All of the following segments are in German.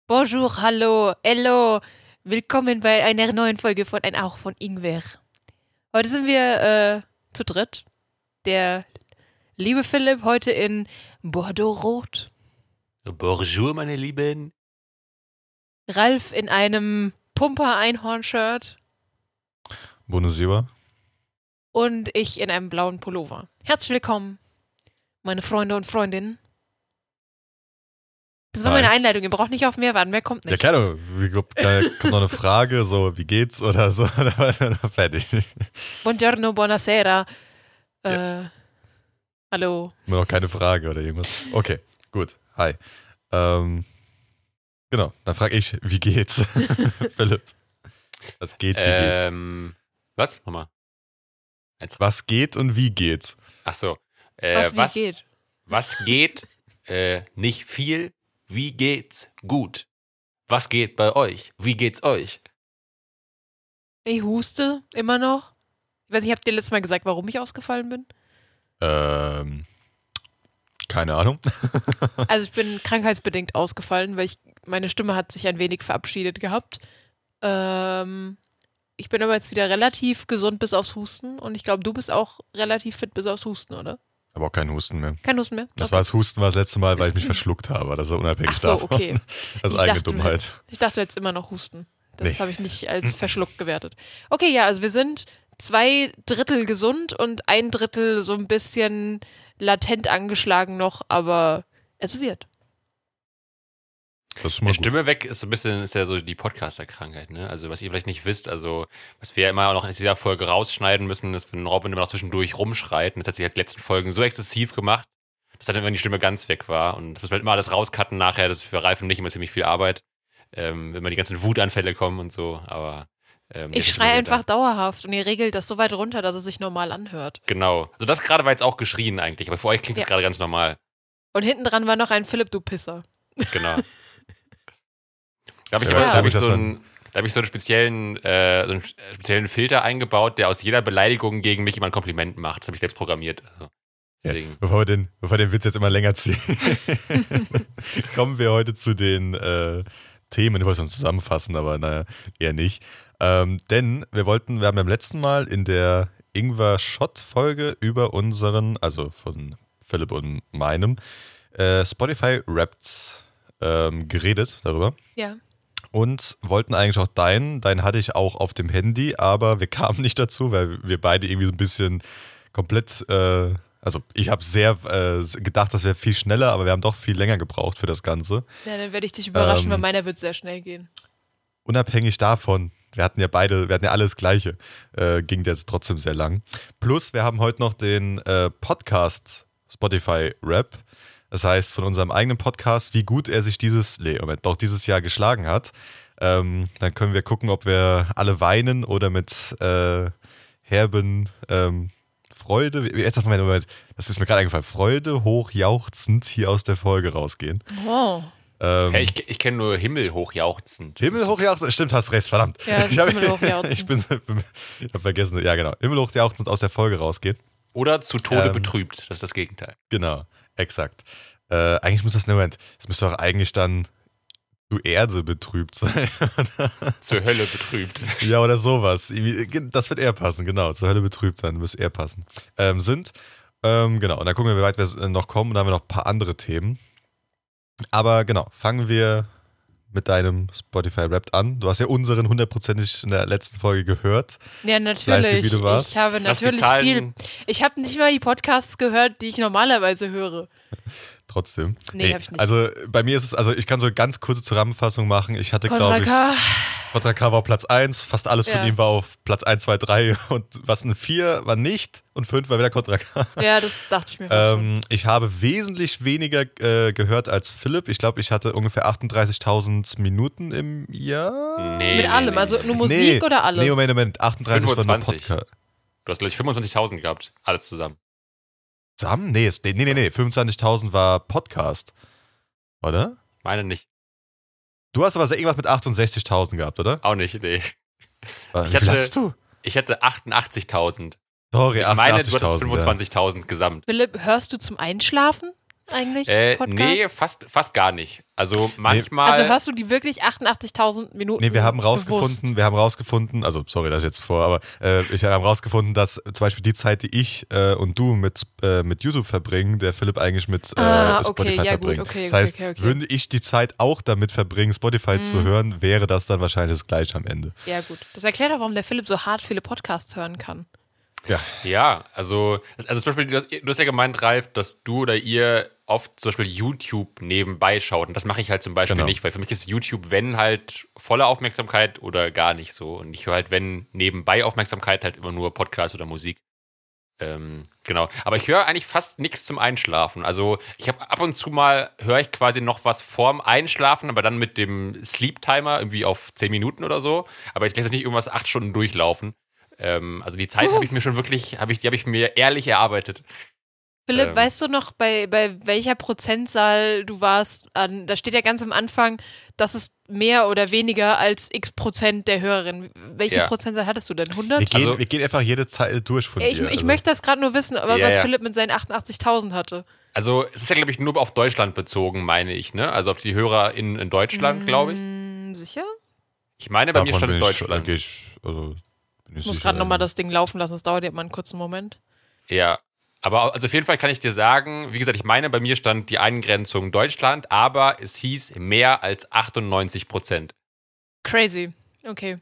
Bonjour, hallo, hello, willkommen bei einer neuen Folge von Ein Hauch von Ingwer. Heute sind wir zu dritt. Der liebe Philipp heute in Bordeaux-Rot. Bonjour, meine Lieben. Ralf in einem Pumper-Einhorn-Shirt. Bonjour. Und ich in einem blauen Pullover. Herzlich willkommen, meine Freunde und Freundinnen. Das war meine Einleitung, ihr braucht nicht auf mehr warten, mehr kommt nicht. Ja, klar, kommt noch eine Frage, so, wie geht's oder so, dann war wir noch fertig. Buongiorno, buonasera. Hallo. Immer noch keine Frage oder irgendwas. Okay, gut, hi. Genau, dann frage ich, wie geht's? Philipp. Was geht, wie geht's? Was? Nochmal. Was geht und wie geht's? Ach so. Wie geht? Was geht? Nicht viel. Wie geht's? Gut. Was geht bei euch? Wie geht's euch? Ich huste immer noch. Ich weiß nicht, habt ihr letztes Mal gesagt, warum ich ausgefallen bin? Keine Ahnung. Also ich bin krankheitsbedingt ausgefallen, weil meine Stimme hat sich ein wenig verabschiedet gehabt. Ich bin aber jetzt wieder relativ gesund bis aufs Husten und ich glaube, du bist auch relativ fit bis aufs Husten, oder? Aber auch kein Husten mehr. Kein Husten mehr? Das war das Husten war das letzte Mal, weil ich mich verschluckt habe. Das ist unabhängig Ach so, davon. okay. Das ist eigene Dummheit. Ich dachte jetzt immer noch Husten. Das Nee. habe ich nicht als verschluckt gewertet. Okay, ja, also wir sind 2/3 gesund und 1/3 so ein bisschen latent angeschlagen noch, aber es wird. Das ist schon mal Die gut. Stimme weg ist so ein bisschen, ist ja so die Podcaster-Krankheit, ne? Also, was ihr vielleicht nicht wisst, also, was wir ja immer noch in dieser Folge rausschneiden müssen, ist, wenn Robin immer noch zwischendurch rumschreit. Und das hat sich halt in den letzten Folgen so exzessiv gemacht, dass dann irgendwann die Stimme ganz weg war. Und das müssen wir halt immer alles rauscutten nachher. Das ist für Ralf und mich immer ziemlich viel Arbeit, wenn mal die ganzen Wutanfälle kommen und so. Aber Ich schreie einfach dauerhaft und ihr regelt das so weit runter, dass es sich normal anhört. Genau. Also das gerade war jetzt auch geschrien eigentlich, aber für euch klingt es Ja. gerade ganz normal. Und hinten dran war noch ein Philipp, du Pisser. Genau. Da habe ich, Ja, aber- da hab gut, ich, dass so einen speziellen Filter eingebaut, der aus jeder Beleidigung gegen mich immer ein Kompliment macht. Das habe ich selbst programmiert. Also, deswegen. Ja, bevor wir den Witz jetzt immer länger ziehen, kommen wir heute zu den Themen. Ich wollte es uns zusammenfassen, aber naja, eher nicht. Denn wir haben beim letzten Mal in der Ingwer-Shot-Folge über unseren, also von Philipp und meinem, Spotify-Wrapped geredet darüber. Ja. Und wollten eigentlich auch deinen hatte ich auch auf dem Handy, aber wir kamen nicht dazu, weil wir beide irgendwie so ein bisschen komplett, also ich habe sehr gedacht, das wäre viel schneller, aber wir haben doch viel länger gebraucht für das Ganze. Ja, dann werde ich dich überraschen, weil meiner wird sehr schnell gehen. Unabhängig davon, wir hatten ja alles Gleiche, ging der jetzt trotzdem sehr lang. Plus, wir haben heute noch den Podcast Spotify Rap. Das heißt, von unserem eigenen Podcast, wie gut er sich dieses Jahr geschlagen hat. Dann können wir gucken, ob wir alle weinen oder mit herben Freude, Moment, das ist mir gerade eingefallen, Freude hochjauchzend hier aus der Folge rausgehen. Oh. Hey, ich kenne nur Himmel hochjauchzend. Himmel hochjauchzend, stimmt, hast recht, verdammt. Ja, das ist Himmel hochjauchzend. Ich habe vergessen, ja genau, Himmel hochjauchzend aus der Folge rausgehen. Oder zu Tode betrübt. Das ist das Gegenteil. Genau, exakt. Eigentlich muss das müsste doch eigentlich dann zu Erde betrübt sein. Zur Hölle betrübt. Ja, oder sowas. Das wird eher passen, genau. Zur Hölle betrübt sein, müsste eher passen. Genau, und dann gucken wir, wie weit wir noch kommen. Und dann haben wir noch ein paar andere Themen. Aber genau, fangen wir mit deinem Spotify Wrapped an. Du hast ja unseren 100%ig in der letzten Folge gehört. Ja, Fleißig, natürlich. wie du warst. Ich habe Lass die natürlich Zahlen- Ich habe nicht mal die Podcasts gehört, die ich normalerweise höre. Trotzdem. Nee, hab ich nicht. Also bei mir ist es, ich kann so eine ganz kurze Zusammenfassung machen. Ich hatte, Contra glaube ich, K. Contra K war auf Platz 1, fast alles von Ja. ihm war auf Platz 1, 2, 3 und was ein 4 war nicht und 5 war wieder Contra K. Ja, das dachte ich mir fast schon. Ich habe wesentlich weniger gehört als Philipp. Ich glaube, ich hatte ungefähr 38.000 Minuten im Jahr. Nee, Mit allem, also nur Musik oder alles? Nee, Moment, 38 war nur 25. Podcast. Du hast, glaube ich, 25.000 gehabt. Alles zusammen. Zusammen? Nee, 25.000 war Podcast. Oder? Meine nicht. Du hast aber irgendwas mit 68.000 gehabt, oder? Auch nicht, nee. Wie Ich viel hatte- hast du? Ich hatte 88.000. Sorry, Ich meine, du 88.000. hattest 25.000 gesamt. Philipp, hörst du zum Einschlafen? eigentlich? Nee, fast gar nicht. Also manchmal. Also hörst du die wirklich 88.000 Minuten? Nee, wir haben bewusst? rausgefunden, also sorry, dass ich jetzt aber ich habe rausgefunden, dass zum Beispiel die Zeit, die ich und du mit YouTube verbringen, der Philipp eigentlich mit Spotify verbringt. Okay, das heißt, okay. würde ich die Zeit auch damit verbringen, Spotify zu hören, wäre das dann wahrscheinlich das Gleiche am Ende. Ja, gut. Das erklärt auch, warum der Philipp so hart viele Podcasts hören kann. Ja, also zum Beispiel, du hast ja gemeint, Ralf, dass du oder ihr oft zum Beispiel YouTube nebenbei schaut. Und das mache ich halt zum Beispiel nicht, weil für mich ist YouTube, wenn halt volle Aufmerksamkeit oder gar nicht so. Und ich höre halt, wenn nebenbei Aufmerksamkeit, halt immer nur Podcast oder Musik. Genau. Aber ich höre eigentlich fast nichts zum Einschlafen. Also ich habe ab und zu mal, höre ich quasi noch was vorm Einschlafen, aber dann mit dem Sleep-Timer irgendwie auf 10 Minuten oder so. Aber ich lasse jetzt nicht irgendwas 8 Stunden durchlaufen. Also die Zeit habe ich mir schon wirklich, die habe ich mir ehrlich erarbeitet. Philipp, weißt du noch, bei welcher Prozentzahl du warst? Da steht ja ganz am Anfang, das ist mehr oder weniger als x% der Hörerin. Welche Prozentzahl hattest du denn? 100? Wir gehen einfach jede Zeit durch von dir. Ich möchte das gerade nur wissen, was Philipp mit seinen 88.000 hatte. Also es ist ja, glaube ich, nur auf Deutschland bezogen, meine ich, ne? Also auf die Hörer in Deutschland, glaube ich. Sicher? Ich meine, bei mir stand Deutschland. Ich muss gerade nochmal das Ding laufen lassen, das dauert ja mal einen kurzen Moment. Ja, aber also auf jeden Fall kann ich dir sagen, wie gesagt, ich meine, bei mir stand die Eingrenzung Deutschland, aber es hieß mehr als 98%. Crazy, okay.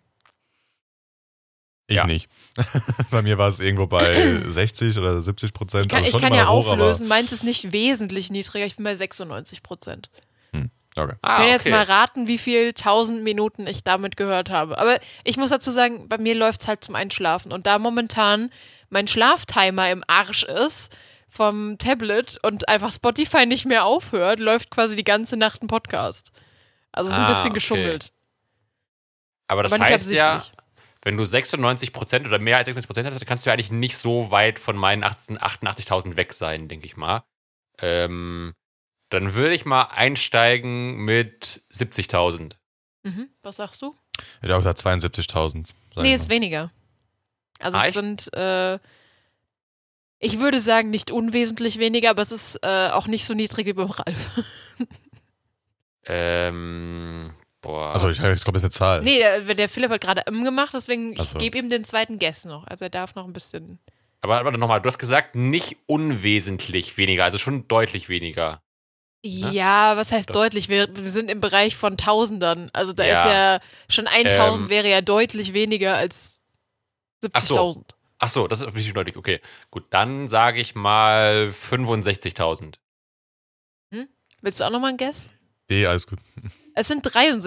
Ich nicht. Bei mir war es irgendwo bei 60 oder 70%. Ich kann ja auflösen, meins ist nicht wesentlich niedriger, ich bin bei 96%. Okay. Ich kann jetzt mal raten, wie viel 1000 Minuten ich damit gehört habe. Aber ich muss dazu sagen, bei mir läuft es halt zum Einschlafen. Und da momentan mein Schlaftimer im Arsch ist vom Tablet und einfach Spotify nicht mehr aufhört, läuft quasi die ganze Nacht ein Podcast. Also es ist ein bisschen geschummelt. Aber das heißt ja, wenn du 96% oder mehr als 96% hast, dann kannst du ja eigentlich nicht so weit von meinen 88.000 weg sein, denke ich mal. Dann würde ich mal einsteigen mit 70.000. Was sagst du? Ich glaube, es hat 72.000. Nee, ist weniger. Also es sind, ich würde sagen, nicht unwesentlich weniger, aber es ist auch nicht so niedrig wie beim Ralf. Also ich glaube, das ist eine Zahl. Nee, der Philipp hat gerade gemacht, deswegen ich gebe ihm den zweiten Guess noch. Also er darf noch ein bisschen. Aber nochmal, du hast gesagt, nicht unwesentlich weniger, also schon deutlich weniger. Ja, was heißt deutlich? Wir sind im Bereich von Tausendern. Also da ist ja schon 1000 wäre ja deutlich weniger als 70.000. Ach so, das ist wirklich deutlich. Okay, gut, dann sage ich mal 65.000. Willst du auch nochmal einen Guess? Nee, alles gut. Es sind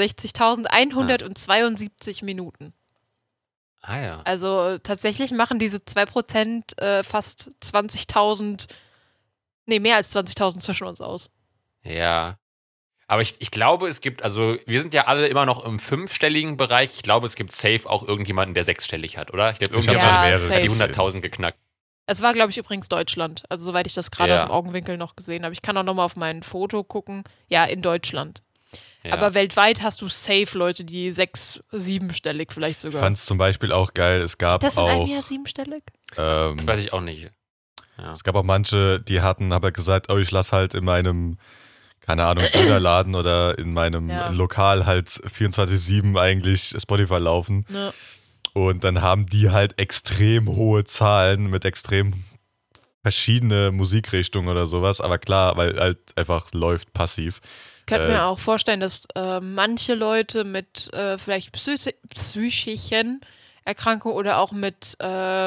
63.172 Minuten. Ah ja. Also tatsächlich machen diese 2% fast 20.000, nee, mehr als 20.000 zwischen uns aus. Ja. Aber ich glaube, es gibt, also wir sind ja alle immer noch im 5-stelligen Bereich. Ich glaube, es gibt safe auch irgendjemanden, der 6-stellig hat, oder? Ich glaube, irgendjemand hat die 100.000 geknackt. Es war, glaube ich, übrigens Deutschland. Also soweit ich das gerade aus dem Augenwinkel noch gesehen habe. Ich kann auch nochmal auf mein Foto gucken. Ja, in Deutschland. Ja. Aber weltweit hast du safe Leute, die 6-, 7-stellig vielleicht sogar. Ich fand es zum Beispiel auch geil, es gab das auch... Das in einem Jahr 7-stellig? Das weiß ich auch nicht. Ja. Es gab auch manche, die haben halt gesagt, ich lasse halt in meinem, keine Ahnung, Dönerladen oder in meinem Lokal halt 24/7 eigentlich Spotify laufen. Ja. Und dann haben die halt extrem hohe Zahlen mit extrem verschiedene Musikrichtungen oder sowas. Aber klar, weil halt einfach läuft passiv. Ich könnte mir auch vorstellen, dass manche Leute mit vielleicht psychischen Erkrankungen oder auch mit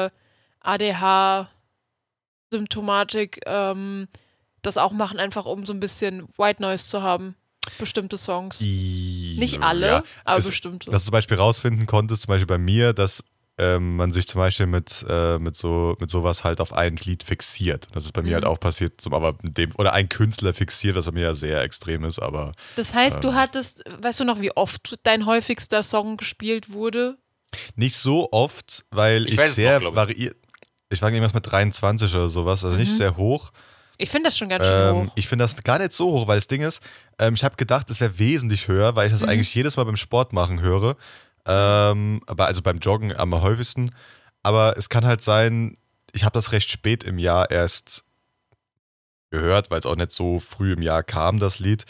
ADH-Symptomatik das auch machen, einfach um so ein bisschen White Noise zu haben. Bestimmte Songs. Nicht alle, aber bestimmte. Was du zum Beispiel rausfinden konntest, zum Beispiel bei mir, dass man sich zum Beispiel mit sowas halt auf ein Lied fixiert. Das ist bei mir halt auch passiert, oder ein Künstler fixiert, was bei mir ja sehr extrem ist, aber. Das heißt, du hattest, weißt du noch, wie oft dein häufigster Song gespielt wurde? Nicht so oft, weil ich sehr variiert. Ich war irgendwas mit 23 oder sowas, also nicht sehr hoch. Ich finde das schon ganz schön hoch. Ich finde das gar nicht so hoch, weil das Ding ist, ich habe gedacht, es wäre wesentlich höher, weil ich das eigentlich jedes Mal beim Sport machen höre. Aber also beim Joggen am häufigsten. Aber es kann halt sein, ich habe das recht spät im Jahr erst gehört, weil es auch nicht so früh im Jahr kam, das Lied.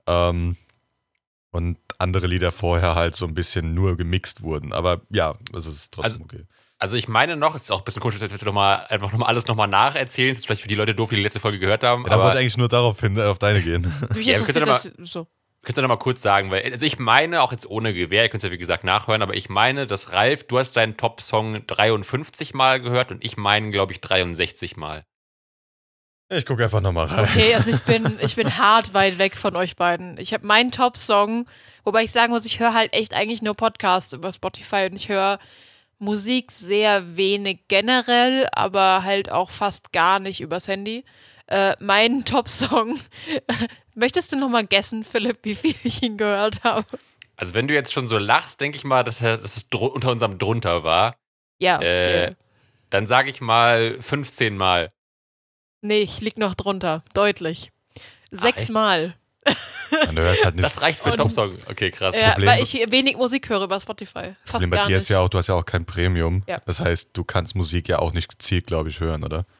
Und andere Lieder vorher halt so ein bisschen nur gemixt wurden. Aber ja, es ist trotzdem okay. Also ich meine noch, es ist auch ein bisschen komisch, als willst du einfach nochmal alles nochmal nacherzählen. Das ist vielleicht für die Leute doof, die die letzte Folge gehört haben. Ja, da wollte ich eigentlich nur darauf hin, auf deine gehen. Mich Ja, interessiert das so. Könntest du noch mal kurz sagen, weil also ich meine, auch jetzt ohne Gewehr, ihr könnt es ja wie gesagt nachhören, aber ich meine, dass Ralf, du hast deinen Top-Song 53 Mal gehört und ich meinen, glaube ich, 63 Mal. Ich gucke einfach nochmal rein. Okay, also ich bin hart weit weg von euch beiden. Ich habe meinen Top-Song, wobei ich sagen muss, ich höre halt echt eigentlich nur Podcasts über Spotify und ich höre Musik sehr wenig generell, aber halt auch fast gar nicht übers Handy. Mein Top-Song, möchtest du nochmal guessen, Philipp, wie viel ich ihn gehört habe? Also wenn du jetzt schon so lachst, denke ich mal, dass es unter unserem drunter war. Ja. Dann sage ich mal 15 Mal. Nee, ich lieg noch drunter, deutlich. 6 Mal. Und du hörst halt nicht. Das reicht für Top-Song. Okay, krass. Ja, Problem- weil ich wenig Musik höre über Spotify. Fast Problem bei gar dir nicht. ist ja auch, du hast ja auch kein Premium. Ja. Das heißt, du kannst Musik ja auch nicht gezielt, glaube ich, hören, oder?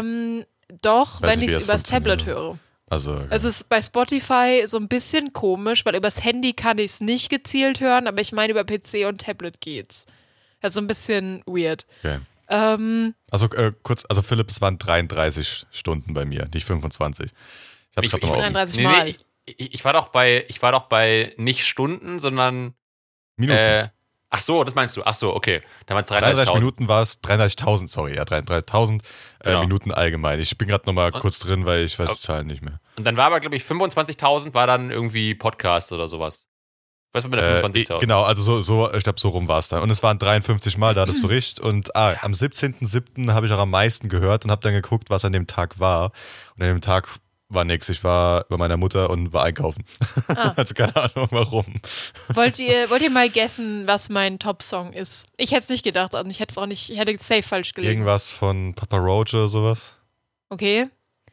Doch, Weiß wenn nicht, ich wie es das übers Tablet funktioniert. höre. Also, Es ist bei Spotify so ein bisschen komisch, weil übers Handy kann ich es nicht gezielt hören, aber ich meine, über PC und Tablet geht's. Das ist so ein bisschen weird. okay. Also kurz, also Philipp, es waren 33 Stunden bei mir, nicht 25. Ich habe Ich- gerade ich- nochmal 33 Mal. Nee, ich war doch bei nicht Stunden, sondern Minuten. ach so, das meinst du. Ach so, okay. Dann war es 33 33.000. Minuten war es, 33.000, sorry, ja, 33.000 Genau. Minuten allgemein. Ich bin gerade nochmal kurz drin, weil ich weiß die Zahlen nicht mehr. Und dann war aber, glaube ich, 25.000 war dann irgendwie Podcast oder sowas. Was war mit der 25.000? Genau, also so, ich glaube, so rum war es dann. Und es waren 53 Mal, da hattest du recht. Und am 17.07. habe ich auch am meisten gehört und habe dann geguckt, was an dem Tag war. Und an dem Tag war nichts. Ich war bei meiner Mutter und war einkaufen. Also keine Ahnung, warum. Wollt ihr mal guessen, was mein Top-Song ist? Ich hätte es nicht gedacht und ich hätte es auch nicht, ich hätte es safe falsch gelegen. Irgendwas von Papa Roach oder sowas? Okay.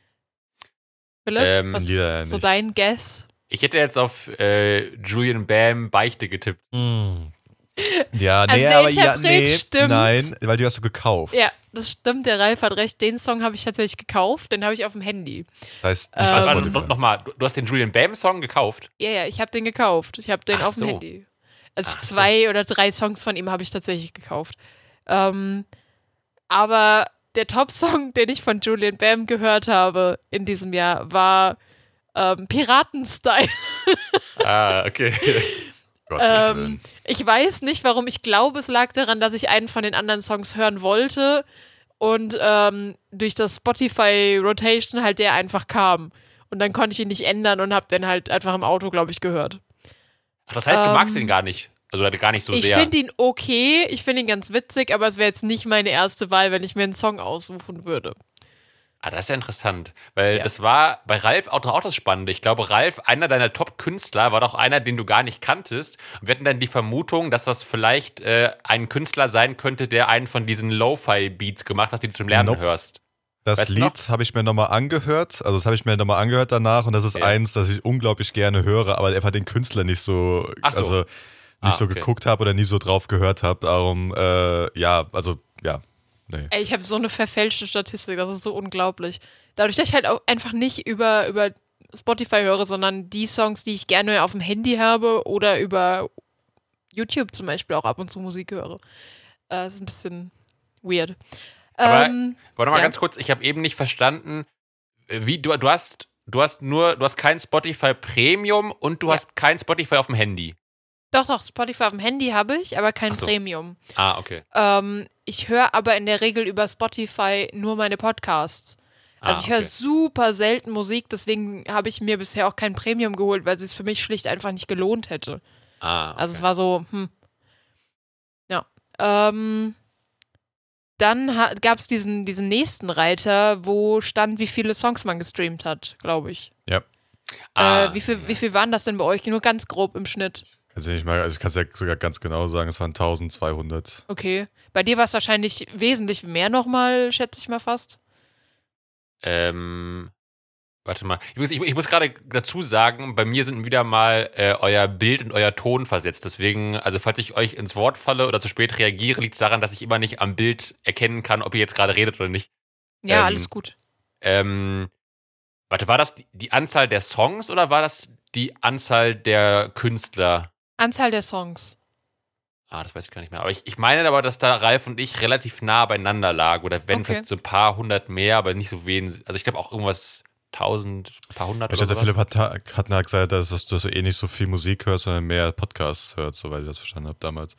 Philipp, was Lieder ja ist so nicht. dein Guess? Ich hätte jetzt auf Julian Bam Beichte getippt. Ja, Also nee, der aber ja, Interpret nee, stimmt. nein, weil die hast du gekauft. Ja, das stimmt, der Ralf hat recht. Den Song habe ich tatsächlich gekauft, den habe ich auf dem Handy. Das heißt, nicht Also, bei warte, Spotify. nochmal, du hast den Julian Bam Song gekauft? Ja, ich habe den gekauft. Ich habe den Ach auf dem so. Handy. Also Ach so. 2 oder 3 Songs von ihm habe ich tatsächlich gekauft. Aber der Top-Song, den ich von Julian Bam gehört habe in diesem Jahr, war Piraten-Style. Ah, okay. Gottes Willen. Ich weiß nicht warum. Ich glaube, es lag daran, dass ich einen von den anderen Songs hören wollte und durch das Spotify Rotation halt der einfach kam. Und dann konnte ich ihn nicht ändern und habe den halt einfach im Auto, glaube ich, gehört. Ach, das heißt, du magst ihn gar nicht. Also gar nicht so Ich sehr. finde ihn okay, ich finde ihn ganz witzig, aber es wäre jetzt nicht meine erste Wahl, wenn ich mir einen Song aussuchen würde. Ah, das ist ja interessant. Weil Ja. das war bei Ralf auch das Spannende. Ich glaube, Ralf, einer deiner Top-Künstler, war doch einer, den du gar nicht kanntest. Und wir hatten dann die Vermutung, dass das vielleicht ein Künstler sein könnte, der einen von diesen Lo-Fi-Beats gemacht hat, die du zum Lernen Nope. hörst. Das Weißt du Lied habe ich mir nochmal angehört. Also das habe ich mir nochmal angehört danach und das ist Ja. eins, das ich unglaublich gerne höre, aber einfach den Künstler nicht so, Ach so. also nicht so Okay. geguckt habe oder nie so drauf gehört habe. Darum, nee. Ey, ich habe so eine verfälschte Statistik, das ist so unglaublich. Dadurch, dass ich halt auch einfach nicht über Spotify höre, sondern die Songs, die ich gerne auf dem Handy habe oder über YouTube zum Beispiel auch ab und zu Musik höre. Das ist ein bisschen weird. Aber nochmal ja. ganz kurz, ich habe eben nicht verstanden, wie du hast kein Spotify Premium und du Ja. hast kein Spotify auf dem Handy. Doch, Spotify auf dem Handy habe ich, aber kein Ach so. Premium. Ah, okay. Ich höre aber in der Regel über Spotify nur meine Podcasts. Also ich höre okay. super selten Musik, deswegen habe ich mir bisher auch kein Premium geholt, weil es für mich schlicht einfach nicht gelohnt hätte. Ah, okay. Also es war so, Ja. Dann gab es diesen nächsten Reiter, wo stand, wie viele Songs man gestreamt hat, glaube ich. Wie viel waren das denn bei euch? Nur ganz grob im Schnitt. Kannst du nicht mal, also ich kann es ja sogar ganz genau sagen, es waren 1200. Okay. Bei dir war es wahrscheinlich wesentlich mehr nochmal, schätze ich mal fast. Warte mal. Ich muss gerade dazu sagen, bei mir sind wieder mal euer Bild und euer Ton versetzt. Deswegen, also falls ich euch ins Wort falle oder zu spät reagiere, liegt es daran, dass ich immer nicht am Bild erkennen kann, ob ihr jetzt gerade redet oder nicht. Ja, alles gut. Warte, war das die Anzahl der Songs oder war das die Anzahl der Künstler? Anzahl der Songs. Das weiß ich gar nicht mehr. Aber ich meine aber, dass da Ralf und ich relativ nah beieinander lagen. Oder wenn vielleicht so ein paar hundert mehr, aber nicht so wenig. Also ich glaube auch irgendwas 1000, ein paar hundert oder so. Philipp hat gesagt, dass du so nicht so viel Musik hörst, sondern mehr Podcasts hörst, soweit ich das verstanden habe damals.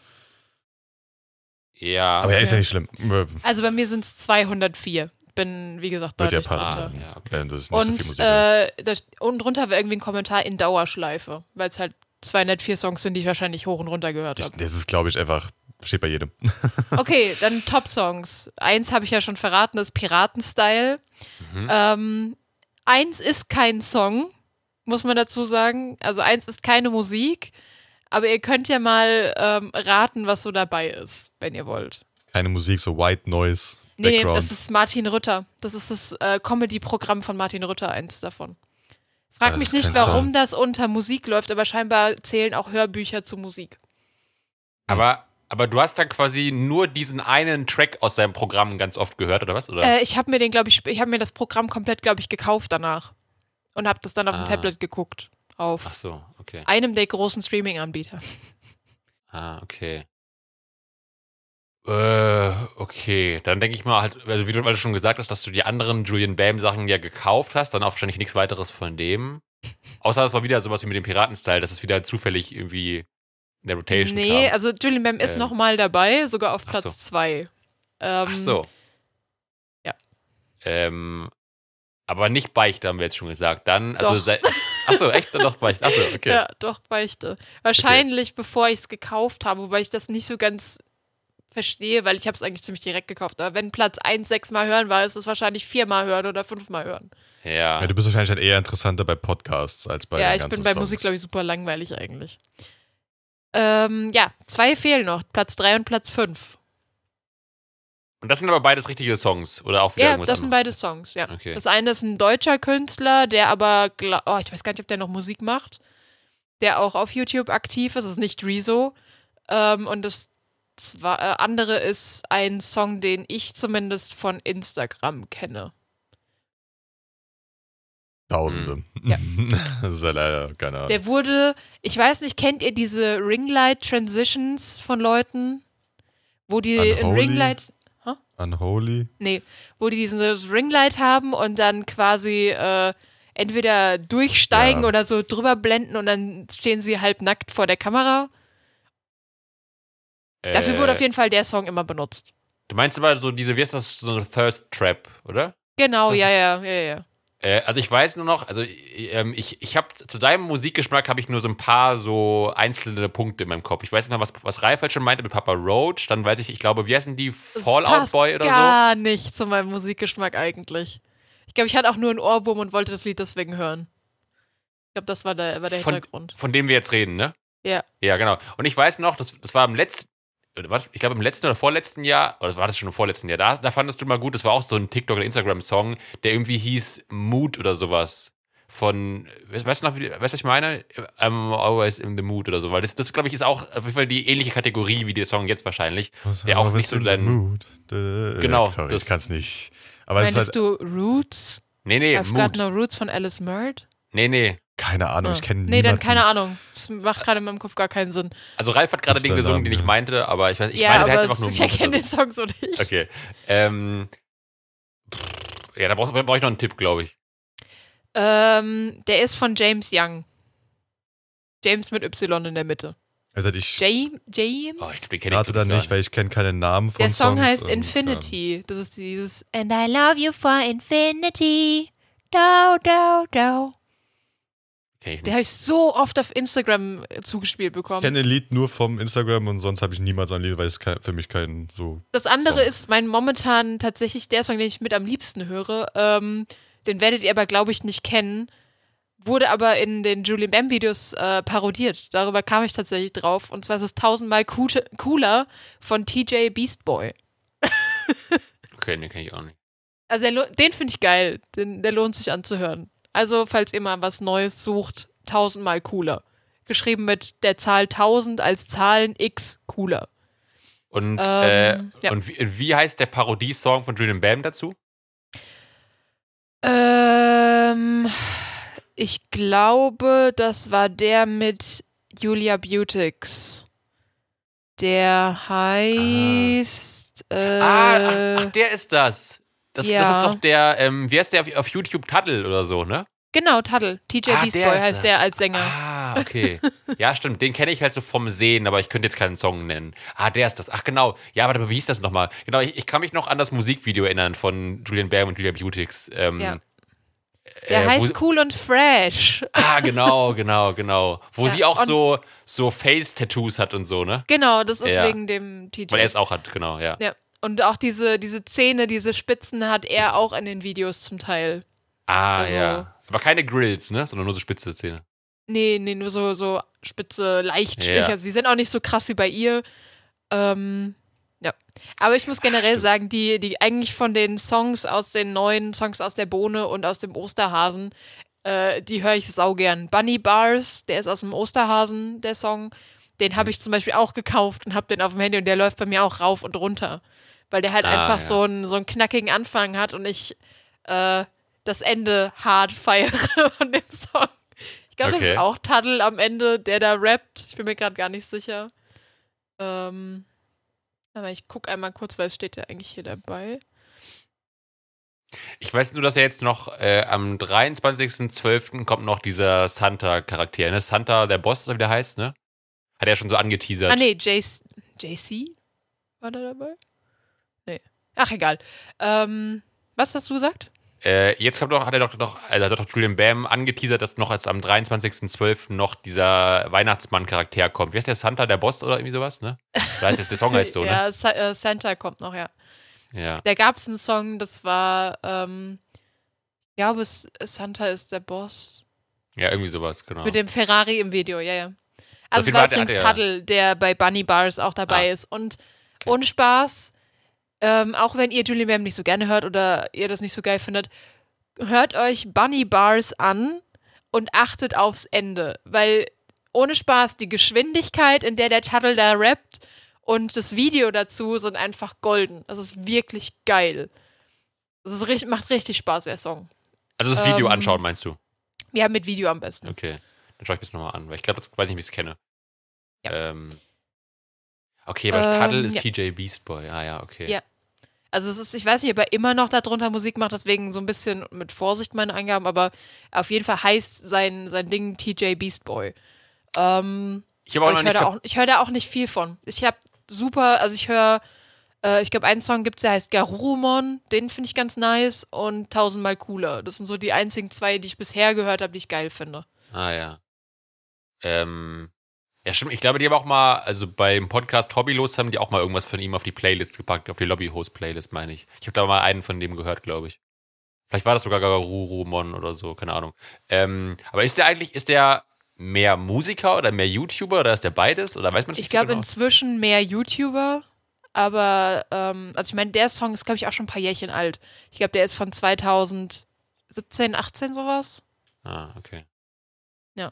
Ja. Aber ist ja nicht schlimm. Also bei mir sind es 204. Bin, wie gesagt, Wird ja deutlich passen. drunter. Ja, okay. Das ist nicht Und, so viel Musik hörst. unten drunter war irgendwie ein Kommentar in Dauerschleife, weil es halt 204 Songs sind, die ich wahrscheinlich hoch und runter gehört habe. Das ist, glaube ich, einfach, steht bei jedem. Okay, dann Top-Songs. Eins habe ich ja schon verraten, das ist Piraten-Style. 1 ist kein Song, muss man dazu sagen. Also 1 ist keine Musik, aber ihr könnt ja mal raten, was so dabei ist, wenn ihr wollt. Keine Musik, so White Noise. Nee, Background. das ist Martin Rütter. Das ist das Comedy-Programm von Martin Rütter, eins davon. Frag mich nicht, warum das unter Musik läuft, aber scheinbar zählen auch Hörbücher zu Musik. Aber du hast dann quasi nur diesen einen Track aus seinem Programm ganz oft gehört, oder was? Oder? Ich habe mir mir das Programm komplett, glaube ich, gekauft danach. Und habe das dann auf dem Tablet geguckt. Auf Ach so, okay. einem der großen Streaming-Anbieter. Okay. Okay, dann denke ich mal halt, also weil du schon gesagt hast, dass du die anderen Julian Bam-Sachen ja gekauft hast, dann auch wahrscheinlich nichts weiteres von dem. Außer das war wieder sowas wie mit dem Piraten-Style, dass es wieder zufällig irgendwie in der Rotation kam. Also Julian Bam ist nochmal dabei, sogar auf Platz 2. Ach so. Ja. Aber nicht Beichte, haben wir jetzt schon gesagt. Dann, doch. also achso, echt? Dann doch Beichte. Achso, okay. Ja, doch, Beichte. Wahrscheinlich, bevor ich es gekauft habe, wobei ich das nicht so ganz verstehe, weil ich habe es eigentlich ziemlich direkt gekauft. Aber wenn Platz 1 6-mal hören war, ist es wahrscheinlich 4-mal hören oder 5-mal hören. Ja. Du bist wahrscheinlich dann eher interessanter bei Podcasts als bei den ganzen Ja, ich bin bei Songs. Musik, glaube ich, super langweilig eigentlich. 2 fehlen noch. Platz 3 und Platz 5. Und das sind aber beides richtige Songs, oder auch wieder irgendwas das sind anderes? beide Songs, ja. Okay. Das eine ist ein deutscher Künstler, der aber, ich weiß gar nicht, ob der noch Musik macht, der auch auf YouTube aktiv ist, das ist nicht Rezo. Und das andere ist ein Song, den ich zumindest von Instagram kenne. Tausende. Ja. Das ist ja leider keine Ahnung. Der wurde, ich weiß nicht, kennt ihr diese Ringlight-Transitions von Leuten? Wo die ein Ringlight... Unholy? Nee, wo die dieses Ringlight haben und dann quasi entweder durchsteigen oder so drüber blenden und dann stehen sie halbnackt vor der Kamera. Dafür wurde auf jeden Fall der Song immer benutzt. Du meinst aber so diese, wie ist das, so eine Thirst Trap, oder? Genau, ja. Also ich weiß nur noch, also ich habe zu deinem Musikgeschmack habe ich nur so ein paar so einzelne Punkte in meinem Kopf. Ich weiß nicht noch, was Ralf halt schon meinte mit Papa Roach. Dann weiß ich glaube, wie heißen die? Fallout Boy oder so? Gar nicht zu meinem Musikgeschmack eigentlich. Ich glaube, ich hatte auch nur einen Ohrwurm und wollte das Lied deswegen hören. Ich glaube, das war der Hintergrund. Von dem wir jetzt reden, ne? Ja. Ja, genau. Und ich weiß noch, das war im letzten oder vorletzten Jahr, oder war das schon im vorletzten Jahr, da fandest du mal gut, das war auch so ein TikTok- oder Instagram-Song, der irgendwie hieß Mood oder sowas. Von, weißt du noch, was ich meine? I'm always in the mood oder so, weil das glaube ich, ist auch auf jeden Fall die ähnliche Kategorie wie der Song jetzt wahrscheinlich. Der auch nicht so dein. Genau. Sorry, ich kann es nicht. Aber meinst du Roots? Nee, I've Got No Roots von Alice Murd? Nee. Keine Ahnung, ich kenne niemanden. Nee, dann keine Ahnung. Das macht gerade in meinem Kopf gar keinen Sinn. Also Ralf hat gerade den gesungen, den ich meinte, aber ich meine, der heißt einfach nur ich erkenne den Song so nicht. Okay. Ja, da brauche ich noch einen Tipp, glaube ich. Der ist von James Young. James mit Y in der Mitte. Also ich James? Oh, ich den kenne rate da nicht, weil ich kenne keinen Namen von Der Song Songs heißt Infinity. Das ist dieses And I love you for infinity. Do. Der habe ich so oft auf Instagram zugespielt bekommen. Ich kenne ein Lied nur vom Instagram und sonst habe ich niemals ein Lied, weil es für mich kein so. Das andere Song ist momentan tatsächlich der Song, den ich mit am liebsten höre. Den werdet ihr aber, glaube ich, nicht kennen. Wurde aber in den Julian Bam Videos parodiert. Darüber kam ich tatsächlich drauf. Und zwar ist es 1000-mal cooler von TJ Beast Boy. Okay, den kenne ich auch nicht. Also den finde ich geil. Der lohnt sich anzuhören. Also, falls ihr mal was Neues sucht, 1000-mal cooler. Geschrieben mit der Zahl 1000 als Zahlen x cooler. Und wie heißt der Parodiesong von Julian Bam dazu? Warte Ich glaube, das war der mit Julia Beautix. Der heißt. Ach, der ist das. Das ja. ist doch der, wie heißt der auf YouTube? Tuddle oder so, ne? Genau, Tuddle. TJ Beast Boy heißt der als Sänger. Ah, okay. Ja, stimmt. Den kenne ich halt so vom Sehen, aber ich könnte jetzt keinen Song nennen. Ah, der ist das. Ach, genau. Ja, aber wie hieß das nochmal? Genau, ich kann mich noch an das Musikvideo erinnern von Julian Bam und Julia Beautix. Ja. Der heißt Cool und Fresh. Ah, genau. Wo sie auch so Face-Tattoos hat und so, ne? Genau, das ist wegen dem TJ. Weil er es auch hat, genau, ja. Ja. Und auch diese Zähne, diese Spitzen hat er auch in den Videos zum Teil. Ah, ja. Aber keine Grills, ne? Sondern nur so spitze Zähne. Nee, nur so spitze, leicht. Ja. Also, sie sind auch nicht so krass wie bei ihr. Ja. Aber ich muss generell sagen, die eigentlich von den Songs aus den neuen Songs aus der Bohne und aus dem Osterhasen, die höre ich saugern. Bunny Bars, der ist aus dem Osterhasen, der Song. Den habe ich zum Beispiel auch gekauft und habe den auf dem Handy und der läuft bei mir auch rauf und runter. Weil der halt einfach so einen knackigen Anfang hat und ich das Ende hart feiere von dem Song. Ich glaube, das ist auch Tuddle am Ende, der da rappt. Ich bin mir gerade gar nicht sicher. Aber ich gucke einmal kurz, weil es steht ja eigentlich hier dabei. Ich weiß nur, dass er jetzt noch am 23.12. kommt noch dieser Santa-Charakter, ne? Santa, der Boss, wie der heißt, ne? Hat er schon so angeteasert. Ah, nee, JC? War der dabei? Nee. Ach, egal. Was hast du gesagt? Jetzt hat doch Julian Bam angeteasert, dass noch als am 23.12. noch dieser Weihnachtsmann-Charakter kommt. Wie heißt der? Santa, der Boss oder irgendwie sowas, ne? Da heißt der Song heißt so, ne? Ja, Santa kommt noch, ja. Da gab es einen Song, das war, ich glaube, Santa ist der Boss. Ja, irgendwie sowas, genau. Mit dem Ferrari im Video, ja. Also es war übrigens Tuddle, der bei Bunny Bars auch dabei ist. Und ohne Spaß, auch wenn ihr Julian Bam nicht so gerne hört oder ihr das nicht so geil findet, hört euch Bunny Bars an und achtet aufs Ende. Weil ohne Spaß, die Geschwindigkeit, in der der Tuddle da rappt und das Video dazu sind einfach golden. Das ist wirklich geil. Macht richtig Spaß, der Song. Also das Video anschauen, meinst du? Ja, mit Video am besten. Okay, dann schaue ich das nochmal an, weil ich glaube, das weiß nicht, wie ich es kenne. Ja. Okay, aber Tuddle ist TJ Beast Boy. Ah ja, okay. Ja. Also ich weiß nicht, ob er immer noch darunter Musik macht, deswegen so ein bisschen mit Vorsicht meine Angaben, aber auf jeden Fall heißt sein Ding TJ Beast Boy. Ich höre da auch nicht viel von. Ich höre, ich glaube, einen Song gibt es, der heißt Garurumon, den finde ich ganz nice und Tausendmal Cooler. Das sind so die einzigen zwei, die ich bisher gehört habe, die ich geil finde. Ah ja. Ja, stimmt. Ich glaube, die haben auch mal, also beim Podcast Hobbylos haben die auch mal irgendwas von ihm auf die Playlist gepackt, auf die Lobbyhost-Playlist, meine ich. Ich habe da mal einen von dem gehört, glaube ich. Vielleicht war das sogar Garurumon oder so, keine Ahnung. Aber ist der mehr Musiker oder mehr YouTuber oder ist der beides? Oder weiß man das nicht? Ich glaube inzwischen mehr YouTuber, aber also ich meine, der Song ist, glaube ich, auch schon ein paar Jährchen alt. Ich glaube, der ist von 2017, 18 sowas. Ah, okay. Ja.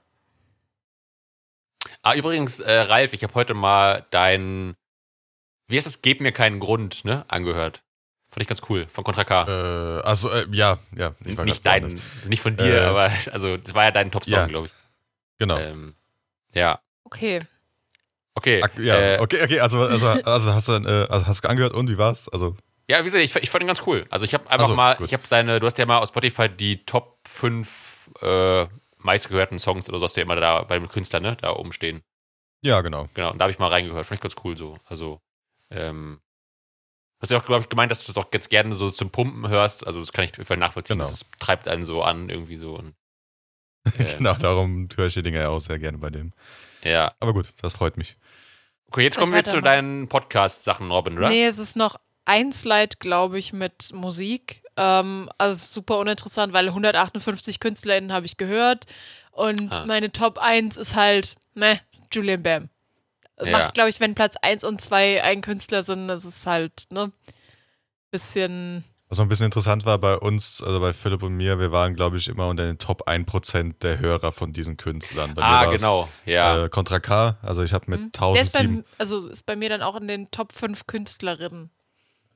Ah, übrigens, Ralf, ich habe heute mal wie heißt es, Geb mir keinen Grund, ne, angehört. Fand ich ganz cool, von Contra K. Ja. Ich war nicht von dir, aber also das war ja dein Top-Song, glaube ich. Genau. Ja. Okay. Okay. Okay, also hast du angehört und wie war's? Also ja, wie gesagt, ich fand ihn ganz cool. Also ich habe einfach du hast ja mal auf Spotify die Top 5 meistgehörten Songs oder so hast du ja immer da beim Künstler, ne, da oben stehen. Ja, genau. Genau, und da habe ich mal reingehört. Fand ich ganz cool so. Also, hast du auch, glaube ich, gemeint, dass du das auch ganz gerne so zum Pumpen hörst. Also das kann ich voll nachvollziehen. Genau. Das treibt einen so an, irgendwie so. Und, genau, darum höre ich die Dinger ja auch sehr gerne bei dem. Ja. Aber gut, das freut mich. Okay, jetzt kommen wir zu deinen Podcast-Sachen, Robin, oder? Nee, es ist noch ein Slide, glaube ich, mit Musik. Also es ist super uninteressant, weil 158 KünstlerInnen habe ich gehört und meine Top 1 ist halt, Julian Bam. Macht, glaube ich, wenn Platz 1 und 2 ein Künstler sind, das ist halt, bisschen... Was noch ein bisschen interessant war bei uns, also bei Philipp und mir, wir waren, glaube ich, immer unter den Top 1% der Hörer von diesen Künstlern. Bei mir genau, ja. Contra K, also ich habe mit 1007... ist bei mir dann auch in den Top 5 Künstlerinnen.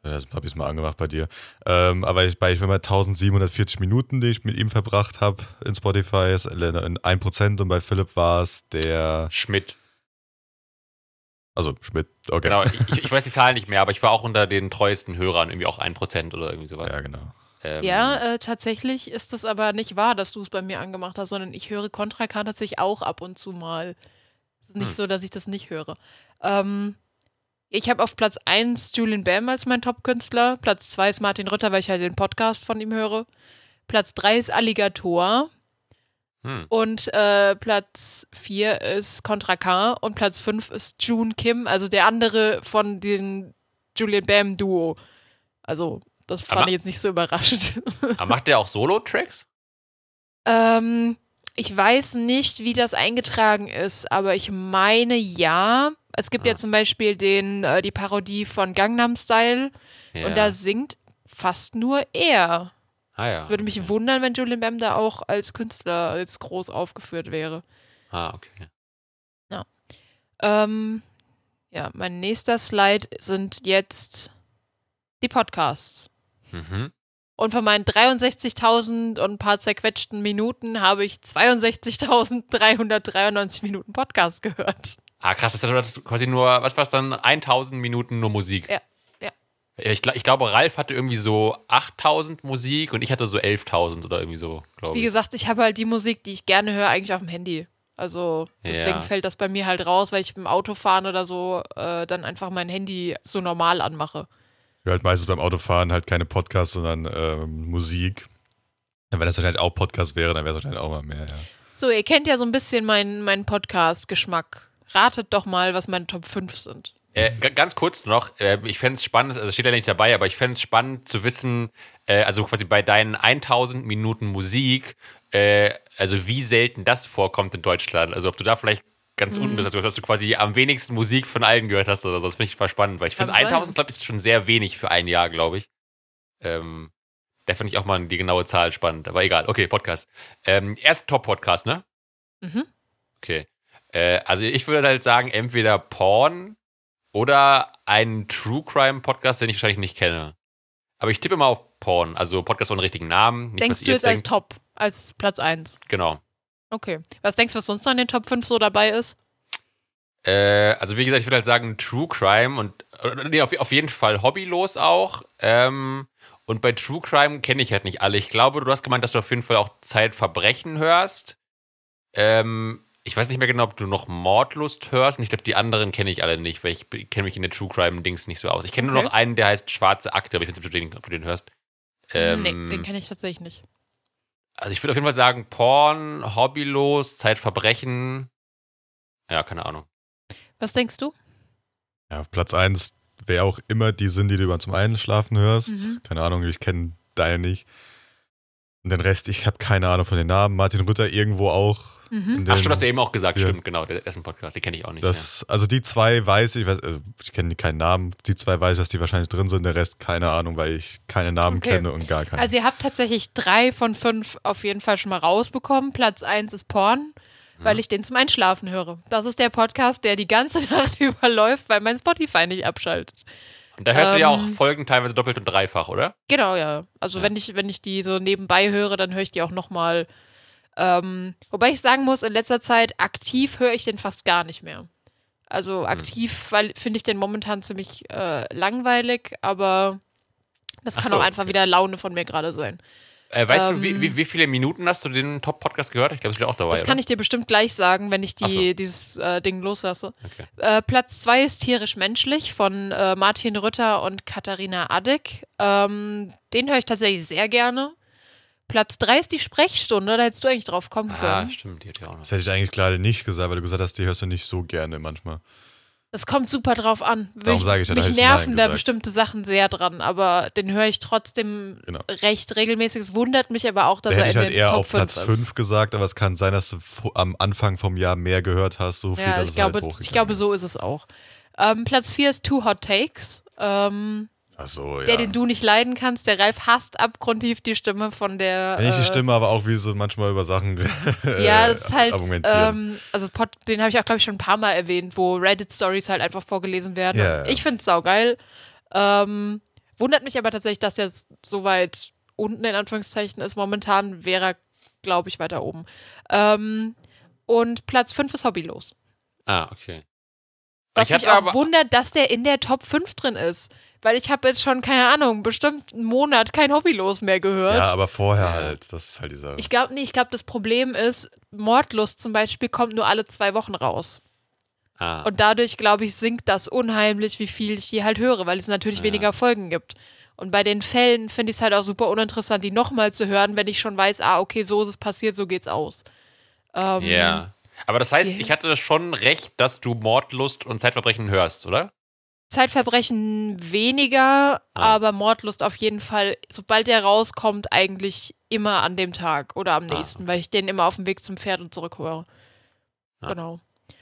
Das habe ich mal angemacht bei dir. Aber ich will mal 1740 Minuten, die ich mit ihm verbracht habe in Spotify, ist in 1% und bei Philipp war es der Schmidt. Also Schmidt, okay. Genau, ich weiß die Zahlen nicht mehr, aber ich war auch unter den treuesten Hörern, irgendwie auch 1% oder irgendwie sowas. Ja, genau. Tatsächlich ist es aber nicht wahr, dass du es bei mir angemacht hast, sondern ich höre Contra K tatsächlich auch ab und zu mal. Es ist nicht so, dass ich das nicht höre. Ich habe auf Platz 1 Julian Bam als mein Top-Künstler. Platz 2 ist Martin Rütter, weil ich halt den Podcast von ihm höre. Platz 3 ist Alligator. Und Platz 4 ist Contra K. Und Platz 5 ist June Kim, also der andere von dem Julian Bam-Duo. Also, das fand ich jetzt nicht so überraschend. Aber macht der auch Solo-Tracks? Ich weiß nicht, wie das eingetragen ist, aber ich meine ja. Es gibt ja zum Beispiel die Parodie von Gangnam Style und da singt fast nur er. Es würde mich wundern, wenn Julian Bam da auch als Künstler als groß aufgeführt wäre. Okay. Ja. Mein nächster Slide sind jetzt die Podcasts. Und von meinen 63.000 und ein paar zerquetschten Minuten habe ich 62.393 Minuten Podcast gehört. Krass, das ist quasi nur, was war es dann, 1.000 Minuten nur Musik. Ja. Ich glaube, Ralf hatte irgendwie so 8.000 Musik und ich hatte so 11.000 oder irgendwie so, glaube ich. Wie gesagt, ich habe halt die Musik, die ich gerne höre, eigentlich auf dem Handy. Also deswegen fällt das bei mir halt raus, weil ich beim Autofahren oder so dann einfach mein Handy so normal anmache. Ich höre halt meistens beim Autofahren halt keine Podcasts, sondern Musik. Ja, wenn das wahrscheinlich auch Podcast wäre, dann wäre es wahrscheinlich auch mal mehr, ja. So, ihr kennt ja so ein bisschen meinen Podcast-Geschmack. Ratet doch mal, was meine Top 5 sind. Ganz kurz noch, ich fände es spannend, also steht ja nicht dabei, aber ich fände es spannend zu wissen, also quasi bei deinen 1.000 Minuten Musik, also wie selten das vorkommt in Deutschland. Also ob du da vielleicht ganz unten bist, also dass du quasi am wenigsten Musik von allen gehört hast oder so. Das finde ich voll spannend, weil ich finde 1.000, glaube ich, ist schon sehr wenig für ein Jahr, glaube ich. Da finde ich auch mal die genaue Zahl spannend, aber egal. Okay, Podcast. Erst Top-Podcast, ne? Okay. Also ich würde halt sagen, entweder Porn oder einen True Crime Podcast, den ich wahrscheinlich nicht kenne. Aber ich tippe mal auf Porn, also Podcast ohne richtigen Namen. Nicht, denkst du jetzt als Top, als Platz 1? Genau. Okay. Was denkst du, was sonst noch in den Top 5 so dabei ist? Also wie gesagt, ich würde halt sagen True Crime und auf jeden Fall hobbylos auch. Und bei True Crime kenne ich halt nicht alle. Ich glaube, du hast gemeint, dass du auf jeden Fall auch Zeitverbrechen hörst. Ich weiß nicht mehr genau, ob du noch Mordlust hörst. Und ich glaube, die anderen kenne ich alle nicht, weil ich kenne mich in der True Crime-Dings nicht so aus. Ich kenne nur noch einen, der heißt Schwarze Akte, aber ich weiß nicht, ob du den hörst. Nee, den kenne ich tatsächlich nicht. Also ich würde auf jeden Fall sagen, Porn, hobbylos, Zeitverbrechen. Ja, keine Ahnung. Was denkst du? Ja, auf Platz 1, wer auch immer die sind, die du zum Einschlafen hörst. Keine Ahnung, ich kenne deine nicht. Und den Rest, ich habe keine Ahnung von den Namen. Martin Rütter irgendwo auch. Stimmt, hast du eben auch gesagt. Ja. Stimmt, genau, der Essen-Podcast, den kenne ich auch nicht. Also die zwei weiß ich, ich kenne keinen Namen. Die zwei weiß ich, dass die wahrscheinlich drin sind. Der Rest keine Ahnung, weil ich keine Namen kenne und gar keine. Also ihr habt tatsächlich 3 von 5 auf jeden Fall schon mal rausbekommen. Platz 1 ist Porn, weil ich den zum Einschlafen höre. Das ist der Podcast, der die ganze Nacht überläuft, weil mein Spotify nicht abschaltet. Und da hörst du ja auch Folgen teilweise doppelt und dreifach, oder? Genau, ja. Also wenn ich die so nebenbei höre, dann höre ich die auch nochmal. Wobei ich sagen muss, in letzter Zeit aktiv höre ich den fast gar nicht mehr. Also aktiv, weil finde ich den momentan ziemlich langweilig, aber das kann auch einfach wieder Laune von mir gerade sein. Weißt du, wie viele Minuten hast du den Top-Podcast gehört? Ich glaube, es ist ja auch dabei. Das kann ich dir bestimmt gleich sagen, wenn ich dieses Ding loslasse. Okay. Platz 2 ist Tierisch Menschlich von Martin Rütter und Katharina Adick. Den höre ich tatsächlich sehr gerne. Platz 3 ist die Sprechstunde, da hättest du eigentlich drauf kommen können. Stimmt, die hat ja auch noch. Das hätte ich eigentlich gerade nicht gesagt, weil du gesagt hast, die hörst du nicht so gerne manchmal. Das kommt super drauf an. Darum sage ich ja, mich nerven da bestimmte Sachen sehr dran, aber den höre ich trotzdem recht regelmäßig. Es wundert mich aber auch, dass er in den Top 5 ist. Ich hätte eher auf Platz 5 gesagt, aber es kann sein, dass du am Anfang vom Jahr mehr gehört hast, so viel, dass es halt hochgegangen ist. Ich glaube, so ist es auch. Platz 4 ist Two Hot Takes. Ach so, ja. Der, den du nicht leiden kannst. Der Ralf hasst abgrundtief die Stimme von der. Nicht die Stimme, aber auch wie so manchmal über Sachen ja, das ist halt. argumentieren. Den habe ich auch, glaube ich, schon ein paar Mal erwähnt, wo Reddit-Stories halt einfach vorgelesen werden. Ja. Ich finde es saugeil. Wundert mich aber tatsächlich, dass er so weit unten in Anführungszeichen ist. Momentan wäre er, glaube ich, weiter oben. Und Platz 5 ist Hobbylos. Ah, okay. Was mich auch wundert, dass der in der Top 5 drin ist. Weil ich habe jetzt schon, keine Ahnung, bestimmt einen Monat kein Hobbylos mehr gehört. Ja, aber vorher halt. Das ist halt dieser. Ich glaube, das Problem ist, Mordlust zum Beispiel kommt nur alle 2 Wochen raus. Ah. Und dadurch, glaube ich, sinkt das unheimlich, wie viel ich die halt höre, weil es natürlich weniger Folgen gibt. Und bei den Fällen finde ich es halt auch super uninteressant, die nochmal zu hören, wenn ich schon weiß, okay, so ist es passiert, so geht's aus. Ja. Aber das heißt, ich hatte schon recht, dass du Mordlust und Zeitverbrechen hörst, oder? Zeitverbrechen weniger, aber Mordlust auf jeden Fall, sobald der rauskommt, eigentlich immer an dem Tag oder am nächsten, weil ich den immer auf dem Weg zum Pferd und zurück höre. Genau.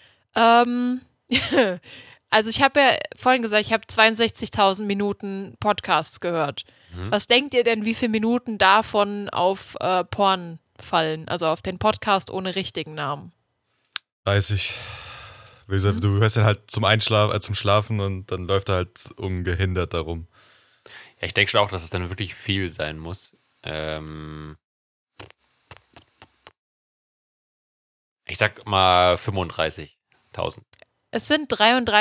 Also ich habe ja vorhin gesagt, ich habe 62.000 Minuten Podcasts gehört. Was denkt ihr denn, wie viele Minuten davon auf Porn fallen? Also auf den Podcast ohne richtigen Namen? 30. Wie gesagt, du hörst den halt zum Schlafen und dann läuft er halt ungehindert darum. Ja, ich denke schon auch, dass es dann wirklich viel sein muss. Ich sag mal 35.000. Es sind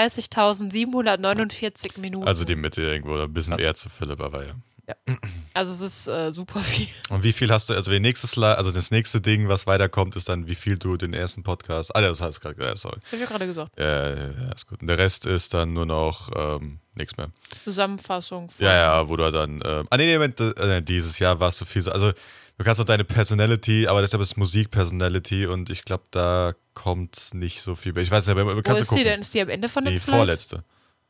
33.749 Minuten. Also die Mitte irgendwo, oder ein bisschen eher zu Philipp, aber ja. Also es ist super viel. Und wie viel hast du, also das nächste Ding, was weiterkommt, ist dann, wie viel du den ersten Podcast, das heißt gerade, sorry. Hab ich ja gerade gesagt. Ja, ist gut. Und der Rest ist dann nur noch nichts mehr. Zusammenfassung. Ja, wo du dann, dieses Jahr warst du viel, also du kannst doch deine Personality, aber ich glaube, es ist Musik-Personality und ich glaube, da kommt nicht so viel mehr. Ich weiß nicht, aber wo ist die denn? Ist die am Ende von der Die Slide? vorletzte.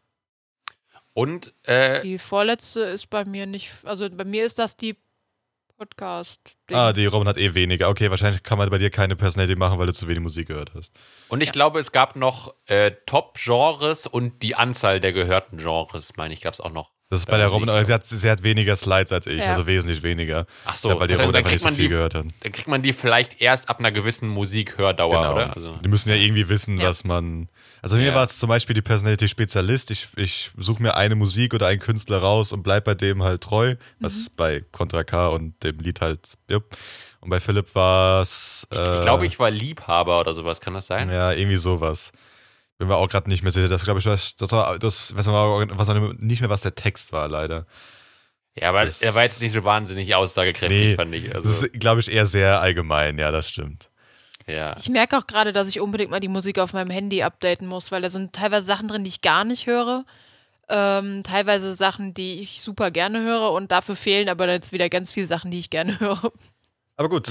Und die vorletzte ist bei mir nicht, also bei mir ist das die Podcast-Ding. Die Robin hat weniger. Okay, wahrscheinlich kann man bei dir keine Personality machen, weil du zu wenig Musik gehört hast. Und ich glaube, es gab noch Top-Genres und die Anzahl der gehörten Genres, meine ich, gab es auch noch. Das ist bei der Robin, aber sie hat weniger Slides als ich, also wesentlich weniger. Ach so, weil die Robin einfach nicht so viel gehört hat. Dann kriegt man die vielleicht erst ab einer gewissen Musikhördauer, genau. Oder? Also, die müssen ja irgendwie wissen, was man. Also bei mir war es zum Beispiel die Personality-Spezialist. Ich suche mir eine Musik oder einen Künstler raus und bleib bei dem halt treu, was bei Contra K und dem Lied halt. Jupp. Und bei Philipp war es. Ich glaube, ich war Liebhaber oder sowas, kann das sein? Ja, irgendwie sowas. Bin mir auch gerade nicht mehr sicher. Das glaube ich, das weiß man nicht mehr, was der Text war, leider. Ja, aber er war jetzt nicht so wahnsinnig aussagekräftig, fand ich. Also. Das ist, glaube ich, eher sehr allgemein, ja, das stimmt. Ja. Ich merke auch gerade, dass ich unbedingt mal die Musik auf meinem Handy updaten muss, weil da sind teilweise Sachen drin, die ich gar nicht höre. Teilweise Sachen, die ich super gerne höre und dafür fehlen aber jetzt wieder ganz viele Sachen, die ich gerne höre. Aber gut,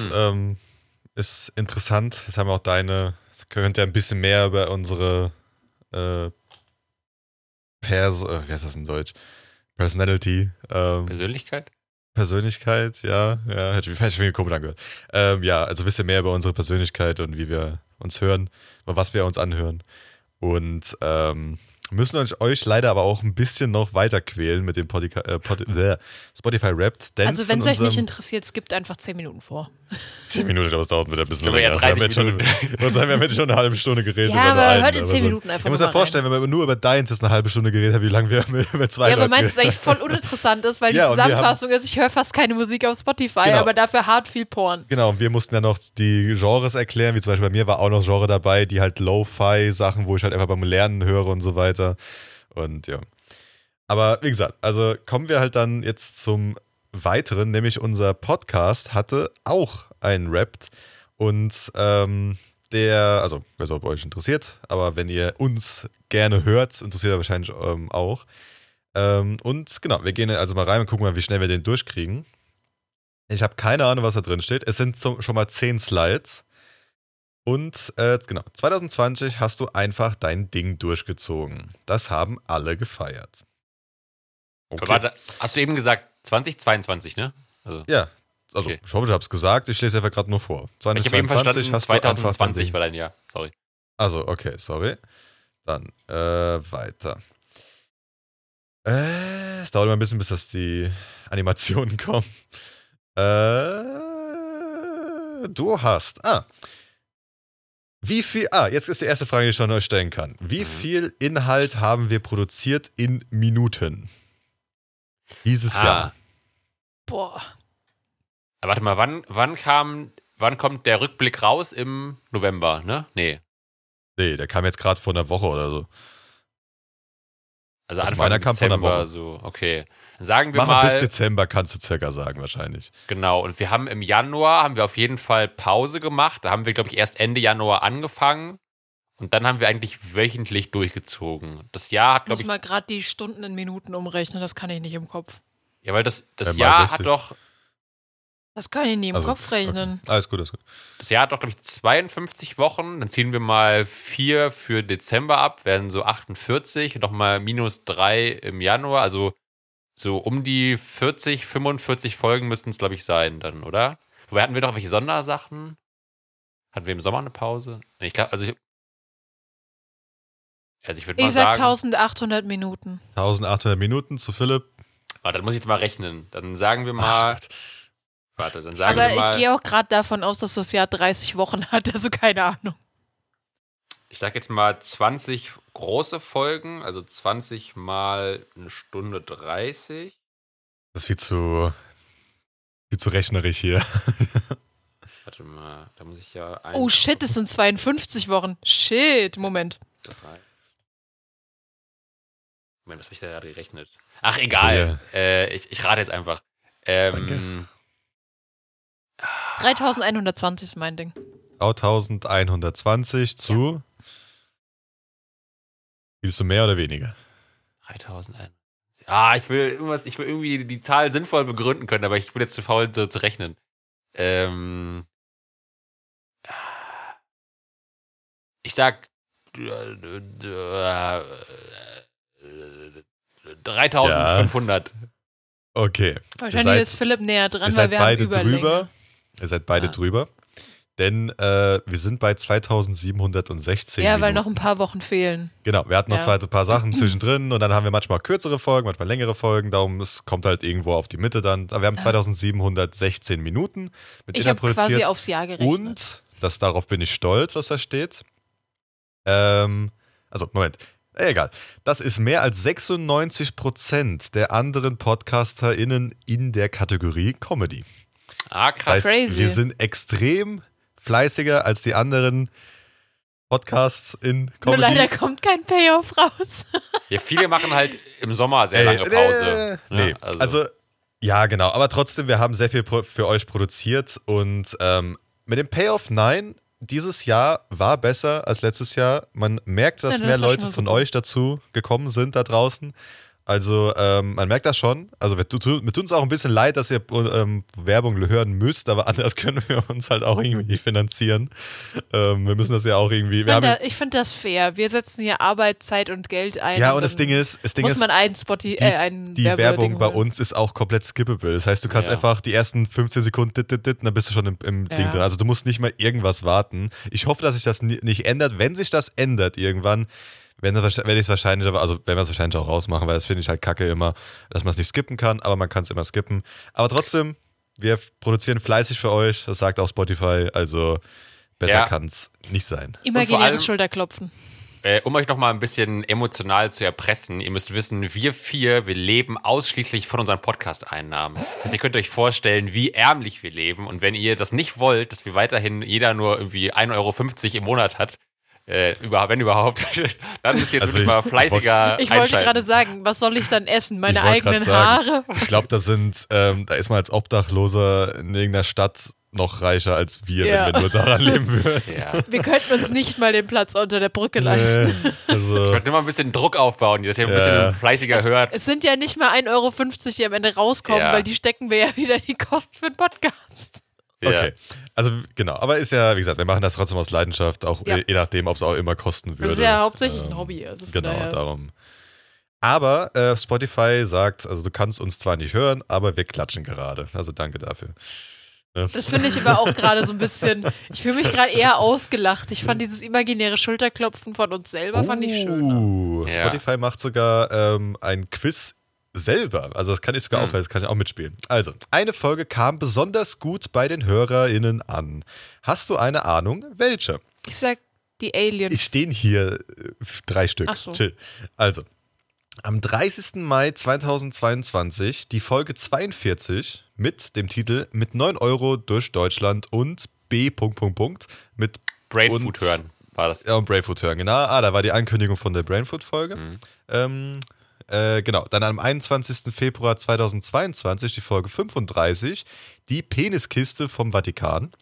ist interessant. Jetzt haben wir auch es könnte ja ein bisschen mehr über unsere wie heißt das in Deutsch? Personality. Persönlichkeit, ja. Hätte ich mir komisch angehört. Also ein bisschen mehr über unsere Persönlichkeit und wie wir uns hören, oder was wir uns anhören. Und müssen euch leider aber auch ein bisschen noch weiter quälen mit dem Spotify Wrapped. Also wenn es euch nicht interessiert, skippt einfach 10 Minuten vor. 10 Minuten, aber es dauert wieder ein bisschen länger. Wir haben jetzt schon eine halbe Stunde geredet. Ja, aber hört in 10 Minuten einfach. Ich muss mir vorstellen, wenn wir nur über deins jetzt eine halbe Stunde geredet haben, wie lange wir über zwei Ja, aber meinst du, eigentlich voll uninteressant ist, weil die Zusammenfassung ist, ich höre fast keine Musik auf Spotify, aber dafür hart viel Porn. Genau, und wir mussten ja noch die Genres erklären, wie zum Beispiel bei mir war auch noch Genre dabei, die halt Lo-Fi-Sachen, wo ich halt einfach beim Lernen höre und so weiter. Und ja. Aber wie gesagt, also kommen wir halt dann jetzt zum Weiteren, nämlich unser Podcast hatte auch einen Wrapped und also wer es euch interessiert, aber wenn ihr uns gerne hört, interessiert er wahrscheinlich auch. Und genau, wir gehen also mal rein und gucken mal, wie schnell wir den durchkriegen. Ich habe keine Ahnung, was da drin steht. Es sind schon mal 10 Slides. Und genau, 2020 hast du einfach dein Ding durchgezogen. Das haben alle gefeiert. Okay. Aber warte, hast du eben gesagt 2022, ne? Also, ja, also ich hoffe, ich habe es gesagt. Ich lese einfach gerade nur vor. 2022 ich habe eben verstanden, hast 2020 war dein Jahr. Sorry. Also, okay, sorry. Dann weiter. Es dauert immer ein bisschen, bis das die Animationen kommen. Du hast. Wie viel. Jetzt ist die erste Frage, die ich schon euch stellen kann. Wie viel Inhalt haben wir produziert in Minuten? Dieses Jahr. Boah. Aber warte mal, wann kommt der Rückblick raus? Im November, ne? Nee. Nee, der kam jetzt gerade vor einer Woche oder so. Also Also Anfang meiner kam vor einer Dezember, Woche. so, okay. Dann sagen wir Mach mal bis mal, Dezember, kannst du circa sagen wahrscheinlich. genau, und wir haben im Januar, haben wir auf jeden Fall Pause gemacht. Da haben wir, glaube ich, erst Ende Januar angefangen. Und dann haben wir eigentlich wöchentlich durchgezogen. Das Jahr hat, Ich glaube muss ich, mal gerade die Stunden in Minuten umrechnen, das kann ich nicht im Kopf. ja, weil das mal Jahr 60. hat doch, Das kann ich nie im Also, Kopf rechnen. Okay. Alles gut, alles gut. das Jahr hat doch, glaube ich, 52 Wochen. Dann ziehen wir mal 4 für Dezember ab, werden so 48 und nochmal -3 im Januar. Also so um die 40, 45 Folgen müssten es, glaube ich, sein dann, oder? Wobei hatten wir doch welche Sondersachen? Hatten wir im Sommer eine Pause? Ich glaube, also ich würde mal Ich sag sagen, 1800 Minuten. 1800 Minuten zu Philipp. warte, dann muss ich jetzt mal rechnen. Dann sagen wir mal, Ach, warte, dann sagen Aber wir mal, ich gehe auch gerade davon aus, dass das Jahr 30 Wochen hat, also keine Ahnung. ich sag jetzt mal 20 große Folgen, also 20 mal 1 Stunde 30. das ist viel zu rechnerisch hier. Warte mal, da muss ich ja Oh shit, es sind 52 Wochen. Shit, Moment. Moment, was habe ich da gerade gerechnet? Ach, egal. Ich rate jetzt einfach. Danke. 3120 ist mein Ding. 1120 zu. Willst du mehr oder weniger? 3001. Ich will irgendwie die Zahl sinnvoll begründen können, aber ich bin jetzt zu faul zu rechnen. Ich sag 3500. Okay. Wahrscheinlich ist Philipp näher dran, Ihr weil seid wir haben beide Überlänge. drüber. Ihr seid beide Ja. drüber. Denn wir sind bei 2716 Ja, Minuten. weil noch ein paar Wochen fehlen. Genau, wir hatten noch Ja. ein paar Sachen zwischendrin und dann haben wir manchmal kürzere Folgen, manchmal längere Folgen. Darum, es kommt halt irgendwo auf die Mitte dann. Aber wir haben 2716 Minuten mit Ich Inhalt habe quasi produziert. aufs Jahr gerechnet. Und, darauf bin ich stolz, was da steht. Moment. Egal. Das ist mehr als 96% der anderen PodcasterInnen in der Kategorie Comedy. Krass. Das heißt, Crazy. wir sind extrem fleißiger als die anderen Podcasts in Nur Comedy. leider kommt kein Payoff raus. Ja, viele machen halt im Sommer sehr lange Pause. Nee, Ne? also, ja, genau. Aber trotzdem, wir haben sehr viel für euch produziert und mit dem Payoff, nein, dieses Jahr war besser als letztes Jahr. Man merkt, dass Ja, das mehr ist doch Leute schon mal von super. euch dazu gekommen sind da draußen. Also, man merkt das schon. Also, mir tut uns auch ein bisschen leid, dass ihr Werbung hören müsst, aber anders können wir uns halt auch irgendwie nicht finanzieren. Wir müssen das ja auch irgendwie. Ich finde das fair. Wir setzen hier Arbeit, Zeit und Geld ein. Ja, und das Ding ist, muss man einen die Werbung bei uns ist auch komplett skippable. Das heißt, du kannst Ja. einfach die ersten 15 Sekunden und dann bist du schon im Ding drin. Also du musst nicht mal irgendwas warten. Ich hoffe, dass sich das nicht ändert. Wenn sich das ändert irgendwann, werden wir es wahrscheinlich auch rausmachen, weil das finde ich halt kacke immer, dass man es nicht skippen kann, aber man kann es immer skippen. Aber trotzdem, wir produzieren fleißig für euch, das sagt auch Spotify, also besser kann es nicht sein. Imaginäres Schulterklopfen. Um euch noch mal ein bisschen emotional zu erpressen, ihr müsst wissen, wir leben ausschließlich von unseren Podcast-Einnahmen. Also ihr könnt euch vorstellen, wie ärmlich wir leben. Und wenn ihr das nicht wollt, dass wir weiterhin jeder nur irgendwie 1,50 € im Monat hat, wenn überhaupt, dann müsst ihr jetzt wirklich mal fleißiger Ich wollte einschalten. gerade sagen, was soll ich dann essen? Meine Ich wollte eigenen grad sagen, Haare? Ich glaube, da ist man als Obdachloser in irgendeiner Stadt noch reicher als wir, Ja. wenn wir nur daran leben würden. Ja. Wir könnten uns nicht mal den Platz unter der Brücke leisten. Ich Also, wollte nur mal ein bisschen Druck aufbauen, dass ihr ein bisschen fleißiger hört. Es sind ja nicht mal 1,50 €, die am Ende rauskommen, Ja. weil die stecken wir ja wieder in die Kosten für den Podcast. okay. Also genau, aber ist ja, wie gesagt, wir machen das trotzdem aus Leidenschaft, auch Ja. je nachdem, ob es auch immer kosten würde. Das ist ja hauptsächlich ein Hobby. Also von Genau, daher. darum. Aber Spotify sagt, also du kannst uns zwar nicht hören, aber wir klatschen gerade. Also danke dafür. Das finde ich aber auch gerade so ein bisschen, ich fühle mich gerade eher ausgelacht. Ich fand dieses imaginäre Schulterklopfen von uns selber, fand ich schöner. Ja. Spotify macht sogar ein Quiz selber. Also das kann ich sogar auch, das kann ich auch mitspielen. Also, eine Folge kam besonders gut bei den HörerInnen an. Hast du eine Ahnung, welche? Ich sag die Aliens. Es stehen hier 3 Stück. Ach so. Chill. Also, Am 30. Mai 2022 die Folge 42 mit dem Titel Mit 9 Euro durch Deutschland und B. mit Brainfood hören war das. Ja, und Brainfood hören, genau. Da war die Ankündigung von der Brainfood-Folge. Genau, dann am 21. Februar 2022 die Folge 35, die Peniskiste vom Vatikan.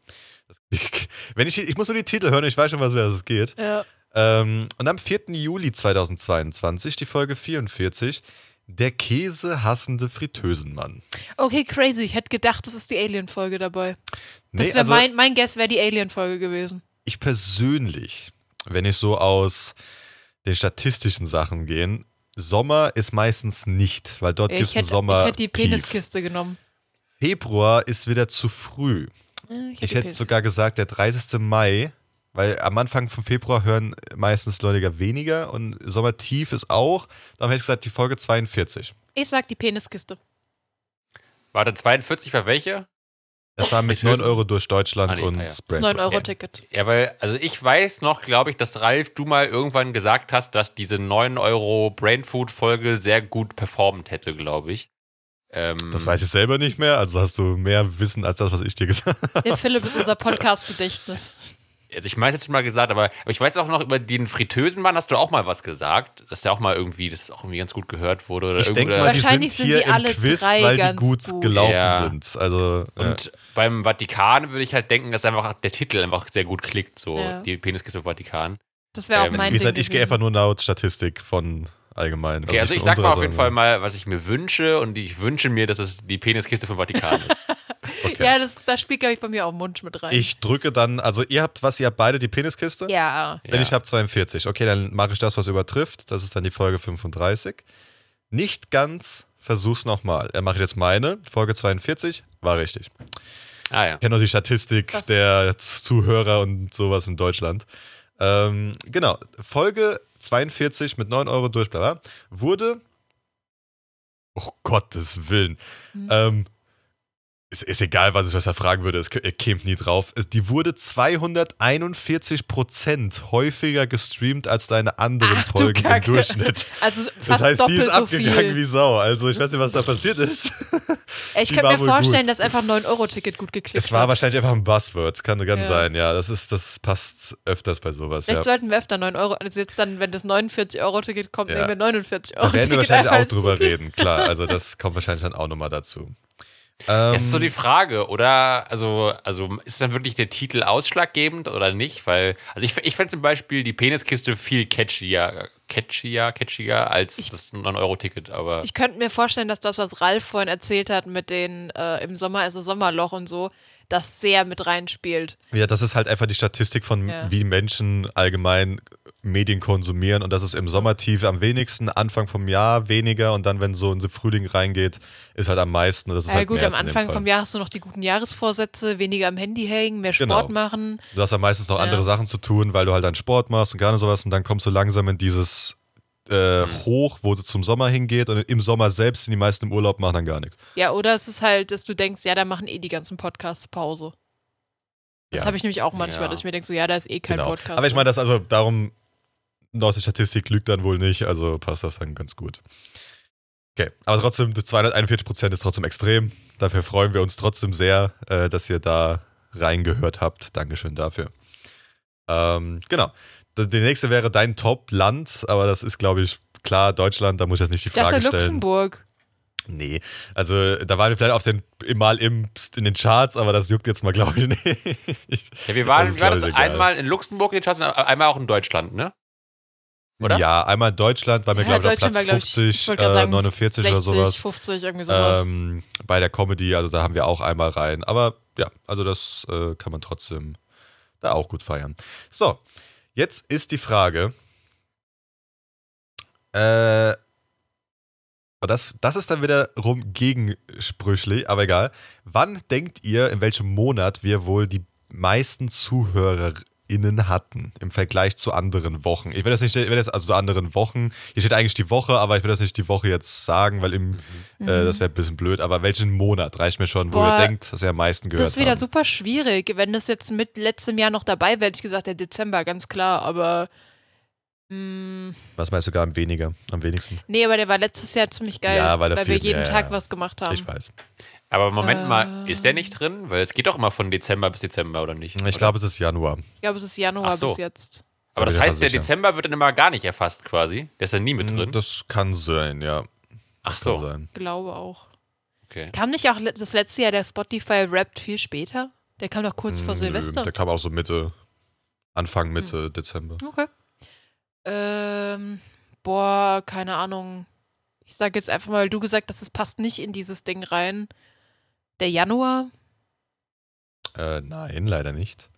Ich muss nur die Titel hören, ich weiß schon, was es geht. Ja. Und am 4. Juli 2022 die Folge 44, der käsehassende Fritteusenmann. Okay, crazy. Ich hätte gedacht, das ist die Alien-Folge dabei. Das Nee, wäre mein Guess wäre die Alien-Folge gewesen. Ich persönlich, wenn ich so aus den statistischen Sachen gehe, Sommer ist meistens nicht, weil dort gibt es einen Sommer. Ich hätte die Peniskiste genommen. Februar ist wieder zu früh. Ich hätte sogar gesagt, der 30. Mai, weil am Anfang vom Februar hören meistens Leute weniger und Sommertief ist auch. Darum hätte ich gesagt, die Folge 42. Ich sag die Peniskiste. Warte, 42 war welche? Das war mit 9 Euro durch Deutschland und Das 9-Euro-Ticket. Ja, weil, also ich weiß noch, glaube ich, dass Ralf, du mal irgendwann gesagt hast, dass diese 9 Euro Brainfood-Folge sehr gut performt hätte, glaube ich. Das weiß ich selber nicht mehr, also hast du mehr Wissen als das, was ich dir gesagt habe. Der Philipp ist unser Podcast-Gedächtnis. Also ich meine, jetzt schon mal gesagt, aber ich weiß auch noch, über den Fritteusenmann hast du auch mal was gesagt, dass der auch mal irgendwie, das auch irgendwie ganz gut gehört wurde. Oder ich denke mal, wahrscheinlich die sind hier die alle im Quiz, drei weil die ganz gut gut gelaufen sind. Also, und beim Vatikan würde ich halt denken, dass einfach der Titel einfach sehr gut klickt, so Ja. die Peniskiste vom Vatikan. Das wäre auch mein wie gesagt, Ding ich gehe gewesen. einfach nur laut Statistik von allgemein. Okay, also nicht ich von sag mal auf unserer, jeden Fall mal, was ich mir wünsche und ich wünsche mir, dass es die Peniskiste vom Vatikan ist. Okay. Ja, da spielt, glaube ich, bei mir auch Mund mit rein. Ich drücke dann, also ihr habt beide die Peniskiste? Ja. Denn ich habe 42. Okay, dann mache ich das, was übertrifft. Das ist dann die Folge 35. Nicht ganz, versuch's nochmal. Mache ich jetzt meine. Folge 42 war richtig. Ah ja. Ich kenne noch die Statistik Krass. der Zuhörer und sowas in Deutschland. Genau, Folge 42 mit 9 Euro durch, bla bla, wurde, oh Gottes Willen, ist egal, was er fragen würde, er käme nie drauf. Die wurde 241% häufiger gestreamt als deine anderen Ach, du Folgen im Kacke. Durchschnitt. Also fast Das heißt, die doppelt ist so abgegangen viel. wie Sau. Also ich weiß nicht, was da passiert ist. Ich Die könnte war mir wohl vorstellen, gut. dass einfach ein 9-Euro-Ticket gut geklickt Es war hat. wahrscheinlich einfach ein Buzzword. Es kann ganz Ja. sein, ja. Das passt öfters bei sowas. Vielleicht Ja. sollten wir öfter 9 Euro, also jetzt dann, wenn das 49-Euro-Ticket kommt, Ja. nehmen wir 49 Da Euro werden wir Ticket wahrscheinlich einfach auch als drüber Titel. reden, klar. Also das kommt wahrscheinlich dann auch nochmal dazu. Es ist so die Frage, oder? Also ist dann wirklich der Titel ausschlaggebend oder nicht? Weil, also ich fände zum Beispiel die Peniskiste viel catchier als das 9-Euro-Ticket, aber. Ich könnte mir vorstellen, dass das, was Ralf vorhin erzählt hat mit den im Sommer ist es Sommerloch und so, das sehr mit reinspielt. Ja, das ist halt einfach die Statistik von, Ja. wie Menschen allgemein Medien konsumieren. Und das ist im Sommertief am wenigsten, Anfang vom Jahr weniger. Und dann, wenn so in den Frühling reingeht, ist halt am meisten. Und das ist Ja halt gut, März am in dem Anfang Fall. vom Jahr hast du noch die guten Jahresvorsätze, weniger am Handy hängen, mehr Sport Genau. machen. Du hast ja meistens noch Ja. andere Sachen zu tun, weil du halt dann Sport machst und gerne sowas. Und dann kommst du langsam in dieses Hoch, wo es zum Sommer hingeht. Und im Sommer selbst sind die meisten im Urlaub, machen dann gar nichts. Ja, oder es ist halt, dass du denkst, ja, da machen die ganzen Podcasts Pause. Das Ja. habe ich nämlich auch manchmal, Ja. dass ich mir denke, so, ja, da ist eh kein Genau. Podcast. Aber ich meine, das also darum, aus der Statistik lügt dann wohl nicht, also passt das dann ganz gut. Okay, aber trotzdem, das 241% ist trotzdem extrem. Dafür freuen wir uns trotzdem sehr, dass ihr da reingehört habt. Dankeschön dafür. Genau. Die nächste wäre dein Top-Land, aber das ist, glaube ich, klar, Deutschland, da muss ich jetzt nicht die Ich dachte Frage stellen. Luxemburg. Nee, also da waren wir vielleicht in den Charts, aber das juckt jetzt mal, glaube ich, nicht. Ja, wir Das waren, ist, wie war glaub das ich, egal. einmal in Luxemburg in den Charts und einmal auch in Deutschland, ne? Oder? Ja, einmal Deutschland, weil wir, glaube ich, auf Deutschland Platz war, glaub ich 50, wollte gerade sagen, 49 60, oder sowas. 50, irgendwie sowas. Bei der Comedy, also da haben wir auch einmal rein. Aber ja, also das kann man trotzdem da auch gut feiern. So, jetzt ist die Frage, das ist dann wiederum gegensprüchlich, aber egal. Wann denkt ihr, in welchem Monat wir wohl die meisten ZuhörerInnen hatten im Vergleich zu anderen Wochen? Ich will das also zu anderen Wochen. Hier steht eigentlich die Woche, aber ich will das nicht die Woche jetzt sagen, weil das wäre ein bisschen blöd. Aber welchen Monat reicht mir schon, wo Boah, ihr denkt, dass ihr am meisten gehört Das ist wieder haben? super schwierig. Wenn das jetzt mit letztem Jahr noch dabei wäre, hätte ich gesagt, der Dezember, ganz klar. Aber Was meinst du, sogar am wenigsten? Nee, aber der war letztes Jahr ziemlich geil, Ja, weil wir jeden Tag was gemacht haben. Ich weiß. Aber Moment mal, ist der nicht drin? Weil es geht doch immer von Dezember bis Dezember, oder nicht? Ich glaube, es ist Januar. Ich glaube, es ist Januar Ach so. bis jetzt. Aber das bin mir heißt, der sicher. Dezember wird dann immer gar nicht erfasst quasi? Der ist dann nie mit drin? Das kann sein, ja. Ach Kann so, sein. Glaube auch. okay. Kam nicht auch das letzte Jahr der Spotify-Wrapped viel später? Der kam doch kurz vor Silvester. Der kam auch so Anfang Mitte Dezember. Okay. Boah, keine Ahnung. Ich sage jetzt einfach mal, weil du gesagt hast, es passt nicht in dieses Ding rein. Der Januar? Nein, leider nicht.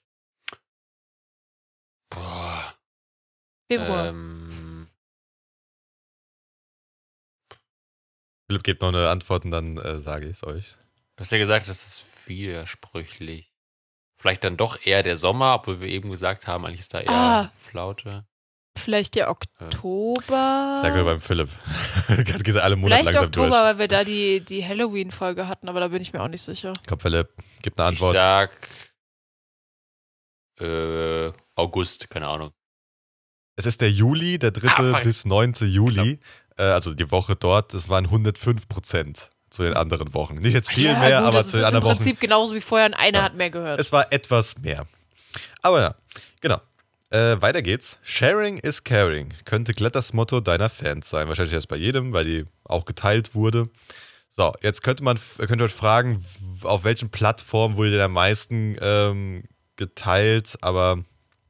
Boah. Februar. Philipp gibt noch eine Antwort und dann sage ich es euch. Du hast ja gesagt, das ist widersprüchlich. Vielleicht dann doch eher der Sommer, obwohl wir eben gesagt haben, eigentlich ist da eher Flaute. Vielleicht der Oktober? Sag mal beim Philipp. Jetzt gehst du alle Monate Vielleicht langsam Oktober, durch. weil wir da die Halloween-Folge hatten, aber da bin ich mir auch nicht sicher. Komm, Philipp, gib eine Ich Antwort. sag August, keine Ahnung. Es ist der Juli, der 3. fuck. bis 9. Juli. Also die Woche dort, das waren 105% zu den anderen Wochen. Nicht jetzt viel mehr, gut, aber das zu den ist im anderen Wochen. Prinzip genauso wie vorher und einer Ja. hat mehr gehört. Es war etwas mehr. Aber ja, genau. Weiter geht's. Sharing is caring. Könnte Kletters Motto deiner Fans sein. Wahrscheinlich erst bei jedem, weil die auch geteilt wurde. So, jetzt könnt ihr euch fragen, auf welchen Plattformen wurde der am meisten geteilt, aber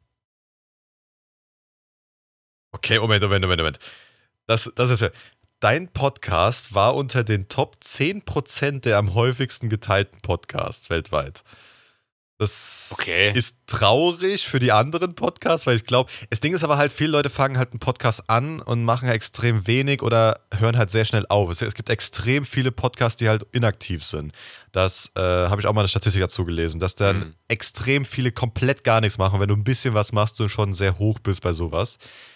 okay, Moment. Das ist ja. Dein Podcast war unter den Top 10% der am häufigsten geteilten Podcasts weltweit. Das ist traurig für die anderen Podcasts, weil ich glaube, das Ding ist aber halt, viele Leute fangen halt einen Podcast an und machen extrem wenig oder hören halt sehr schnell auf. Es gibt extrem viele Podcasts, die halt inaktiv sind. Das habe ich auch mal eine Statistik dazu gelesen, dass dann extrem viele komplett gar nichts machen. Wenn du ein bisschen was machst, du schon sehr hoch bist bei sowas.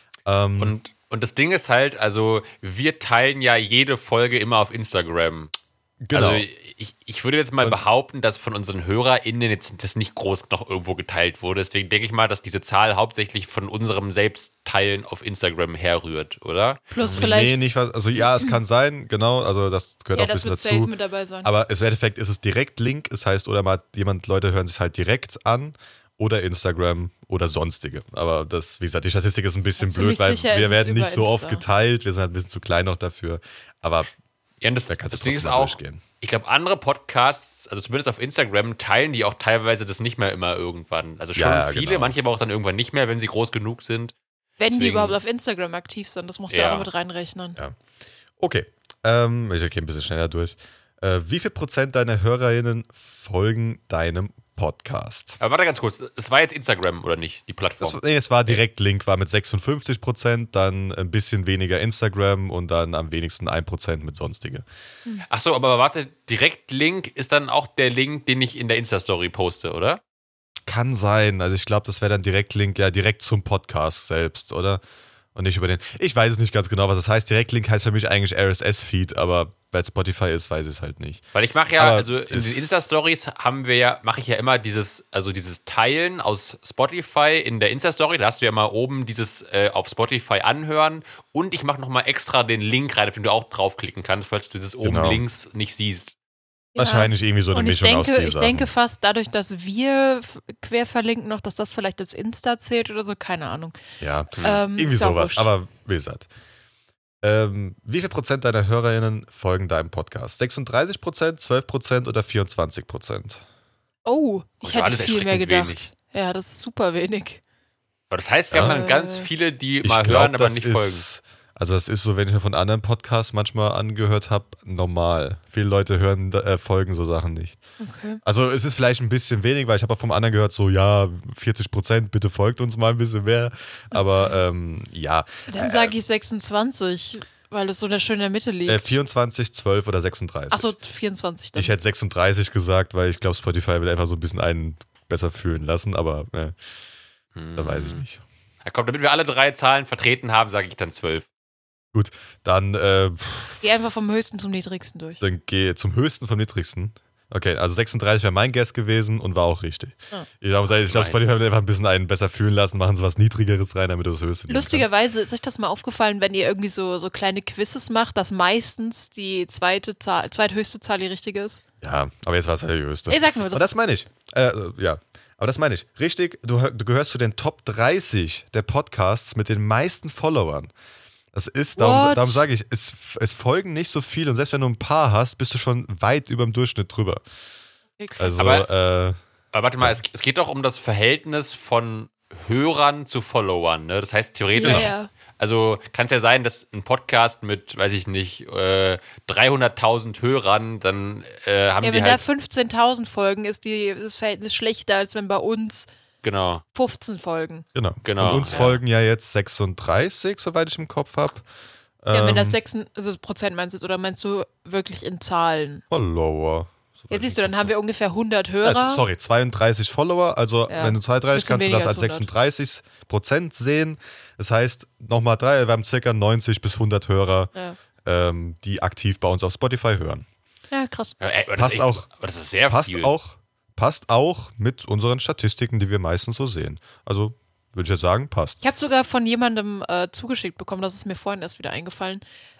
Und das Ding ist halt, also wir teilen ja jede Folge immer auf Instagram. Genau. Also ich würde jetzt mal behaupten, dass von unseren HörerInnen jetzt das nicht groß noch irgendwo geteilt wurde. Deswegen denke ich mal, dass diese Zahl hauptsächlich von unserem Selbstteilen auf Instagram herrührt, oder? Plus vielleicht. Nee, nicht was. Also ja, es kann sein, genau. Also das gehört auch ein das bisschen wird dazu. safe mit dabei sein. Aber im Endeffekt ist es Direktlink. Das heißt, oder mal Leute hören sich halt direkt an. Oder Instagram oder sonstige. Aber das, wie gesagt, die Statistik ist ein bisschen blöd, weil wir werden nicht so oft geteilt. Wir sind halt ein bisschen zu klein noch dafür. Aber ja, und das Ding ist auch, ich glaube, andere Podcasts, also zumindest auf Instagram, teilen die auch teilweise das nicht mehr immer irgendwann. Also schon viele, genau. manche aber auch dann irgendwann nicht mehr, wenn sie groß genug sind. Wenn die überhaupt auf Instagram aktiv sind, das musst du auch noch mit reinrechnen. Ja. Okay, ich gehe ein bisschen schneller durch. Wie viel Prozent deiner HörerInnen folgen deinem Podcast? Aber warte ganz kurz, es war jetzt Instagram oder nicht, die Plattform? Es war Direktlink, war mit 56%, dann ein bisschen weniger Instagram und dann am wenigsten 1% mit sonstige. Achso, aber warte, Direktlink ist dann auch der Link, den ich in der Insta-Story poste, oder? Kann sein, also ich glaube, das wäre dann Direktlink, ja, direkt zum Podcast selbst, oder? Und nicht über den. Ich weiß es nicht ganz genau, was das heißt. Direktlink heißt für mich eigentlich RSS-Feed, aber weil Spotify ist, weiß ich es halt nicht. Weil ich mache ja, also in den Insta-Stories mache ich ja immer dieses Teilen aus Spotify in der Insta-Story. Da hast du ja mal oben dieses auf Spotify anhören und ich mache nochmal extra den Link rein, auf den du auch draufklicken kannst, falls du dieses oben links nicht siehst. Wahrscheinlich irgendwie so eine Mischung aus diesen Ich denke fast dadurch, dass wir quer verlinken noch, dass das vielleicht als Insta zählt oder so, keine Ahnung. Ja, irgendwie sowas, aber wie gesagt. Wie viel Prozent deiner HörerInnen folgen deinem Podcast? 36%, 12% oder 24%? Oh, ich hätte viel mehr gedacht. Wenig. Ja, das ist super wenig. Aber das heißt, wir haben dann ganz viele, die mal hören, aber nicht folgen. Also das ist so, wenn ich mir von anderen Podcasts manchmal angehört habe, normal. Viele Leute folgen so Sachen nicht. Okay. Also es ist vielleicht ein bisschen wenig, weil ich habe auch vom anderen gehört, so ja, 40%, bitte folgt uns mal ein bisschen mehr. Aber ja. Dann sage ich 26, weil es so schön in der Mitte liegt. 24, 12 oder 36. Achso, 24 dann. Ich hätte 36 gesagt, weil ich glaube, Spotify will einfach so ein bisschen einen besser fühlen lassen, aber da weiß ich nicht. Ja, komm, damit wir alle drei Zahlen vertreten haben, sage ich dann 12. Gut, dann geh einfach vom höchsten zum niedrigsten durch. Dann geh zum höchsten vom niedrigsten. Okay, also 36 wäre mein Guess gewesen und war auch richtig. Ah. Ich glaube, Spotify wird einfach ein bisschen einen besser fühlen lassen, machen sie was Niedrigeres rein, damit du das Höchste nehmen Lustigerweise ist euch das mal aufgefallen, wenn ihr irgendwie so kleine Quizzes macht, dass meistens die zweithöchste Zahl die richtige ist? kannst. Ja, aber jetzt war es halt die höchste. Ich sag nur, Aber das meine ich. Ja, aber das meine ich. Richtig, du gehörst zu den Top 30 der Podcasts mit den meisten Followern. Das ist, darum sage ich, es folgen nicht so viele und selbst wenn du ein paar hast, bist du schon weit über dem Durchschnitt drüber. Also, aber warte mal, es geht doch um das Verhältnis von Hörern zu Followern, ne? Das heißt theoretisch, also kann es ja sein, dass ein Podcast mit, weiß ich nicht, 300.000 Hörern, dann haben die wenn halt... da 15.000 Folgen ist das Verhältnis schlechter, als wenn bei uns 15 Folgen. Genau. Genau. Und uns folgen ja jetzt 36, soweit ich im Kopf habe. Ja, wenn das 6 Prozent meinst du, oder meinst du wirklich in Zahlen? Follower. Jetzt siehst du, dann haben wir ungefähr 100 Hörer. 32 Follower. Also, wenn du 32 kannst du das als 36% sehen. Das heißt, nochmal 3, wir haben ca. 90 bis 100 Hörer, die aktiv bei uns auf Spotify hören. Ja, krass. Aber das ist sehr viel. Passt auch mit unseren Statistiken, die wir meistens so sehen. Also, würde ich jetzt sagen, passt. Ich habe sogar von jemandem zugeschickt bekommen, das ist mir vorhin erst wieder eingefallen,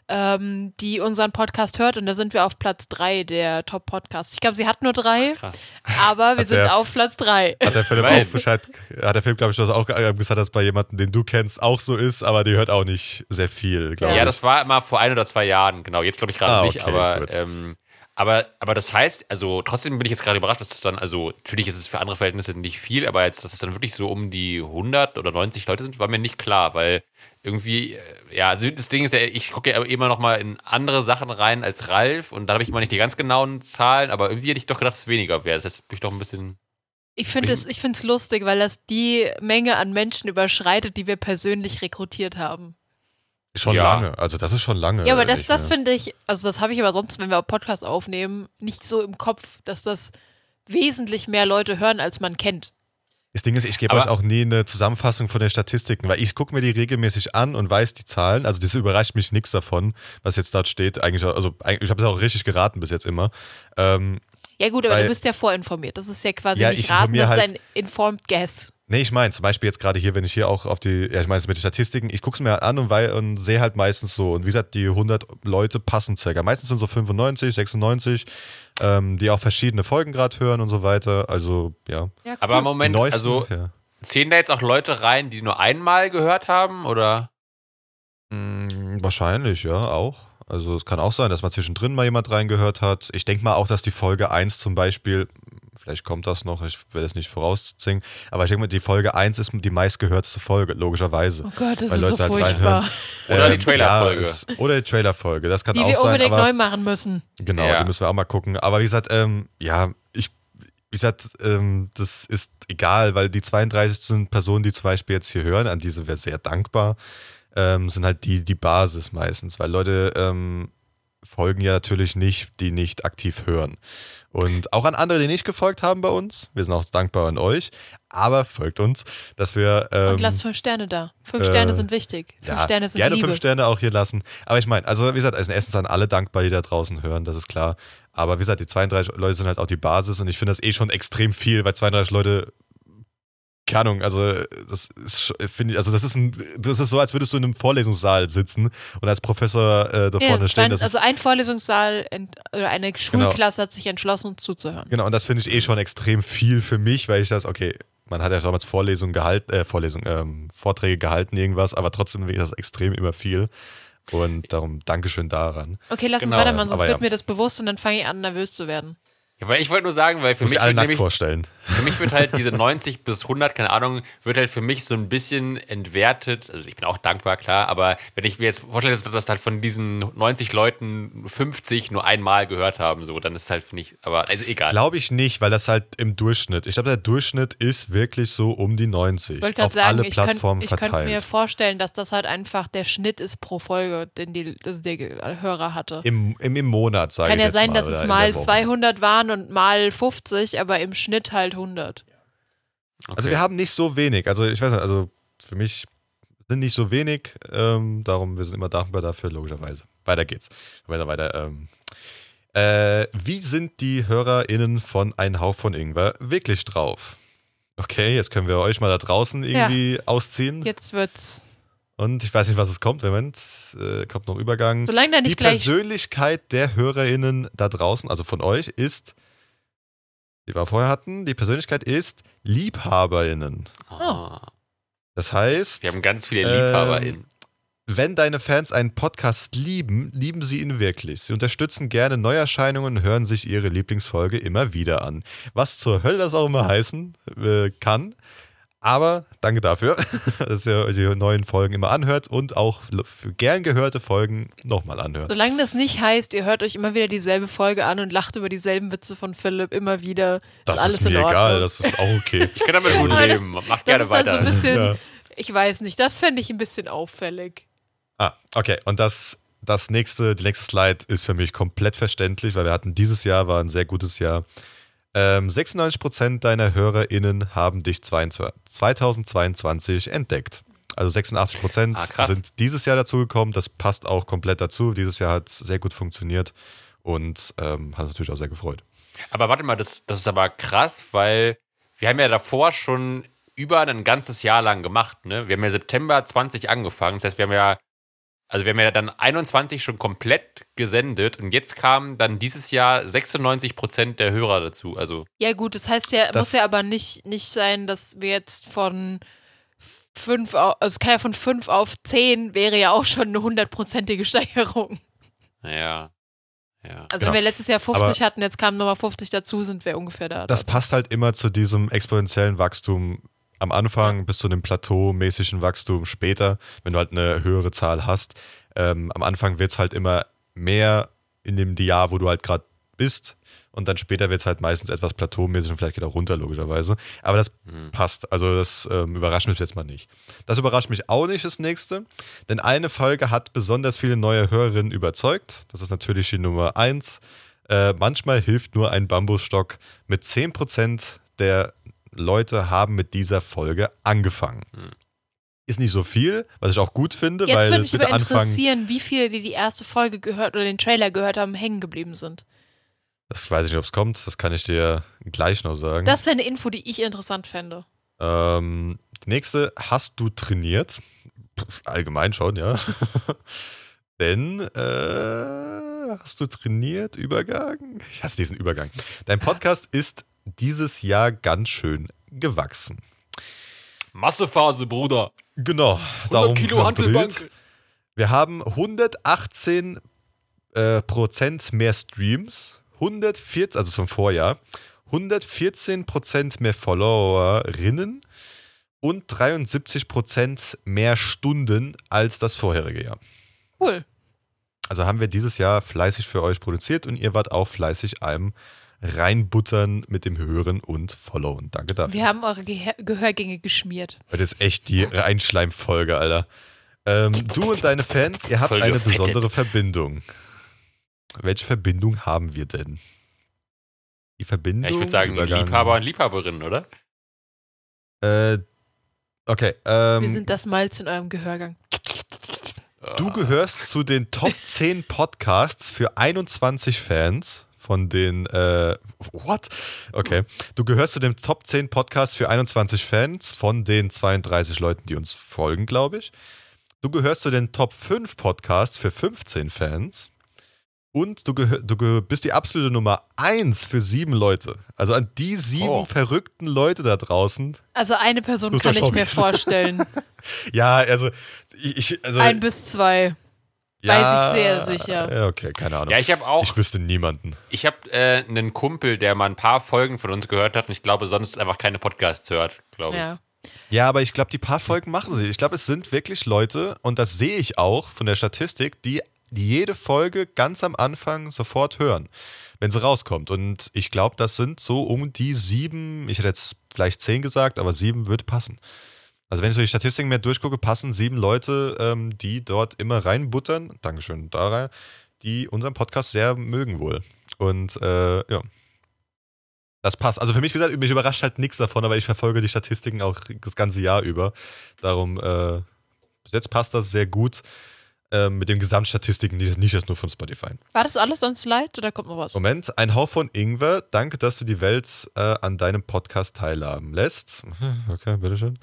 die unseren Podcast hört und da sind wir auf Platz 3 der Top-Podcasts. Ich glaube, sie hat nur 3, aber wir sind auf Platz 3. Hat der Philipp auch Bescheid, glaube ich, auch gesagt, dass bei jemandem, den du kennst, auch so ist, aber die hört auch nicht sehr viel, glaube ich. Ja, das war immer vor 1 oder 2 Jahren, genau. Jetzt glaube ich gerade nicht, okay, aber das heißt, also trotzdem bin ich jetzt gerade überrascht, dass das dann, also natürlich ist es für andere Verhältnisse nicht viel, aber jetzt, dass es dann wirklich so um die 100 oder 90 Leute sind, war mir nicht klar, weil irgendwie, also das Ding ist ja, ich gucke ja immer noch mal in andere Sachen rein als Ralf und da habe ich mal nicht die ganz genauen Zahlen, aber irgendwie hätte ich doch gedacht, dass es weniger wäre. Das heißt, bin ich doch ein bisschen... Ich finde es lustig, weil das die Menge an Menschen überschreitet, die wir persönlich rekrutiert haben. Schon lange, also das ist schon lange. Ja, aber das finde ich, also das habe ich aber sonst, wenn wir Podcasts aufnehmen, nicht so im Kopf, dass das wesentlich mehr Leute hören, als man kennt. Das Ding ist, ich gebe euch auch nie eine Zusammenfassung von den Statistiken, weil ich gucke mir die regelmäßig an und weiß die Zahlen, also das überrascht mich nichts davon, was jetzt dort steht. Ich habe es auch richtig geraten bis jetzt immer. Ja gut, aber du bist ja vorinformiert, das ist ja quasi nicht raten, das ist ein informed guess. Nee, ich meine, zum Beispiel jetzt gerade hier, wenn ich hier auch auf ich meine mit den Statistiken, ich gucke es mir an und sehe halt meistens so, und wie gesagt, die 100 Leute passen circa. Meistens sind so 95, 96, die auch verschiedene Folgen gerade hören und so weiter, also ja. Cool. Aber Moment, zählen da jetzt auch Leute rein, die nur einmal gehört haben, oder? Wahrscheinlich, ja, auch. Also es kann auch sein, dass mal zwischendrin mal jemand reingehört hat. Ich denke mal auch, dass die Folge 1 zum Beispiel, vielleicht kommt das noch, ich will das nicht vorausziehen, aber ich denke mal, die Folge 1 ist die meistgehörteste Folge, logischerweise. Oh Gott, das weil ist Leute so furchtbar. Oder die Trailerfolge. Oder die Trailerfolge, das kann die auch sein. Die wir unbedingt neu machen müssen. Genau, die müssen wir auch mal gucken. Aber wie gesagt, das ist egal, weil die 32 sind Personen, die zum Beispiel jetzt hier hören, an die sind wir sehr dankbar. Sind halt die Basis meistens, weil Leute folgen ja natürlich nicht, die nicht aktiv hören. Und auch an andere, die nicht gefolgt haben bei uns, wir sind auch dankbar an euch, aber folgt uns, dass wir... und lasst 5 Sterne da. 5 Sterne sind wichtig. 5 Sterne sind gerne Liebe. 5 Sterne auch hier lassen. Aber ich meine, also wie gesagt, also erstens an alle dankbar, die da draußen hören, das ist klar. Aber wie gesagt, die 32 Leute sind halt auch die Basis und ich finde das schon extrem viel, weil 32 Leute... Keine Ahnung, also das ist, finde ich, also das ist so, als würdest du in einem Vorlesungssaal sitzen und als Professor da vorne stehen. Also ein Vorlesungssaal oder eine Schulklasse hat sich entschlossen, uns zuzuhören. Genau, und das finde ich schon extrem viel für mich, weil ich man hat ja damals Vorträge gehalten, irgendwas, aber trotzdem finde ich das extrem immer viel. Und darum Dankeschön daran. Okay, lass uns weitermachen, sonst wird mir das bewusst und dann fange ich an, nervös zu werden. Ja, weil ich wollte nur sagen, weil für mich für mich wird halt diese 90 bis 100, keine Ahnung, wird halt für mich so ein bisschen entwertet. Also ich bin auch dankbar, klar, aber wenn ich mir jetzt vorstelle, dass halt von diesen 90 Leuten 50 nur einmal gehört haben, so, dann ist es halt, finde ich, aber also egal. Glaube ich nicht, weil das halt im Durchschnitt, ich glaube, der Durchschnitt ist wirklich so um die 90 auf alle Plattformen verteilt. Ich könnte mir vorstellen, dass das halt einfach der Schnitt ist pro Folge, den der Hörer hatte. Im Monat, sage ich jetzt mal. Kann ja sein, dass es mal 200 waren und mal 50, aber im Schnitt halt 100. Okay. Also wir haben nicht so wenig, also ich weiß nicht, also für mich sind nicht so wenig, darum, wir sind immer dankbar dafür, logischerweise. Weiter geht's. Wie sind die HörerInnen von Ein Hauch von Ingwer wirklich drauf? Okay, jetzt können wir euch mal da draußen irgendwie ausziehen. Jetzt wird's. Und ich weiß nicht, was es kommt. Moment, kommt noch Übergang. Solange da nicht Die gleich. Persönlichkeit der HörerInnen da draußen, also von euch, ist, die wir vorher hatten, die Persönlichkeit ist LiebhaberInnen. Das heißt, Wir haben ganz viele LiebhaberInnen. wenn deine Fans einen Podcast lieben, lieben sie ihn wirklich. Sie unterstützen gerne Neuerscheinungen und hören sich ihre Lieblingsfolge immer wieder an. Was zur Hölle das auch immer heißen kann. Aber danke dafür, dass ihr die neuen Folgen immer anhört und auch für gern gehörte Folgen nochmal anhört. Solange das nicht heißt, ihr hört euch immer wieder dieselbe Folge an und lacht über dieselben Witze von Philipp immer wieder. Das alles ist mir in Ordnung. egal, das ist auch okay. Ich kann damit gut Aber leben. Mach Das gerne ist dann weiter. so ein bisschen, Ja. ich weiß nicht, das fände ich ein bisschen auffällig. Okay, und die nächste Slide ist für mich komplett verständlich, weil wir hatten dieses Jahr, war ein sehr gutes Jahr. 96% deiner HörerInnen haben dich 2022 entdeckt. Also 86% krass. sind dieses Jahr dazugekommen. Das passt auch komplett dazu. Dieses Jahr hat es sehr gut funktioniert und hat uns natürlich auch sehr gefreut. Aber warte mal, das ist aber krass, weil wir haben ja davor schon über ein ganzes Jahr lang gemacht. Ne? Wir haben ja September 20 angefangen. Das heißt, wir haben ja dann 21 schon komplett gesendet und jetzt kamen dann dieses Jahr 96% der Hörer dazu. Also Ja gut, das heißt ja, muss ja aber nicht sein, dass wir jetzt von 5 auf, also es kann ja von 5 auf 10 wäre ja auch schon eine 100%ige Steigerung. ja. Also Genau. wenn wir letztes Jahr 50 Aber hatten, jetzt kamen nochmal 50 dazu, sind wir ungefähr da. Das passt halt immer zu diesem exponentiellen Wachstum am Anfang bis zu einem plateaumäßigen Wachstum später, wenn du halt eine höhere Zahl hast. Am Anfang wird es halt immer mehr in dem Jahr, wo du halt gerade bist. Und dann später wird es halt meistens etwas plateaumäßig und vielleicht geht auch runter, logischerweise. Aber das passt. Also das überrascht mich jetzt mal nicht. Das überrascht mich auch nicht, das nächste. Denn eine Folge hat besonders viele neue Hörerinnen überzeugt. Das ist natürlich die Nummer 1. Manchmal hilft nur ein Bambusstock. Mit 10% der Leute haben mit dieser Folge angefangen. Ist nicht so viel, was ich auch gut finde, Jetzt weil würde mich bitte aber anfangen. interessieren, wie viele, die erste Folge gehört oder den Trailer gehört haben, hängen geblieben sind. Das weiß ich nicht, ob es kommt. Das kann ich dir gleich noch sagen. Das wäre eine Info, die ich interessant fände. Die nächste, hast du trainiert? Allgemein schon, ja. Denn, hast du trainiert? Übergang? Ich hasse diesen Übergang. Dein Podcast ist dieses Jahr ganz schön gewachsen. Massephase, Bruder. Genau. 100 Kilo Hantelbank. Wir haben 118% mehr Streams, 114, also zum Vorjahr, 114% mehr Followerinnen und 73% mehr Stunden als das vorherige Jahr. Cool. Also haben wir dieses Jahr fleißig für euch produziert und ihr wart auch fleißig am Reinbuttern mit dem Hören und Followen. Danke dafür. Wir haben eure Gehörgänge geschmiert. Das ist echt die Einschleimfolge, Alter. Du und deine Fans, ihr habt Voll eine gefettet. besondere Verbindung. Welche Verbindung haben wir denn? Die Verbindung. Ja, ich würde sagen, Übergang. Liebhaber und Liebhaberinnen, oder? Okay. Wir sind das Malz in eurem Gehörgang. Du gehörst zu den Top 10 Podcasts für 21 Fans von den, what? Okay. Du gehörst zu den Top 10 Podcasts für 21 Fans von den 32 Leuten, die uns folgen, glaube ich. Du gehörst zu den Top 5 Podcasts für 15 Fans. Und du bist die absolute Nummer 1 für 7 Leute. Also an die 7 verrückten Leute da draußen. Also eine Person Sucht kann euch ich mir Hobbys. vorstellen. Ja, also, also 1 bis 2. Weiß ich sehr sicher. Ja, okay, keine Ahnung. Ja, ich habe auch. Ich wüsste niemanden. Ich habe einen Kumpel, der mal ein paar Folgen von uns gehört hat und ich glaube, sonst einfach keine Podcasts hört, glaube ich. Ja. Ja, aber ich glaube, die paar Folgen machen sie. Ich glaube, es sind wirklich Leute, und das sehe ich auch von der Statistik, die jede Folge ganz am Anfang sofort hören, wenn sie rauskommt. Und ich glaube, das sind so um die 7, ich hätte jetzt vielleicht 10 gesagt, aber 7 würde passen. Also wenn ich so die Statistiken mehr durchgucke, passen 7 Leute, die dort immer reinbuttern, Dankeschön, Dara, die unseren Podcast sehr mögen wohl. Und ja, das passt. Also für mich, wie gesagt, mich überrascht halt nichts davon, aber ich verfolge die Statistiken auch das ganze Jahr über. Darum, bis jetzt passt das sehr gut. mit den Gesamtstatistiken, nicht jetzt nur von Spotify. War das alles an Slides oder kommt noch was? Moment, ein Hauch von Ingwer. Danke, dass du die Welt an deinem Podcast teilhaben lässt. Okay, bitteschön.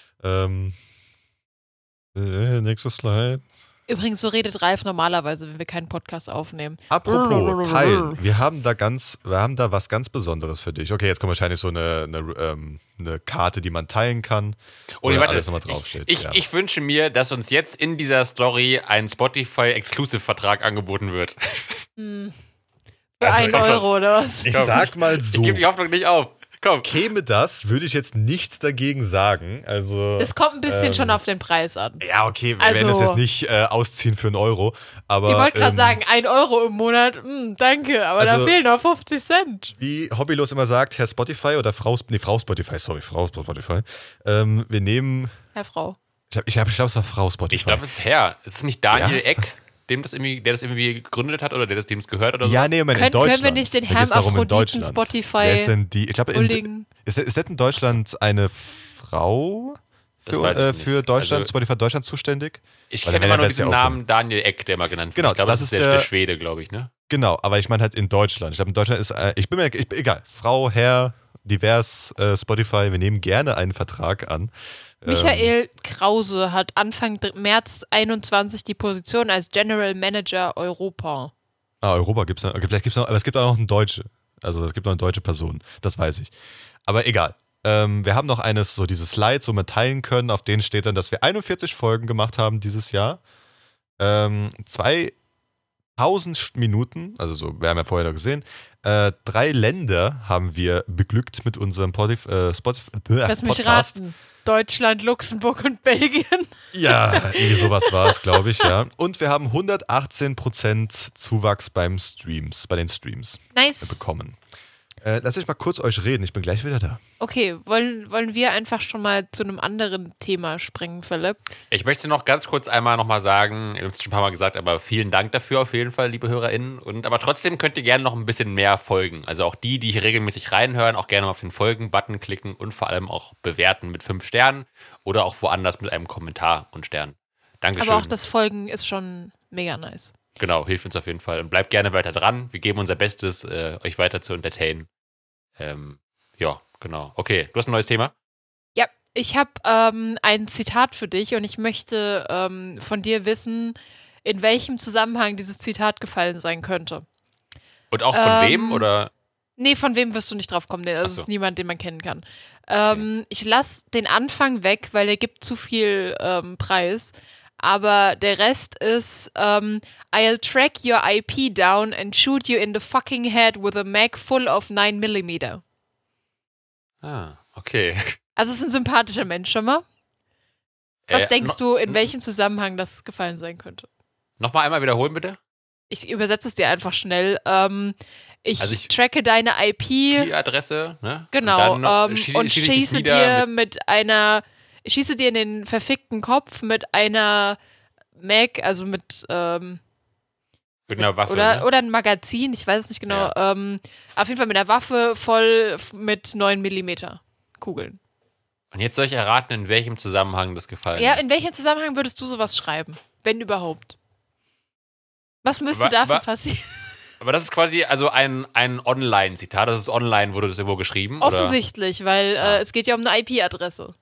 Nächstes Slide. Übrigens, so redet Ralf normalerweise, wenn wir keinen Podcast aufnehmen. Apropos teilen, wir haben da was ganz Besonderes für dich. Okay, jetzt kommt wahrscheinlich so eine Karte, die man teilen kann, wo warte, alles nochmal draufsteht. Ich wünsche mir, dass uns jetzt in dieser Story ein Spotify-Exclusive-Vertrag angeboten wird. Für Also, 1 Euro oder was? Ich sag mal so, Ich gebe die Hoffnung nicht auf. Komm. käme das, würde ich jetzt nichts dagegen sagen. Also, Es kommt ein bisschen schon auf den Preis an. ja, okay, wir Also- werden das jetzt nicht ausziehen für 1 Euro, aber Ich wollte gerade sagen, 1 Euro im Monat, danke, aber Also- da fehlen noch 50 Cent. wie Hobbylos immer sagt, Herr Spotify oder Frau Spotify, Frau Spotify, wir nehmen, Herr Frau. ich glaube, es war Frau Spotify. Ich glaube, es ist Herr. Ist es nicht Daniel Ja, Eck, der das irgendwie gegründet hat oder der das dem es gehört oder so? Ja, nee, Moment, in Deutschland. Können wir nicht den Da geht's darum, in Hermaphroditen Deutschland. Spotify Wer ist denn die? Ich glaube, huldigen? ist das in Deutschland eine Frau Das weiß ich für nicht. Deutschland, Also- Spotify Deutschland zuständig? Ich Weil kenne dann immer nur wär's ja diesen auch Namen Daniel Eck, der immer genannt wird. Genau, Ich glaube, das das ist ist der der- Schwede, glaube ich, ne? Genau, aber ich meine halt in Deutschland. Ich glaube, in Deutschland ist, egal, Frau, Herr, divers, Spotify, wir nehmen gerne einen Vertrag an. Michael Krause hat Anfang März 21 die Position als General Manager Europa. Europa gibt es noch, vielleicht gibt es noch, aber es gibt auch noch eine Deutsche. Also es gibt noch eine deutsche Person, das weiß ich. Aber egal. Wir haben noch diese Slides, wo wir teilen können, auf denen steht dann, dass wir 41 Folgen gemacht haben dieses Jahr. 2000 Minuten, also so, wir haben ja vorher noch gesehen. 3 Länder haben wir beglückt mit unserem Podcast. Lass mich raten. Deutschland, Luxemburg und Belgien. Ja, irgendwie sowas war es, glaube ich, ja. Und wir haben 118% Zuwachs bei den Streams Nice. bekommen. Lass ich mal kurz euch reden, ich bin gleich wieder da. Okay, wollen wir einfach schon mal zu einem anderen Thema springen, Philipp? Ich möchte noch ganz kurz einmal nochmal sagen, ihr habt es schon ein paar Mal gesagt, aber vielen Dank dafür auf jeden Fall, liebe HörerInnen. Aber trotzdem könnt ihr gerne noch ein bisschen mehr folgen. Also auch die hier regelmäßig reinhören, auch gerne mal auf den Folgen-Button klicken und vor allem auch bewerten mit 5 Sternen oder auch woanders mit einem Kommentar und Sternen. Dankeschön. Aber auch das Folgen ist schon mega nice. Genau, hilft uns auf jeden Fall. Und bleibt gerne weiter dran. Wir geben unser Bestes, euch weiter zu entertainen. Ja, genau. Okay, du hast ein neues Thema? Ja, ich habe ein Zitat für dich und ich möchte von dir wissen, in welchem Zusammenhang dieses Zitat gefallen sein könnte. Und auch von wem? Oder? Nee, von wem wirst du nicht drauf kommen? Das Ach so. ist niemand, den man kennen kann. Ich lasse den Anfang weg, weil er gibt zu viel Preis. Aber der Rest ist I'll track your IP down and shoot you in the fucking head with a mag full of 9mm. Ah, okay. Also es ist ein sympathischer Mensch schon mal. Was denkst du, in welchem Zusammenhang das gefallen sein könnte? Nochmal einmal wiederholen, bitte. Ich übersetze es dir einfach schnell. Ich Also ich- tracke deine IP, Die Adresse, ne? genau, Und, dann und schieße ich dich schieße nieder dir ich schieße dir in den verfickten Kopf mit einer Mag, also mit mit einer Waffe. oder ne? ein Magazin, ich weiß es nicht genau. Auf jeden Fall mit einer Waffe voll mit 9mm Kugeln. Und jetzt soll ich erraten, in welchem Zusammenhang das gefallen Ja, ist. in welchem Zusammenhang würdest du sowas schreiben? Wenn überhaupt. Was müsste dafür passieren? Aber das ist quasi also ein Online-Zitat. Das ist online, wurde das irgendwo geschrieben? Offensichtlich, weil Ah. es geht ja um eine IP-Adresse.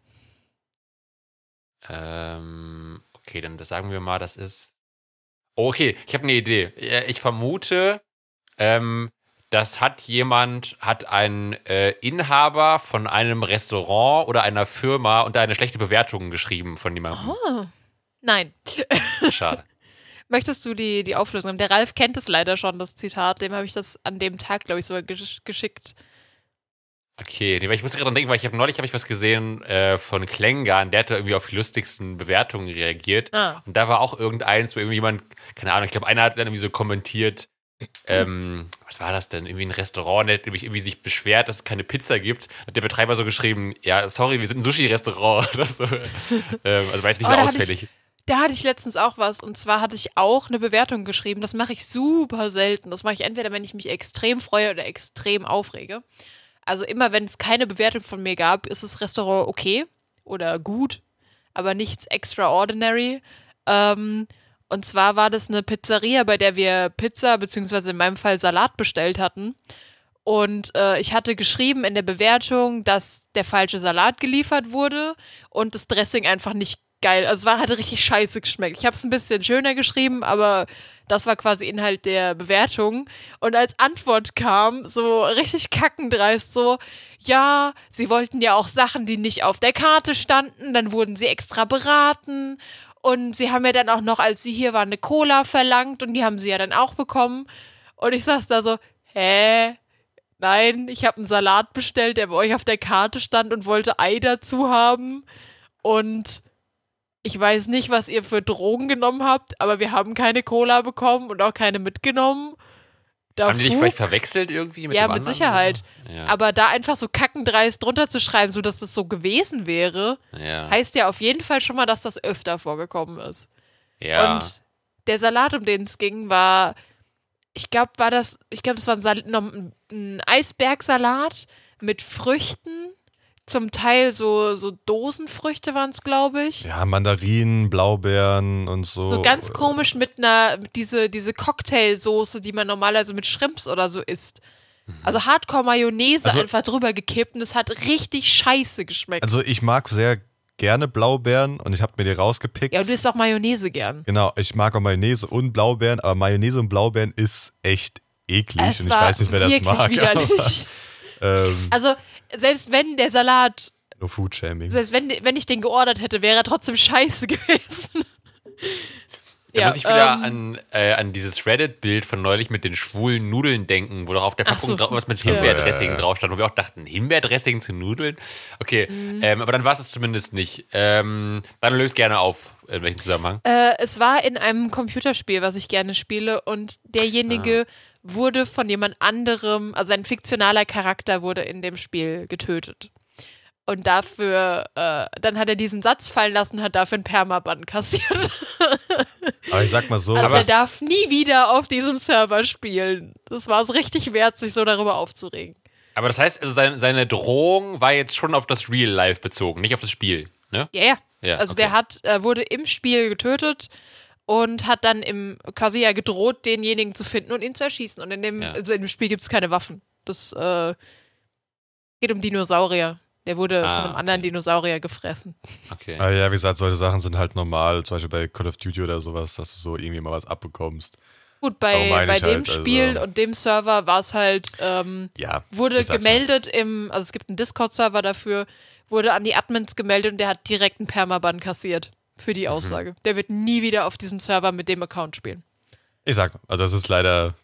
Oder? Okay, dann das sagen wir mal, das ist. Oh, okay, ich habe eine Idee. Ich vermute, das hat ein Inhaber von einem Restaurant oder einer Firma unter eine schlechte Bewertung geschrieben von jemandem. Oh. Nein. Schade. Möchtest du die Auflösung haben? Der Ralf kennt es leider schon, das Zitat. Dem habe ich das an dem Tag, glaube ich, sogar geschickt. Okay, nee, weil ich muss gerade dran denken, weil neulich habe ich was gesehen von Klängern, der hat da irgendwie auf die lustigsten Bewertungen reagiert. Ah. Und da war auch irgendeins, wo irgendjemand, keine Ahnung, ich glaube, einer hat dann irgendwie so kommentiert, was war das denn? Irgendwie ein Restaurant, der hat irgendwie sich beschwert, dass es keine Pizza gibt. Hat der Betreiber so geschrieben, ja, sorry, wir sind ein Sushi-Restaurant. Oder so. Also war jetzt nicht so Aber da hatte ausfällig. Da hatte ich letztens auch was. Und zwar hatte ich auch eine Bewertung geschrieben. Das mache ich super selten. Das mache ich entweder, wenn ich mich extrem freue oder extrem aufrege. Also immer, wenn es keine Bewertung von mir gab, ist das Restaurant okay oder gut, aber nichts extraordinary. Und Und zwar war das eine Pizzeria, bei der wir Pizza, beziehungsweise in meinem Fall Salat bestellt hatten. Und ich hatte geschrieben in der Bewertung, dass der falsche Salat geliefert wurde und das Dressing einfach nicht geil. Also es hatte richtig scheiße geschmeckt. Ich habe es ein bisschen schöner geschrieben, aber das war quasi Inhalt der Bewertung. Und als Antwort kam so richtig kackendreist so, ja, sie wollten ja auch Sachen, die nicht auf der Karte standen, dann wurden sie extra beraten und sie haben ja dann auch noch, als sie hier waren, eine Cola verlangt und die haben sie ja dann auch bekommen. Und ich saß da so, hä? Nein, ich habe einen Salat bestellt, der bei euch auf der Karte stand und wollte Ei dazu haben. Und ich weiß nicht, was ihr für Drogen genommen habt, aber wir haben keine Cola bekommen und auch keine mitgenommen. Haben die dich vielleicht verwechselt irgendwie mit dem anderen? Ja, mit Sicherheit. Ja. Aber da einfach so kackendreist drunter zu schreiben, so dass das so gewesen wäre, heißt ja auf jeden Fall schon mal, dass das öfter vorgekommen ist. Ja. Und der Salat, um den es ging, war, ich glaube, das war ein Eisbergsalat mit Früchten. Zum Teil so Dosenfrüchte waren es, glaube ich. Ja, Mandarinen, Blaubeeren und so. So ganz komisch mit diese Cocktailsoße, die man normalerweise mit Shrimps oder so isst. Also Hardcore-Mayonnaise einfach drüber gekippt und es hat richtig scheiße geschmeckt. Also ich mag sehr gerne Blaubeeren und ich habe mir die rausgepickt. Ja, und du isst auch Mayonnaise gern. Genau, ich mag auch Mayonnaise und Blaubeeren, aber Mayonnaise und Blaubeeren ist echt eklig und ich weiß nicht, wer das mag. Widerlich. Also selbst wenn der Salat, no Food-Shaming. selbst wenn ich den geordert hätte, wäre er trotzdem scheiße gewesen. Da muss ich wieder an dieses Reddit-Bild von neulich mit den schwulen Nudeln denken, wo doch auf der Packung was mit Himbeerdressing drauf stand, wo wir auch dachten, Himbeerdressing zu Nudeln? Okay, aber dann war es zumindest nicht. Dann löst gerne auf, in welchem Zusammenhang. Es war in einem Computerspiel, was ich gerne spiele und derjenige wurde von jemand anderem, also ein fiktionaler Charakter wurde in dem Spiel getötet. Und dafür, dann hat er diesen Satz fallen lassen, hat dafür einen Permaban kassiert. Aber ich sag mal so. Also er darf nie wieder auf diesem Server spielen. Das war es richtig wert, sich so darüber aufzuregen. Aber das heißt, also seine Drohung war jetzt schon auf das Real Life bezogen, nicht auf das Spiel, ne? Ja. Also okay. der wurde im Spiel getötet und hat dann quasi ja gedroht, denjenigen zu finden und ihn zu erschießen. Und in dem Spiel gibt es keine Waffen. Das geht um Dinosaurier. Der wurde von einem anderen Dinosaurier gefressen. Okay. Aber ja, wie gesagt, solche Sachen sind halt normal, zum Beispiel bei Call of Duty oder sowas, dass du so irgendwie mal was abbekommst. Gut, bei dem Spiel und dem Server war es halt, wurde gemeldet also es gibt einen Discord-Server dafür, wurde an die Admins gemeldet und der hat direkt einen Permaban kassiert für die Aussage. Der wird nie wieder auf diesem Server mit dem Account spielen. Ich sag, also das ist leider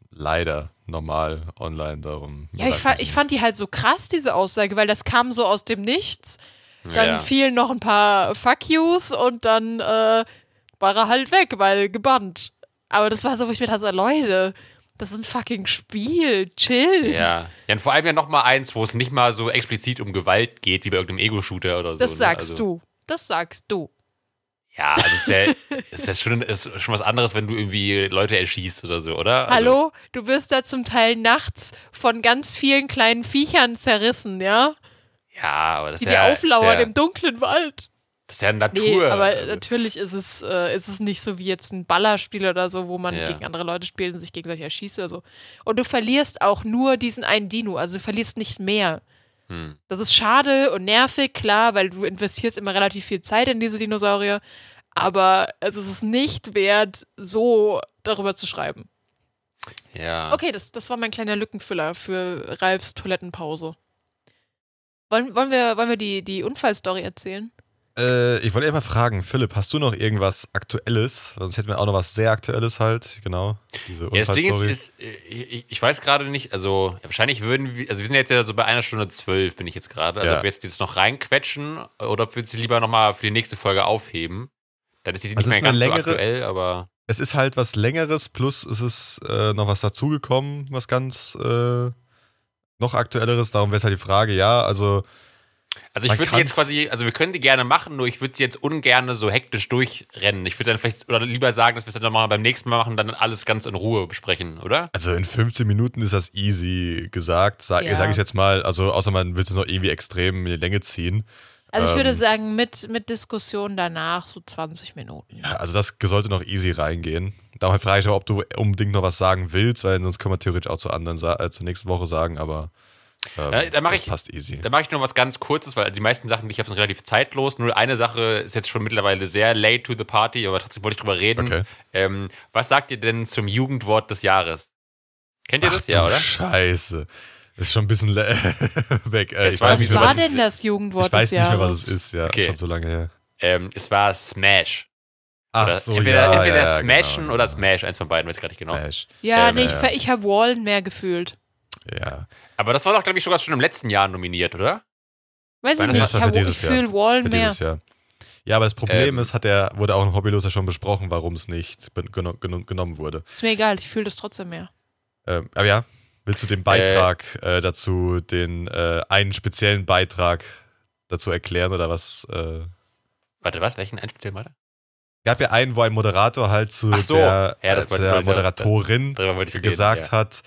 normal online darum. Ja, ich fand die halt so krass, diese Aussage, weil das kam so aus dem Nichts. Dann fielen noch ein paar Fuck Yous und dann war er halt weg, weil gebannt. Aber das war so, wo ich mir dachte, Leute, das ist ein fucking Spiel, chillt. Ja, und vor allem ja noch mal eins, wo es nicht mal so explizit um Gewalt geht, wie bei irgendeinem Ego-Shooter oder so. Das sagst du. Ja, also ist ja schon was anderes, wenn du irgendwie Leute erschießt oder so, oder? Hallo? Du wirst da zum Teil nachts von ganz vielen kleinen Viechern zerrissen, ja? Ja, aber das ist ja... Die auflauern im dunklen Wald. Das ist ja Natur. Nee, aber natürlich ist es nicht so wie jetzt ein Ballerspiel oder so, wo man gegen andere Leute spielt und sich gegenseitig erschießt oder so. Und du verlierst auch nur diesen einen Dino, also du verlierst nicht mehr. Das ist schade und nervig, klar, weil du investierst immer relativ viel Zeit in diese Dinosaurier, aber es ist es nicht wert, so darüber zu schreiben. Ja. Okay, das war mein kleiner Lückenfüller für Ralfs Toilettenpause. Wollen wir die Unfallstory erzählen? Ich wollte mal fragen, Philipp, hast du noch irgendwas Aktuelles? Sonst hätten wir auch noch was sehr Aktuelles halt, genau. Diese das Ding ist ich weiß gerade nicht, also wahrscheinlich würden wir, also wir sind jetzt ja so bei 1:12 bin ich jetzt gerade, also ob wir jetzt noch reinquetschen oder ob wir sie lieber nochmal für die nächste Folge aufheben. Dann ist die nicht mehr ganz so aktuell, aber... Es ist halt was Längeres, plus es ist noch was dazugekommen, was ganz noch Aktuelleres, darum wäre es halt die Frage, also ich würde sie jetzt quasi, also wir können die gerne machen, nur ich würde sie jetzt ungern so hektisch durchrennen. Ich würde dann vielleicht, oder lieber sagen, dass wir es dann nochmal beim nächsten Mal machen, dann alles ganz in Ruhe besprechen, oder? Also in 15 Minuten ist das easy gesagt, sag ich jetzt mal, also außer man will es noch irgendwie extrem in die Länge ziehen. Also ich würde sagen, mit Diskussion danach so 20 Minuten. Ja, also das sollte noch easy reingehen. Darum frage ich auch, ob du unbedingt noch was sagen willst, weil sonst können wir theoretisch auch zur nächsten Woche sagen, aber das passt easy. Da mache ich nur was ganz Kurzes, weil die meisten Sachen, ich habe sind relativ zeitlos. Nur eine Sache ist jetzt schon mittlerweile sehr late to the party, aber trotzdem wollte ich drüber reden. Okay. Was sagt ihr denn zum Jugendwort des Jahres? Kennt ihr das ja, oder? Scheiße. Das ist schon ein bisschen weg. Was war denn das Jugendwort des Jahres? Ich weiß nicht mehr, was es ist, ja. Okay. Schon so lange her. Es war Smash. Ach oder so, entweder Smashen genau, oder Smash, eins von beiden, weiß ich gerade nicht genau. Smash. Ja, nee, ich habe Wallen mehr gefühlt. Ja. Aber das war doch, glaube ich, sogar schon im letzten Jahr nominiert, oder? Weiß ich nicht, ich fühle Wallen mehr. Ja, aber das Problem ist, wurde auch ein Hobbyloser schon besprochen, warum es nicht genommen wurde. Ist mir egal, ich fühle das trotzdem mehr. Aber ja, willst du den Beitrag dazu, den einen speziellen Beitrag dazu erklären oder was? Warte, was? Welchen einen speziellen Beitrag? Es gab ja einen, wo ein Moderator halt zu der Moderatorin gesagt hat,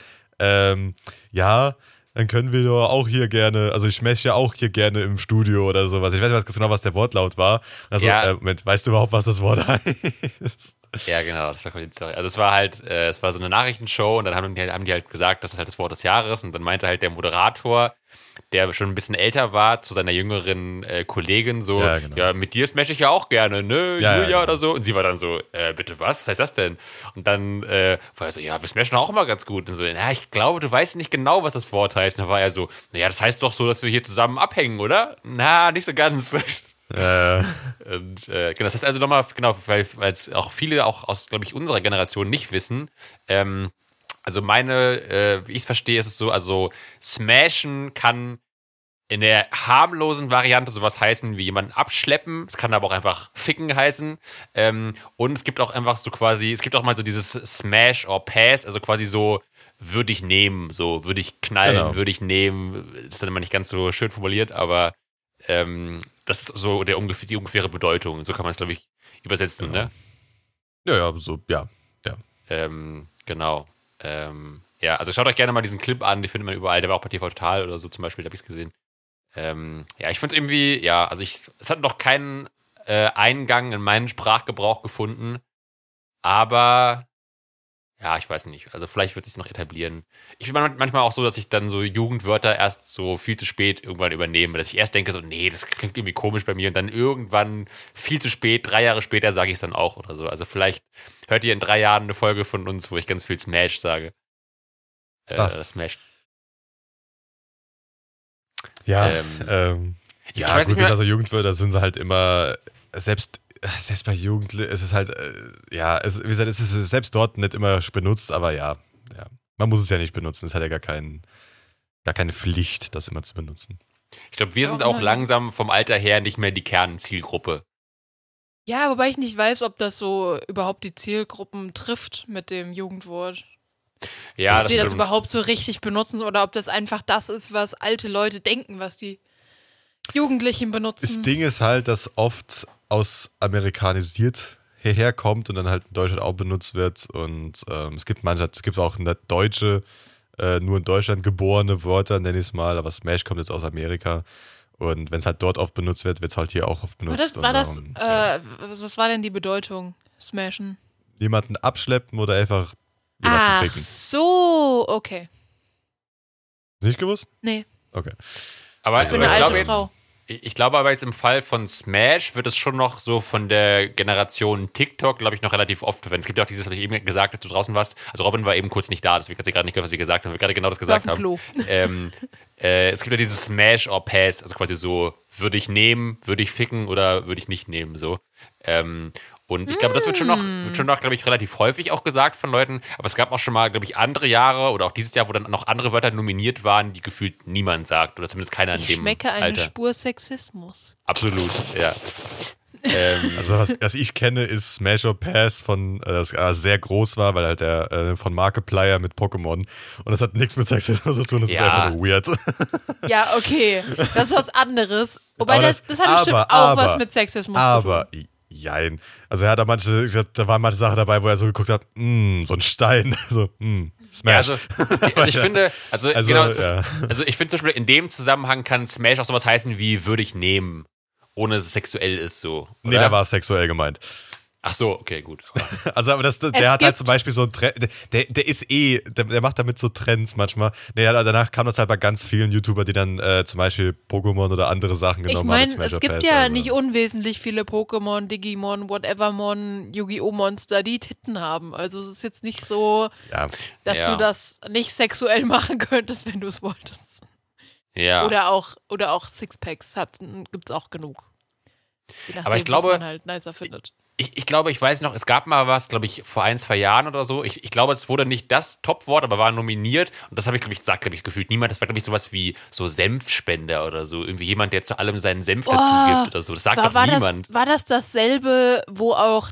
ja, dann können wir doch auch hier gerne, also ich smash ja auch hier gerne im Studio oder sowas. Ich weiß nicht genau, was der Wortlaut war. Also, Moment, weißt du überhaupt, was das Wort heißt? Ja, genau, das war quasi die Story. Also es war halt, es war so eine Nachrichtenshow und dann haben die halt gesagt, das ist halt das Wort des Jahres und dann meinte halt der Moderator, der schon ein bisschen älter war, zu seiner jüngeren Kollegin so, ja, mit dir smash ich ja auch gerne, ne, Julia genau. oder so. Und sie war dann so, bitte was heißt das denn? Und dann war er so, ja, wir smashen auch immer ganz gut. Und so, na, ich glaube, du weißt nicht genau, was das Wort heißt. Und dann war er so, naja, das heißt doch so, dass wir hier zusammen abhängen, oder? Na, nicht so ganz. Und genau, das heißt also nochmal, genau, weil es auch viele auch aus, glaube ich, unserer Generation nicht wissen. Also wie ich es verstehe, ist es so, also Smashen kann in der harmlosen Variante sowas heißen wie jemanden abschleppen. Es kann aber auch einfach ficken heißen. Und es gibt auch einfach so quasi, es gibt auch mal so dieses Smash or Pass, also quasi so würde ich nehmen, so würde ich knallen, würde ich nehmen. Das ist dann immer nicht ganz so schön formuliert, aber das ist so die ungefähre Bedeutung. So kann man es, glaube ich, übersetzen, genau. Ne? Ja, so, ja. Genau. Ja, also schaut euch gerne mal diesen Clip an, den findet man überall. Der war auch bei TV Total oder so zum Beispiel, da habe ich es gesehen. Ja, ich finde es irgendwie, ja, also es hat noch keinen Eingang in meinen Sprachgebrauch gefunden, aber ja, ich weiß nicht. Also vielleicht wird es sich noch etablieren. Ich bin manchmal auch so, dass ich dann so Jugendwörter erst so viel zu spät irgendwann übernehme. Dass ich erst denke so, nee, das klingt irgendwie komisch bei mir. Und dann irgendwann viel zu spät, 3 Jahre später sage ich es dann auch oder so. Also vielleicht hört ihr in 3 Jahren eine Folge von uns, wo ich ganz viel Smash sage. Smash. Ja, ich weiß nicht mehr. Also Jugendwörter sind halt immer, selbst bei Jugendlichen ist es halt, wie gesagt, es ist selbst dort nicht immer benutzt, aber ja. Man muss es ja nicht benutzen, es hat ja gar keine Pflicht, das immer zu benutzen. Ich glaube, wir sind auch langsam vom Alter her nicht mehr die Kernzielgruppe. Ja, wobei ich nicht weiß, ob das so überhaupt die Zielgruppen trifft mit dem Jugendwort. Ja, ob sie das überhaupt so richtig benutzen oder ob das einfach das ist, was alte Leute denken, was die Jugendlichen benutzen. Das Ding ist halt, dass oft aus amerikanisiert hierher kommt und dann halt in Deutschland auch benutzt wird und es gibt auch deutsche, nur in Deutschland geborene Wörter, nenne ich es mal, aber Smash kommt jetzt aus Amerika und wenn es halt dort oft benutzt wird, wird es halt hier auch oft benutzt. Was war denn die Bedeutung? Smashen? Jemanden abschleppen oder einfach jemanden ficken. Ach so, okay. Nicht gewusst? Nee. Okay. Aber ich bin eine alte Frau. Ich glaube aber jetzt im Fall von Smash wird es schon noch so von der Generation TikTok, glaube ich, noch relativ oft verwendet. Es gibt ja auch dieses, was ich eben gesagt habe, als du draußen warst. Also Robin war eben kurz nicht da, deswegen hat sie gerade nicht gehört, was wir gesagt haben. Wir gerade genau das gesagt haben. Es gibt ja dieses Smash or Pass, also quasi so, würde ich nehmen, würde ich ficken oder würde ich nicht nehmen, so. Und ich glaube, das wird schon noch, glaube ich, relativ häufig auch gesagt von Leuten. Aber es gab auch schon mal, glaube ich, andere Jahre oder auch dieses Jahr, wo dann noch andere Wörter nominiert waren, die gefühlt niemand sagt. Oder zumindest keiner in dem Alter. Ich schmecke eine Spur Sexismus. Absolut, ja. Also was ich kenne, ist Smash or Pass das sehr groß war, weil halt der von Markiplier mit Pokémon. Und das hat nichts mit Sexismus zu tun, das ist einfach nur weird. Ja, okay. Das ist was anderes. Wobei das hat bestimmt auch was mit Sexismus zu tun. Aber jein. Also er hat da waren manche Sachen dabei, wo er so geguckt hat, so ein Stein, so, Smash. Ja, also ich finde, ich finde zum Beispiel, in dem Zusammenhang kann Smash auch sowas heißen wie würde ich nehmen. ohne es sexuell ist so. Oder? Nee, da war es sexuell gemeint. Ach so, okay, gut. Also, aber der hat halt zum Beispiel so ein Trend, der ist der macht damit so Trends manchmal. Naja, danach kam das halt bei ganz vielen YouTuber, die dann zum Beispiel Pokémon oder andere Sachen genommen haben. Ich meine, es gibt ja nicht unwesentlich viele Pokémon, Digimon, Whatevermon, Yu-Gi-Oh! Monster, die Titten haben. Also es ist jetzt nicht so, dass du das nicht sexuell machen könntest, wenn du es wolltest. Ja. Oder auch Sixpacks gibt es auch genug. Je nachdem, aber ich glaube, was man halt nicer findet. Ich glaube, ich weiß noch, es gab mal was, glaube ich, vor 1-2 Jahren oder so. Ich glaube, es wurde nicht das Top-Wort, aber war nominiert. Und das habe ich, glaube ich, gefühlt niemand. Das war, glaube ich, sowas wie so Senfspender oder so. Irgendwie jemand, der zu allem seinen Senf dazu gibt oder so. Das sagt doch niemand. War das dasselbe, wo auch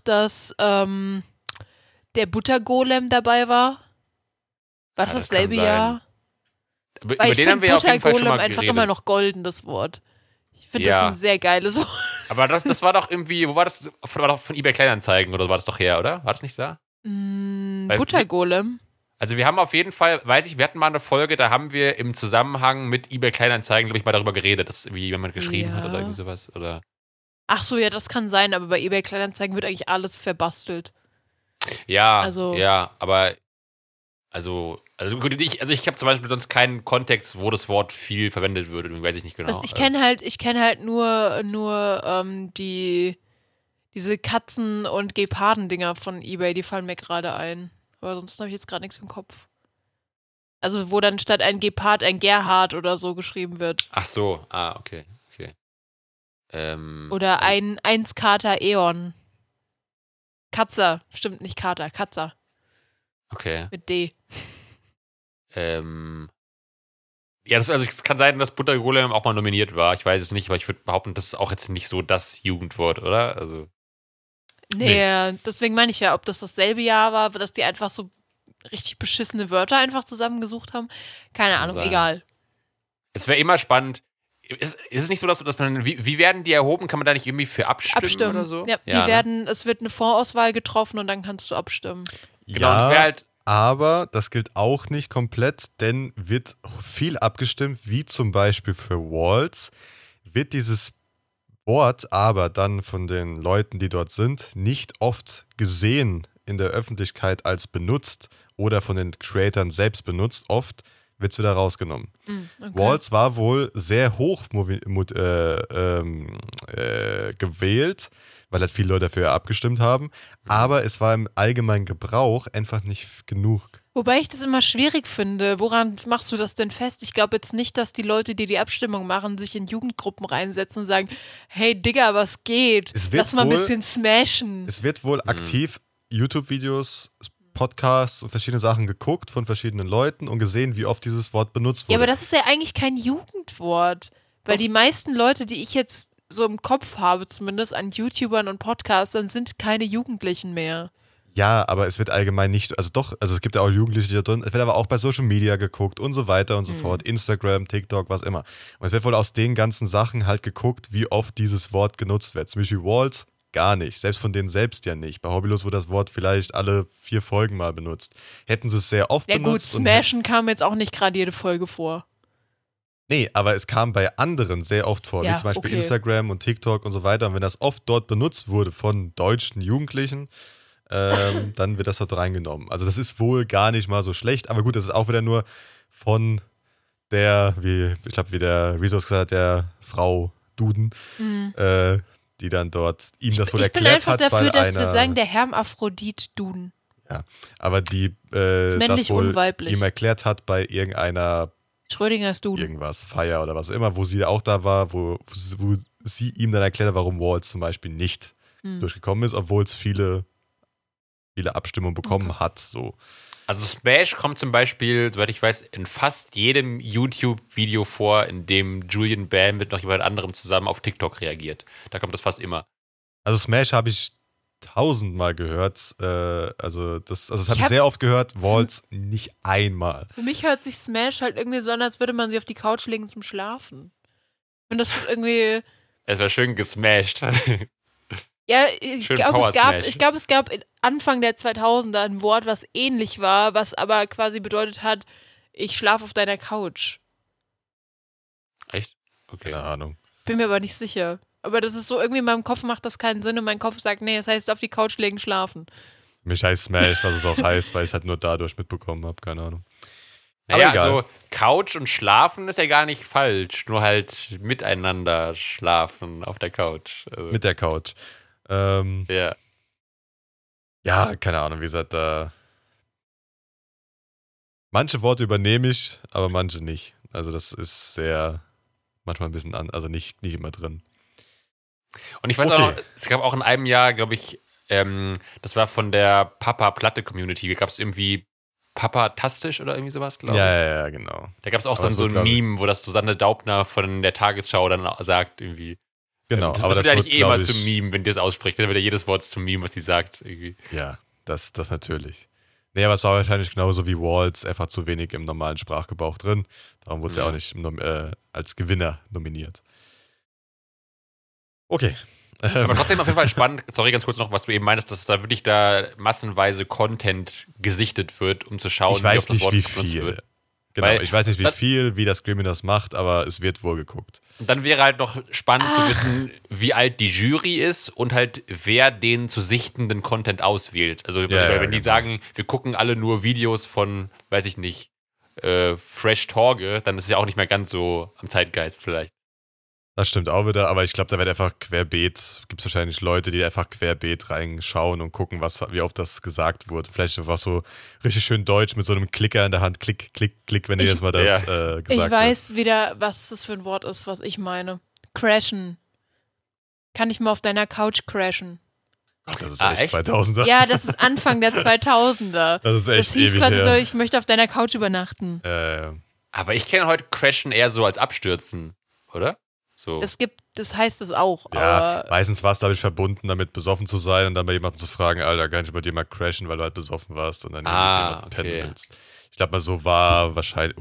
der Buttergolem dabei war? War das dasselbe Jahr? Über den haben wir ja auf jeden Fall schon mal einfach geredet. immer noch golden, das Wort. Ich finde das ein sehr geiles Wort. Aber das war doch irgendwie, wo war das? War doch von eBay Kleinanzeigen oder war das doch her, oder? War das nicht da? Buttergolem. Also wir haben auf jeden Fall, wir hatten mal eine Folge, da haben wir im Zusammenhang mit eBay Kleinanzeigen, glaube ich, mal darüber geredet, dass irgendwie jemand geschrieben hat oder irgendwie sowas. Oder? Ach so, ja, das kann sein, aber bei eBay Kleinanzeigen wird eigentlich alles verbastelt. Ja, aber ich habe zum Beispiel sonst keinen Kontext, wo das Wort viel verwendet wird, weiß ich nicht genau. Ich kenne halt nur diese Katzen- und Geparden-Dinger von eBay, die fallen mir gerade ein. Aber sonst habe ich jetzt gerade nichts im Kopf. Also wo dann statt ein Gepard ein Gerhard oder so geschrieben wird. Ach so, okay. Oder ein 1-Kater Eon. Katzer, stimmt nicht Kater, Katzer. Okay. Mit D. Ja, es kann sein, dass Buttergolem auch mal nominiert war. Ich weiß es nicht, aber ich würde behaupten, das ist auch jetzt nicht so das Jugendwort, oder? Also. Nee, deswegen meine ich ja, ob das dasselbe Jahr war, dass die einfach so richtig beschissene Wörter einfach zusammengesucht haben. Keine Ahnung, egal. Es wäre immer spannend. Ist es nicht so, dass man, wie werden die erhoben? Kann man da nicht irgendwie für abstimmen oder so? Ja, es wird eine Vorauswahl getroffen und dann kannst du abstimmen. Genau, und es wäre halt. Aber das gilt auch nicht komplett, denn wird viel abgestimmt, wie zum Beispiel für Walls, wird dieses Wort aber dann von den Leuten, die dort sind, nicht oft gesehen in der Öffentlichkeit als benutzt oder von den Creatoren selbst benutzt. Oft wird es wieder rausgenommen. Okay. Walls war wohl sehr hoch gewählt, weil halt viele Leute dafür abgestimmt haben, aber es war im allgemeinen Gebrauch einfach nicht genug. Wobei ich das immer schwierig finde. Woran machst du das denn fest? Ich glaube jetzt nicht, dass die Leute, die Abstimmung machen, sich in Jugendgruppen reinsetzen und sagen, hey Digga, was geht? Lass mal ein bisschen smashen. Es wird wohl aktiv YouTube-Videos, Podcasts und verschiedene Sachen geguckt von verschiedenen Leuten und gesehen, wie oft dieses Wort benutzt wurde. Ja, aber das ist ja eigentlich kein Jugendwort. Weil die meisten Leute, die ich jetzt so im Kopf habe, zumindest an YouTubern und Podcastern, sind keine Jugendlichen mehr. Ja, aber es wird allgemein nicht, also es gibt ja auch Jugendliche, die da drin, es wird aber auch bei Social Media geguckt und so weiter und so fort, Instagram, TikTok, was immer. Und es wird wohl aus den ganzen Sachen halt geguckt, wie oft dieses Wort genutzt wird. Zum Beispiel Walls, gar nicht. Selbst von denen selbst ja nicht. Bei Hobbylos wurde das Wort vielleicht alle 4 Folgen mal benutzt. Hätten sie es sehr oft benutzt. Ja gut, Smashen kam jetzt auch nicht gerade jede Folge vor. Nee, aber es kam bei anderen sehr oft vor, wie zum Beispiel Instagram und TikTok und so weiter. Und wenn das oft dort benutzt wurde von deutschen Jugendlichen, dann wird das dort reingenommen. Also das ist wohl gar nicht mal so schlecht, aber gut, das ist auch wieder nur von der, wie der Resource gesagt hat, der Frau Duden, die dann dort ihm das wohl erklärt hat. Ich bin einfach dafür, dass wir sagen, der Hermaphrodit Duden. Ja, aber die das wohl unweiblich. ihm erklärt hat bei irgendeiner Schrödingers Duden. Irgendwas, Feier oder was auch immer, wo sie auch da war, wo sie ihm dann erklärt hat, warum Walls zum Beispiel nicht durchgekommen ist, obwohl es viele Abstimmungen bekommen hat. So. Also Smash kommt zum Beispiel, soweit ich weiß, in fast jedem YouTube-Video vor, in dem Julian Bam mit noch jemand anderem zusammen auf TikTok reagiert. Da kommt das fast immer. Also Smash habe ich 1000-mal gehört. Das habe ich sehr oft gehört. Walls nicht einmal. Für mich hört sich Smash halt irgendwie so an, als würde man sie auf die Couch legen zum Schlafen. Und das irgendwie. Es war schön gesmashed. Ja, ich glaube, es gab Anfang der 2000er ein Wort, was ähnlich war, was aber quasi bedeutet hat, ich schlafe auf deiner Couch. Echt? Okay. Keine Ahnung. Bin mir aber nicht sicher. Aber das ist so, irgendwie in meinem Kopf macht das keinen Sinn und mein Kopf sagt, nee, das heißt auf die Couch legen, schlafen. Mich heißt Smash, was es auch heißt, weil ich es halt nur dadurch mitbekommen habe, keine Ahnung. Naja, Aber egal. also Couch und Schlafen ist ja gar nicht falsch, nur halt miteinander schlafen auf der Couch. Also, Mit der Couch. ja. Ja, keine Ahnung, wie gesagt, manche Worte übernehme ich, aber manche nicht. Also das ist manchmal ein bisschen also nicht immer drin. Und ich weiß auch noch, es gab auch in einem Jahr, glaube ich, das war von der Papa-Platte-Community, gab es irgendwie Papa-tastisch oder irgendwie sowas, glaube ich. Ja, genau. Da gab es auch Aber dann so das ein wird, Meme, wo das Susanne Daubner von der Tagesschau dann sagt irgendwie. Genau, das aber wird das eigentlich wird, immer glaub zum ich, Meme, wenn die das ausspricht. Dann wird ja jedes Wort zum Meme, was die sagt. Irgendwie. Ja, das natürlich. Nee, aber es war wahrscheinlich genauso wie Waltz, einfach zu wenig im normalen Sprachgebrauch drin. Darum wurde es ja auch nicht als Gewinner nominiert. Okay. Aber trotzdem auf jeden Fall spannend, sorry, ganz kurz noch, was du eben meinst, dass da wirklich da massenweise Content gesichtet wird, um zu schauen, ich weiß wie oft das nicht, Wort wie benutzt viel. wird. Genau, Weil ich weiß nicht, wie viel, wie das Screaming das macht, aber es wird wohl geguckt. Und dann wäre halt noch spannend zu wissen, wie alt die Jury ist und halt, wer den zu sichtenden Content auswählt. Also, wenn die sagen, wir gucken alle nur Videos von, weiß ich nicht, Fresh Torge, dann ist es ja auch nicht mehr ganz so am Zeitgeist vielleicht. Das stimmt auch wieder, aber ich glaube, da wird einfach querbeet, gibt es wahrscheinlich Leute, die einfach querbeet reinschauen und gucken, wie oft das gesagt wurde. Vielleicht einfach so richtig schön deutsch mit so einem Klicker in der Hand, klick, klick, klick, wenn ihr jetzt mal das gesagt Ich weiß wieder, was das für ein Wort ist, was ich meine. Crashen. Kann ich mal auf deiner Couch crashen? Ach, das ist echt 2000er. Ja, das ist Anfang der 2000er. Das ist echt das hieß ewig quasi her. so, ich möchte auf deiner Couch übernachten. Aber ich kenne heute Crashen eher so als Abstürzen, oder? So. Das heißt es auch. Ja, aber meistens war es, glaube ich, verbunden, damit besoffen zu sein und dann bei jemandem zu fragen, Alter, kann ich bei dir mal crashen, weil du halt besoffen warst und dann jemanden pennen willst. Ich glaube mal, so war wahrscheinlich,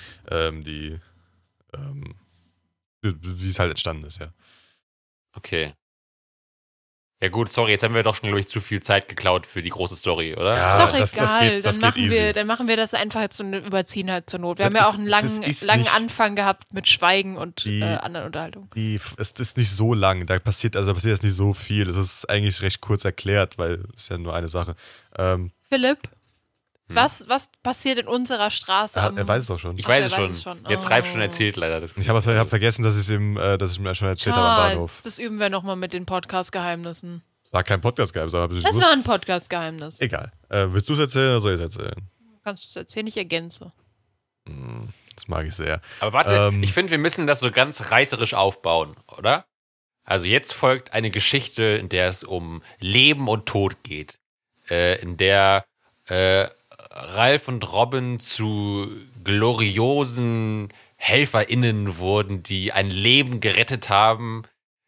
wie es halt entstanden ist, ja. Okay. Ja gut, sorry, jetzt haben wir doch schon, glaube ich, zu viel Zeit geklaut für die große Story, oder? Ja, ist doch das egal, geht easy. dann machen wir das einfach jetzt so überziehen halt zur Not. Wir Das haben ja auch ist- einen das ist langen nicht- Anfang gehabt mit Schweigen und Die- anderen Unterhaltungen. Es ist nicht so lang, da passiert jetzt nicht so viel. Es ist eigentlich recht kurz erklärt, weil es ist ja nur eine Sache. Philipp, was passiert in unserer Straße? Er weiß es doch schon. Ich Ach, weiß er es weiß schon. es schon. Jetzt Oh. Reif schon erzählt, leider. Ich habe vergessen, dass ich mir schon erzählt habe am Bahnhof. Das üben wir nochmal mit den Podcast-Geheimnissen. Es war kein Podcast-Geheimnis, aber Das war ein Podcast-Geheimnis. egal. Willst du es erzählen oder soll ich es erzählen? Kannst du es erzählen? Ich ergänze. Das mag ich sehr. Aber warte, ich finde, wir müssen das so ganz reißerisch aufbauen, oder? Also jetzt folgt eine Geschichte, in der es um Leben und Tod geht. In der Ralf und Robin zu gloriosen HelferInnen wurden, die ein Leben gerettet haben.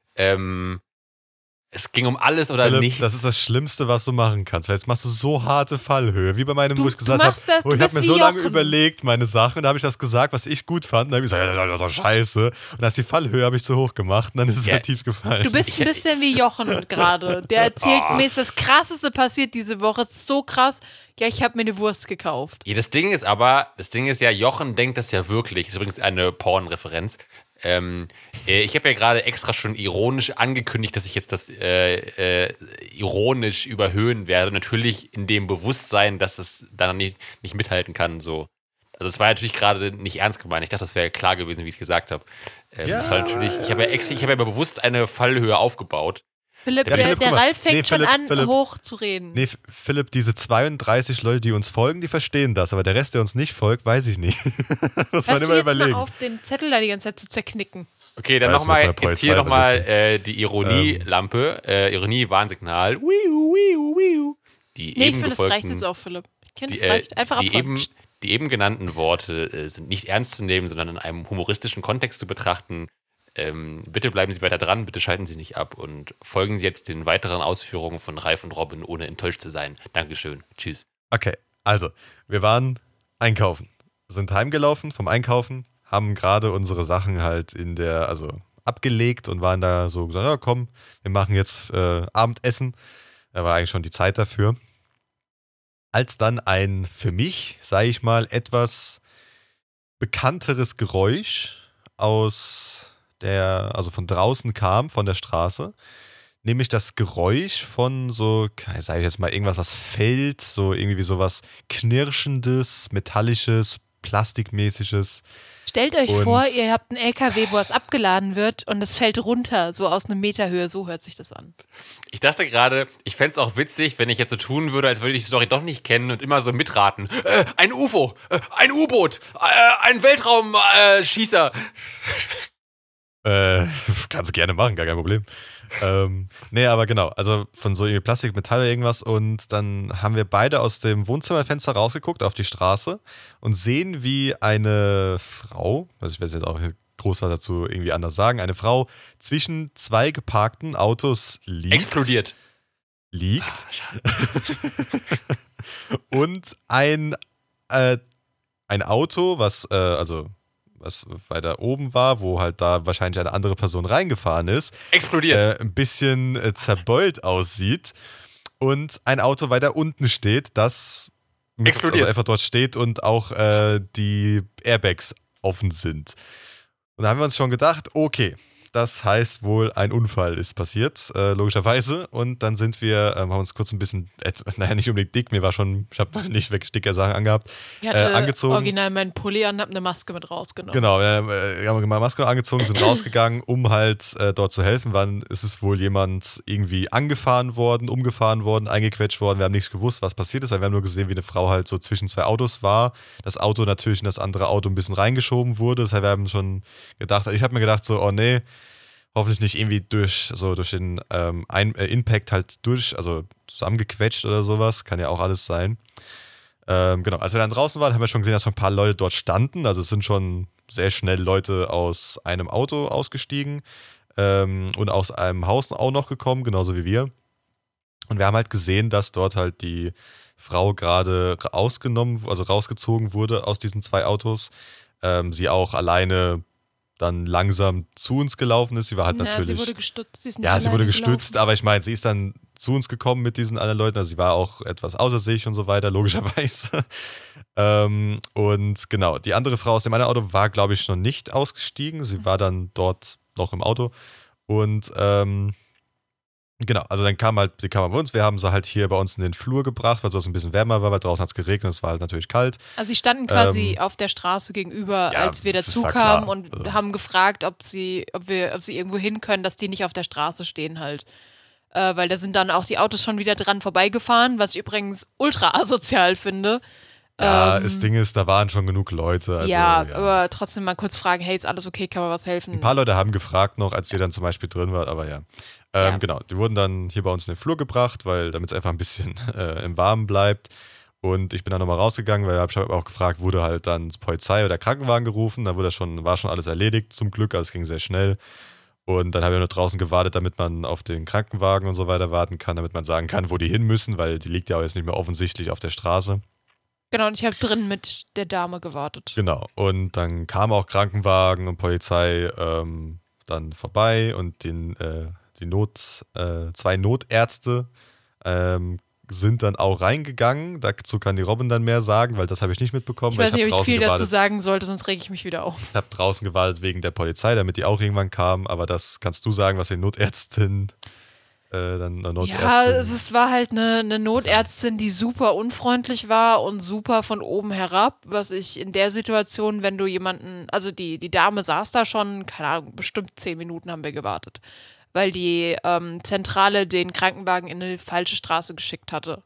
Es ging um alles oder Philipp, nichts. das ist das Schlimmste, was du machen kannst, weil jetzt machst du so harte Fallhöhe, wie bei meinem, wo ich gesagt machst habe, das, ich du habe bist mir wie so lange Jochen. überlegt, meine Sachen, und da habe ich das gesagt, was ich gut fand, und dann habe ich gesagt, ja, das ist doch scheiße, und dann ist die Fallhöhe habe ich zu hoch gemacht, und dann ist es Ja. halt tief gefallen. Du bist ein bisschen wie Jochen gerade. Der erzählt, mir ist das Krasseste passiert diese Woche. Es ist so krass. Ja, ich habe mir eine Wurst gekauft. Ja, das Ding ist ja, Jochen denkt das ja wirklich. Das ist übrigens eine Porn-Referenz. Ich habe ja gerade extra schon ironisch angekündigt, dass ich jetzt das ironisch überhöhen werde. Natürlich in dem Bewusstsein, dass es dann nicht mithalten kann. So. Also es war natürlich gerade nicht ernst gemeint. Ich dachte, das wäre klar gewesen, wie ich es gesagt habe. Das war natürlich, ich habe ja bewusst eine Fallhöhe aufgebaut. Philipp, Ja, Philipp, der guck mal. Ralf fängt schon an, Philipp. hoch zu reden. Nee, Philipp, diese 32 Leute, die uns folgen, die verstehen das, aber der Rest, der uns nicht folgt, weiß ich nicht. Muss man Hörst du immer jetzt überlegen. mal auf, den Zettel da die ganze Zeit zu zerknicken? Okay, dann Weißt du, von der nochmal, jetzt hier Polizei nochmal die Ironielampe, Ironie-Warnsignal. Die Nee, ich eben finde, es reicht gefolgten, jetzt auch, Philipp. Ich kenne, es die, reicht. Einfach abräumen. die eben genannten Worte sind nicht ernst zu nehmen, sondern in einem humoristischen Kontext zu betrachten. Bitte bleiben Sie weiter dran, bitte schalten Sie nicht ab und folgen Sie jetzt den weiteren Ausführungen von Ralf und Robin, ohne enttäuscht zu sein. Dankeschön. Tschüss. Okay, also, wir waren einkaufen, sind heimgelaufen vom Einkaufen, haben gerade unsere Sachen halt abgelegt und waren da so gesagt, ja komm, wir machen jetzt Abendessen. Da war eigentlich schon die Zeit dafür. Als dann ein, für mich, sage ich mal, etwas bekannteres Geräusch aus der also von draußen kam, von der Straße. Nämlich das Geräusch von so, sag ich jetzt mal, irgendwas, was fällt, so irgendwie sowas Knirschendes, Metallisches, Plastikmäßiges. Stellt euch Und- vor, ihr habt einen LKW, wo es abgeladen wird und es fällt runter, so aus einem Meter Höhe, so hört sich das an. Ich dachte gerade, ich fände es auch witzig, wenn ich jetzt so tun würde, als würde ich die Story doch nicht kennen und immer so mitraten. Ein UFO, ein U-Boot, ein Weltraumschießer. Kannst du gerne machen, gar kein Problem. Nee, aber genau, also von so irgendwie Plastik, Metall oder irgendwas und dann haben wir beide aus dem Wohnzimmerfenster rausgeguckt auf die Straße und sehen, wie eine Frau, also ich werde jetzt auch groß was dazu irgendwie anders sagen, eine Frau zwischen zwei geparkten Autos Explodiert. liegt und ein Auto, was weiter oben war, wo halt da wahrscheinlich eine andere Person reingefahren ist, Explodiert. ein bisschen zerbeult aussieht und ein Auto weiter unten steht, das Explodiert. also einfach dort steht und auch die Airbags offen sind. Und da haben wir uns schon gedacht, okay, das heißt wohl, ein Unfall ist passiert, logischerweise. Und dann sind wir, haben uns kurz ein bisschen, naja, nicht unbedingt dick, ich habe nicht wirklich dicke Sachen angehabt, Ich hatte angezogen. original meinen Pulli an und hab eine Maske mit rausgenommen. Genau, wir haben mal Maske angezogen, sind rausgegangen, um halt dort zu helfen. Wann ist es wohl jemand irgendwie angefahren worden, umgefahren worden, eingequetscht worden? Wir haben nichts gewusst, was passiert ist, weil wir haben nur gesehen, wie eine Frau halt so zwischen zwei Autos war. Das Auto natürlich in das andere Auto ein bisschen reingeschoben wurde. Das heißt, wir haben schon gedacht, ich habe mir gedacht so, oh nee, hoffentlich nicht irgendwie durch den Impact halt also zusammengequetscht oder sowas. Kann ja auch alles sein. Genau, als wir dann draußen waren, haben wir schon gesehen, dass schon ein paar Leute dort standen. Also es sind schon sehr schnell Leute aus einem Auto ausgestiegen und aus einem Haus auch noch gekommen, genauso wie wir. Und wir haben halt gesehen, dass dort halt die Frau gerade rausgezogen wurde aus diesen zwei Autos. Sie auch alleine dann langsam zu uns gelaufen ist. Sie war halt natürlich. Sie wurde gestützt. Sie wurde alleine gestützt, gelaufen. aber ich meine, sie ist dann zu uns gekommen mit diesen anderen Leuten. Also sie war auch etwas außer sich und so weiter, logischerweise. Und genau, die andere Frau aus dem anderen Auto war, glaube ich, noch nicht ausgestiegen. Sie war dann dort noch im Auto. Und genau, also dann sie kam bei uns. Wir haben sie halt hier bei uns in den Flur gebracht, weil es ein bisschen wärmer war, weil draußen hat es geregnet und es war halt natürlich kalt. Also sie standen quasi auf der Straße gegenüber, ja, als wir das dazu war kamen klar. und Also- haben gefragt, ob sie irgendwo hin können, dass die nicht auf der Straße stehen halt. Weil da sind dann auch die Autos schon wieder dran vorbeigefahren, was ich übrigens ultra asozial finde. Ja, das Ding ist, da waren schon genug Leute. Also, ja, aber trotzdem mal kurz fragen, hey, ist alles okay, kann man was helfen? Ein paar Leute haben gefragt noch, als ihr dann zum Beispiel drin wart, aber ja. Ja. Genau, die wurden dann hier bei uns in den Flur gebracht, weil damit es einfach ein bisschen im Warmen bleibt. Und ich bin dann nochmal rausgegangen, weil ich habe auch gefragt, wurde halt dann Polizei oder Krankenwagen gerufen. Da war schon alles erledigt, zum Glück, also es ging sehr schnell. Und dann habe ich nur draußen gewartet, damit man auf den Krankenwagen und so weiter warten kann, damit man sagen kann, wo die hin müssen, weil die liegt ja auch jetzt nicht mehr offensichtlich auf der Straße. Genau, und ich habe drin mit der Dame gewartet. Genau, und dann kam auch Krankenwagen und Polizei dann vorbei und zwei Notärzte sind dann auch reingegangen. Dazu kann die Robin dann mehr sagen, weil das habe ich nicht mitbekommen. Ich weil weiß nicht, hab ob ich draußen viel dazu gewartet. sagen sollte, sonst rege ich mich wieder auf. Ich habe draußen gewartet wegen der Polizei, damit die auch irgendwann kamen, aber das kannst du sagen, was die Notärztin Ja, es war halt eine Notärztin, die super unfreundlich war und super von oben herab, was ich in der Situation, wenn du jemanden, also die Dame saß da schon, keine Ahnung, bestimmt 10 Minuten haben wir gewartet, weil die Zentrale den Krankenwagen in eine falsche Straße geschickt hatte.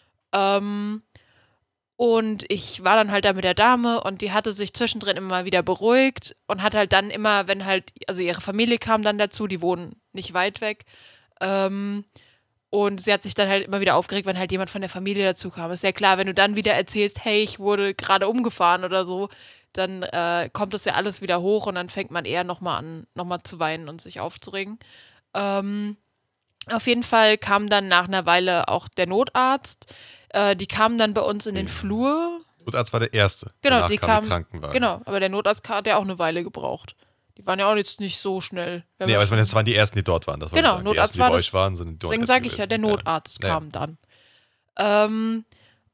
Und ich war dann halt da mit der Dame und die hatte sich zwischendrin immer mal wieder beruhigt und hat halt dann immer, wenn halt, also ihre Familie kam dann dazu, die wohnen nicht weit weg, und sie hat sich dann halt immer wieder aufgeregt, wenn halt jemand von der Familie dazu kam. Ist ja klar, wenn du dann wieder erzählst, hey, ich wurde gerade umgefahren oder so, dann kommt das ja alles wieder hoch und dann fängt man eher nochmal an, nochmal zu weinen und sich aufzuregen. Auf jeden Fall kam dann nach einer Weile auch der Notarzt. Die kamen dann bei uns in den Flur. Notarzt war der Erste. Genau, Danach die kam kamen. der Krankenwagen. Genau, aber der Notarzt hat ja auch eine Weile gebraucht. Die waren ja auch jetzt nicht so schnell. Nee, aber ich meine, das waren die Ersten, die dort waren. Das wollte ich Genau, sagen. Notarzt die ersten, die war bei das. euch waren, sind die Deswegen Notärzte sage ich ja, gewesen. der Notarzt Ja. kam dann.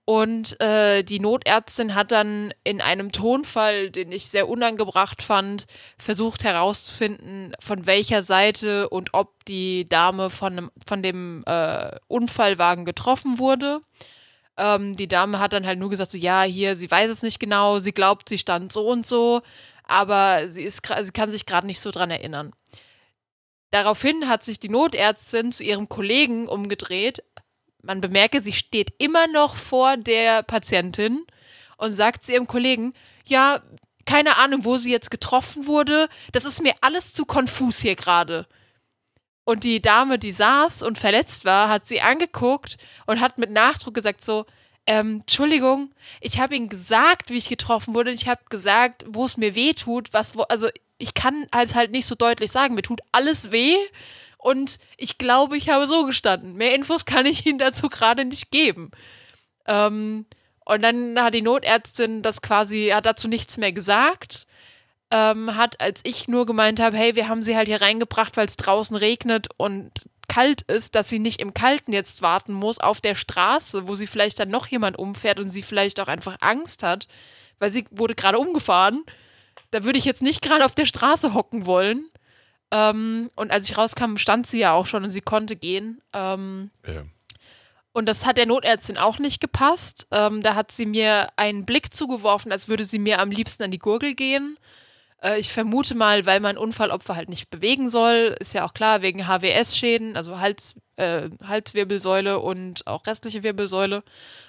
Und die Notärztin hat dann in einem Tonfall, den ich sehr unangebracht fand, versucht herauszufinden, von welcher Seite und ob die Dame von dem Unfallwagen getroffen wurde. Die Dame hat dann halt nur gesagt, so ja, hier, sie weiß es nicht genau, sie glaubt, sie stand so und so, aber sie kann sich gerade nicht so dran erinnern. Daraufhin hat sich die Notärztin zu ihrem Kollegen umgedreht. Man bemerke, sie steht immer noch vor der Patientin und sagt zu ihrem Kollegen, ja, keine Ahnung, wo sie jetzt getroffen wurde, das ist mir alles zu konfus hier gerade. Und die Dame, die saß und verletzt war, hat sie angeguckt und hat mit Nachdruck gesagt so, Entschuldigung, ich habe Ihnen gesagt, wie ich getroffen wurde, ich habe gesagt, wo es mir weh tut, also ich kann halt nicht so deutlich sagen, mir tut alles weh. Und ich glaube, ich habe so gestanden. Mehr Infos kann ich Ihnen dazu gerade nicht geben. Und dann hat die Notärztin hat dazu nichts mehr gesagt. Hat, als ich nur gemeint habe, hey, wir haben sie halt hier reingebracht, weil es draußen regnet und kalt ist, dass sie nicht im Kalten jetzt warten muss auf der Straße, wo sie vielleicht dann noch jemand umfährt und sie vielleicht auch einfach Angst hat, weil sie wurde gerade umgefahren. Da würde ich jetzt nicht gerade auf der Straße hocken wollen. Und als ich rauskam, stand sie ja auch schon und sie konnte gehen. Ja. Und das hat der Notärztin auch nicht gepasst. Da hat sie mir einen Blick zugeworfen, als würde sie mir am liebsten an die Gurgel gehen. Ich vermute mal, weil man Unfallopfer halt nicht bewegen soll. Ist ja auch klar, wegen HWS-Schäden, also Halswirbelsäule und auch restliche Wirbelsäule.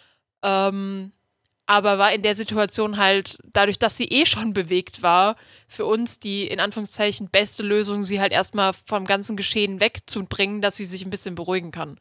Aber war in der Situation halt, dadurch, dass sie schon bewegt war, für uns die in Anführungszeichen beste Lösung, sie halt erstmal vom ganzen Geschehen wegzubringen, dass sie sich ein bisschen beruhigen kann.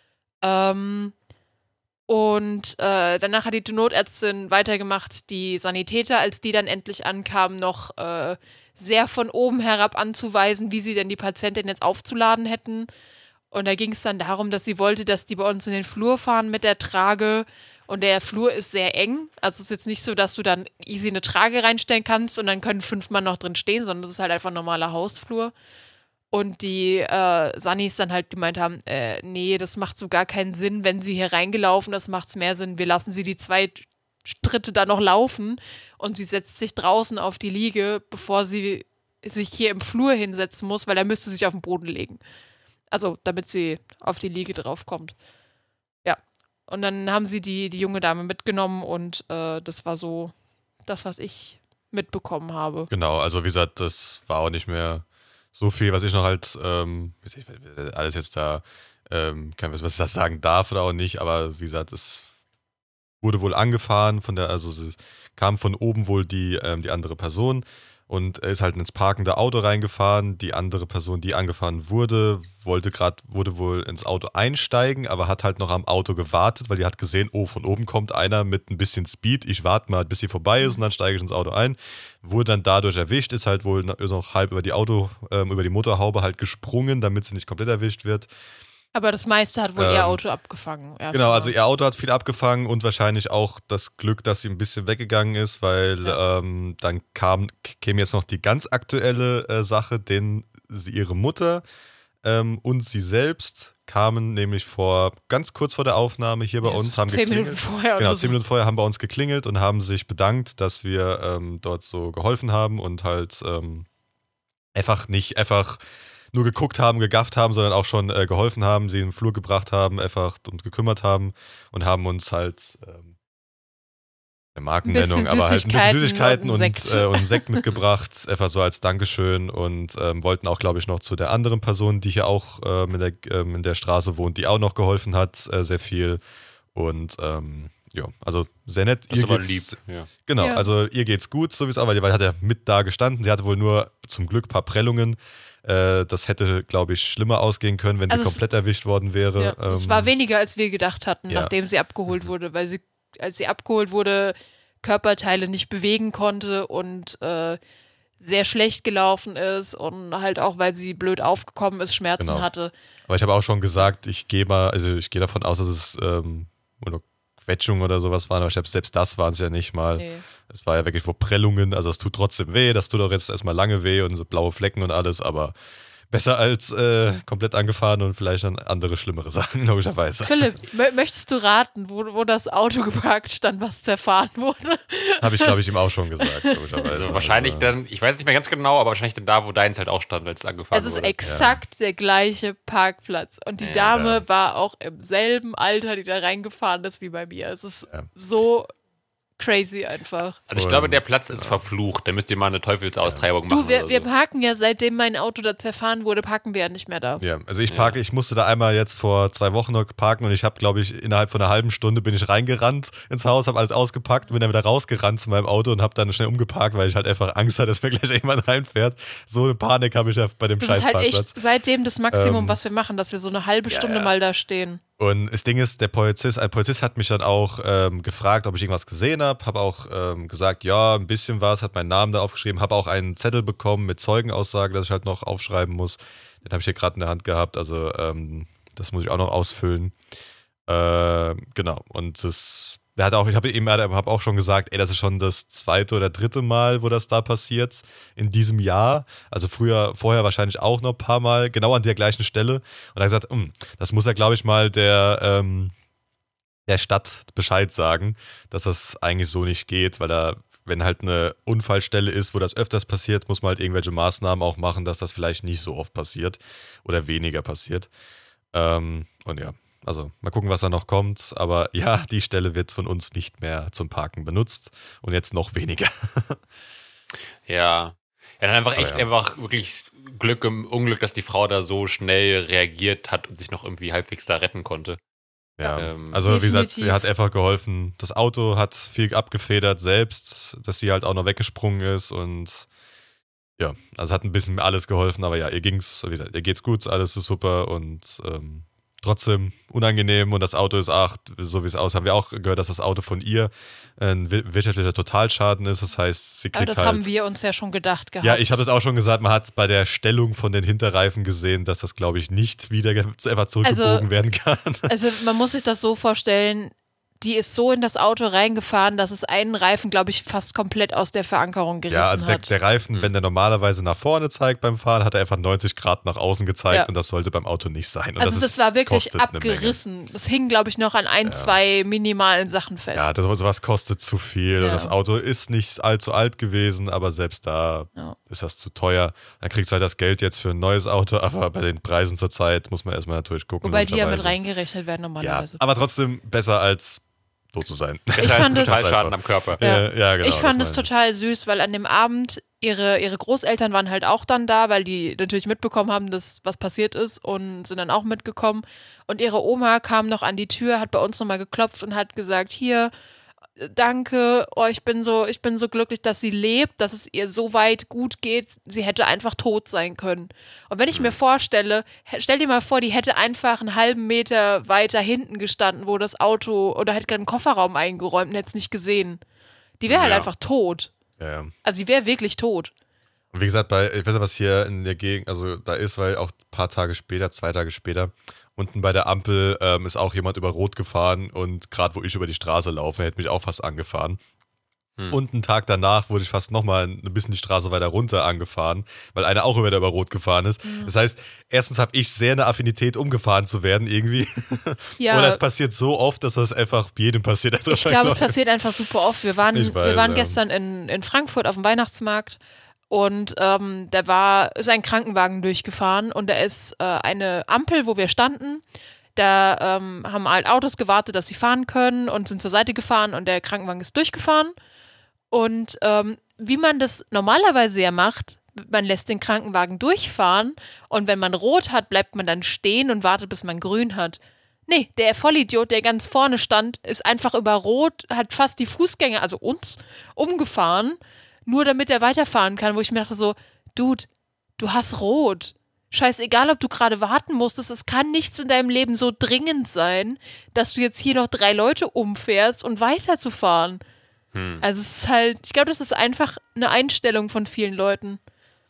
Danach hat die Notärztin weitergemacht, die Sanitäter, als die dann endlich ankamen, noch sehr von oben herab anzuweisen, wie sie denn die Patientin jetzt aufzuladen hätten. Und da ging es dann darum, dass sie wollte, dass die bei uns in den Flur fahren mit der Trage. Und der Flur ist sehr eng. Also es ist jetzt nicht so, dass du dann easy eine Trage reinstellen kannst und dann können 5 Mann noch drin stehen, sondern das ist halt einfach ein normaler Hausflur. Und die Sannis dann halt gemeint haben, nee, das macht so gar keinen Sinn, wenn sie hier reingelaufen, das macht's mehr Sinn. Wir lassen sie die 2 Schritte da noch laufen und sie setzt sich draußen auf die Liege, bevor sie sich hier im Flur hinsetzen muss, weil er müsste sich auf den Boden legen. Also, damit sie auf die Liege draufkommt. Ja. Und dann haben sie die junge Dame mitgenommen und das war so das, was ich mitbekommen habe. Genau, also wie gesagt, das war auch nicht mehr so viel, was ich noch als, alles jetzt da, was ich das sagen darf oder auch nicht, aber wie gesagt, es wurde wohl angefahren, also es kam von oben wohl die andere Person und er ist halt ins parkende Auto reingefahren. Die andere Person, die angefahren wurde, wurde wohl ins Auto einsteigen, aber hat halt noch am Auto gewartet, weil die hat gesehen, oh, von oben kommt einer mit ein bisschen Speed, ich warte mal, bis sie vorbei ist und dann steige ich ins Auto ein. Wurde dann dadurch erwischt, ist halt wohl noch halb über die Motorhaube halt gesprungen, damit sie nicht komplett erwischt wird. Aber das meiste hat wohl ihr Auto abgefangen. Genau, also ihr Auto hat viel abgefangen und wahrscheinlich auch das Glück, dass sie ein bisschen weggegangen ist, weil dann käme jetzt noch die ganz aktuelle Sache, denn ihre Mutter und sie selbst kamen nämlich ganz kurz vor der Aufnahme hier bei uns, haben 10 geklingelt. Minuten vorher oder Genau, so. 10 Minuten vorher haben bei uns geklingelt und haben sich bedankt, dass wir dort so geholfen haben und halt nicht einfach nur geguckt haben, gegafft haben, sondern auch schon geholfen haben, sie in den Flur gebracht haben, einfach und gekümmert haben und haben uns halt eine Markennennung, aber halt ein bisschen Süßigkeiten und einen Sekt mitgebracht, einfach so als Dankeschön und wollten auch, glaube ich, noch zu der anderen Person, die hier auch in der Straße wohnt, die auch noch geholfen hat, sehr viel und ja, also sehr nett. Das ist aber lieb. Ja. Genau, Ja. also ihr geht's gut, so wie es auch, weil hat er mit da gestanden, sie hatte wohl nur zum Glück ein paar Prellungen. Das hätte, glaube ich, schlimmer ausgehen können, wenn sie komplett erwischt worden wäre. Ja, es war weniger, als wir gedacht hatten, Ja. nachdem sie abgeholt wurde, weil sie, als sie abgeholt wurde, Körperteile nicht bewegen konnte und sehr schlecht gelaufen ist und halt auch, weil sie blöd aufgekommen ist, Schmerzen Genau. hatte. Aber ich habe auch schon gesagt, ich gehe davon aus, dass es nur Quetschungen oder sowas waren, aber ich glaube, selbst das waren es ja nicht mal. Nee. Es war ja wirklich vor Prellungen, also es tut trotzdem weh, das tut auch jetzt erstmal lange weh und so blaue Flecken und alles, aber Besser als komplett angefahren und vielleicht dann andere, schlimmere Sachen, logischerweise. Philipp, möchtest du raten, wo das Auto geparkt stand, was zerfahren wurde? Habe ich, glaube ich, ihm auch schon gesagt, logischerweise. Also wahrscheinlich dann, ich weiß nicht mehr ganz genau, aber wahrscheinlich dann da, wo deins halt auch stand, als es angefahren Es wurde. ist exakt der gleiche Parkplatz. Und die Dame war auch im selben Alter, die da reingefahren ist wie bei mir. Es ist so crazy einfach. Also ich glaube, der Platz ist verflucht. Da müsst ihr mal eine Teufelsaustreibung machen. Du, wir parken ja, seitdem mein Auto da zerfahren wurde, parken wir ja nicht mehr da. Ja, also ich musste da einmal jetzt vor 2 Wochen noch parken und ich habe, glaube ich, innerhalb von einer halben Stunde bin ich reingerannt ins Haus, habe alles ausgepackt, bin dann wieder rausgerannt zu meinem Auto und habe dann schnell umgeparkt, weil ich halt einfach Angst hatte, dass mir gleich jemand reinfährt. So eine Panik habe ich ja bei dem Scheißparkplatz. Das ist halt echt seitdem das Maximum, was wir machen, dass wir so eine halbe Stunde mal da stehen. Und das Ding ist, ein Polizist hat mich dann auch gefragt, ob ich irgendwas gesehen habe auch gesagt, ja, ein bisschen was, hat meinen Namen da aufgeschrieben, habe auch einen Zettel bekommen mit Zeugenaussage, dass ich halt noch aufschreiben muss. Den habe ich hier gerade in der Hand gehabt, also das muss ich auch noch ausfüllen. Genau, und ich habe auch schon gesagt, das ist schon das 2. oder 3. Mal, wo das da passiert in diesem Jahr. Also vorher wahrscheinlich auch noch ein paar Mal, genau an der gleichen Stelle. Und er hat gesagt, das muss ja, glaube ich, mal der Stadt Bescheid sagen, dass das eigentlich so nicht geht, weil wenn halt eine Unfallstelle ist, wo das öfters passiert, muss man halt irgendwelche Maßnahmen auch machen, dass das vielleicht nicht so oft passiert oder weniger passiert. Und ja. Also mal gucken, was da noch kommt. Aber ja, die Stelle wird von uns nicht mehr zum Parken benutzt und jetzt noch weniger. Ja. Dann einfach einfach wirklich Glück im Unglück, dass die Frau da so schnell reagiert hat und sich noch irgendwie halbwegs da retten konnte. Ja, also wie gesagt, sie hat einfach geholfen. Das Auto hat viel abgefedert selbst, dass sie halt auch noch weggesprungen ist und ja, also hat ein bisschen alles geholfen, aber ja, ihr geht's gut, alles ist super und trotzdem unangenehm und das Auto ist so wie es aussieht, haben wir auch gehört, dass das Auto von ihr ein wirtschaftlicher Totalschaden ist. Das heißt, sie kriegt aber das haben wir uns ja schon gedacht gehabt. Ja, ich habe das auch schon gesagt, man hat bei der Stellung von den Hinterreifen gesehen, dass das, glaube ich, nicht wieder einfach zurückgebogen werden kann. Also man muss sich das so vorstellen, die ist so in das Auto reingefahren, dass es einen Reifen, glaube ich, fast komplett aus der Verankerung gerissen hat. Ja, also der Reifen, wenn der normalerweise nach vorne zeigt beim Fahren, hat er einfach 90 Grad nach außen gezeigt und das sollte beim Auto nicht sein. Und also das war wirklich abgerissen. Das hing, glaube ich, noch an 2 minimalen Sachen fest. Ja, sowas kostet zu viel. Und das Auto ist nicht allzu alt gewesen, aber selbst da ist das zu teuer. Dann kriegst du halt das Geld jetzt für ein neues Auto, aber bei den Preisen zurzeit muss man erstmal natürlich gucken. Wobei die ja mit reingerechnet werden normalerweise. Ja, aber trotzdem besser als tot zu sein. Ich fand total Schaden am Körper. Ja, genau. Ich fand es total süß, weil an dem Abend ihre Großeltern waren halt auch dann da, weil die natürlich mitbekommen haben, dass was passiert ist und sind dann auch mitgekommen. Und ihre Oma kam noch an die Tür, hat bei uns nochmal geklopft und hat gesagt, hier, danke, ich bin so glücklich, dass sie lebt, dass es ihr so weit gut geht. Sie hätte einfach tot sein können. Und wenn ich mir vorstelle, stell dir mal vor, die hätte einfach einen halben Meter weiter hinten gestanden, wo das Auto, oder hätte gerade einen Kofferraum eingeräumt und hätte es nicht gesehen. Die wäre halt einfach tot. Ja. Also die wäre wirklich tot. Und wie gesagt, ich weiß nicht, was hier in der Gegend, also da ist, weil auch ein paar Tage später, 2 Tage später, unten bei der Ampel ist auch jemand über Rot gefahren und gerade wo ich über die Straße laufe, hätte mich auch fast angefahren. Und einen Tag danach wurde ich fast nochmal ein bisschen die Straße weiter runter angefahren, weil einer auch über Rot gefahren ist. Das heißt, erstens habe ich sehr eine Affinität, umgefahren zu werden irgendwie. Ja. Oder es passiert so oft, dass das einfach jedem passiert. Ich glaube, es passiert einfach super oft. Wir waren gestern in Frankfurt auf dem Weihnachtsmarkt. Und da ist ein Krankenwagen durchgefahren und da ist eine Ampel, wo wir standen. Da haben halt Autos gewartet, dass sie fahren können und sind zur Seite gefahren und der Krankenwagen ist durchgefahren. Und wie man das normalerweise ja macht, man lässt den Krankenwagen durchfahren und wenn man rot hat, bleibt man dann stehen und wartet, bis man grün hat. Nee, der Vollidiot, der ganz vorne stand, ist einfach über rot, hat fast die Fußgänger, also uns, umgefahren, nur damit er weiterfahren kann, wo ich mir dachte so, Dude, du hast rot. Scheißegal, ob du gerade warten musstest, es kann nichts in deinem Leben so dringend sein, dass du jetzt hier noch 3 Leute umfährst und weiterzufahren. Also es ist halt, ich glaube, das ist einfach eine Einstellung von vielen Leuten.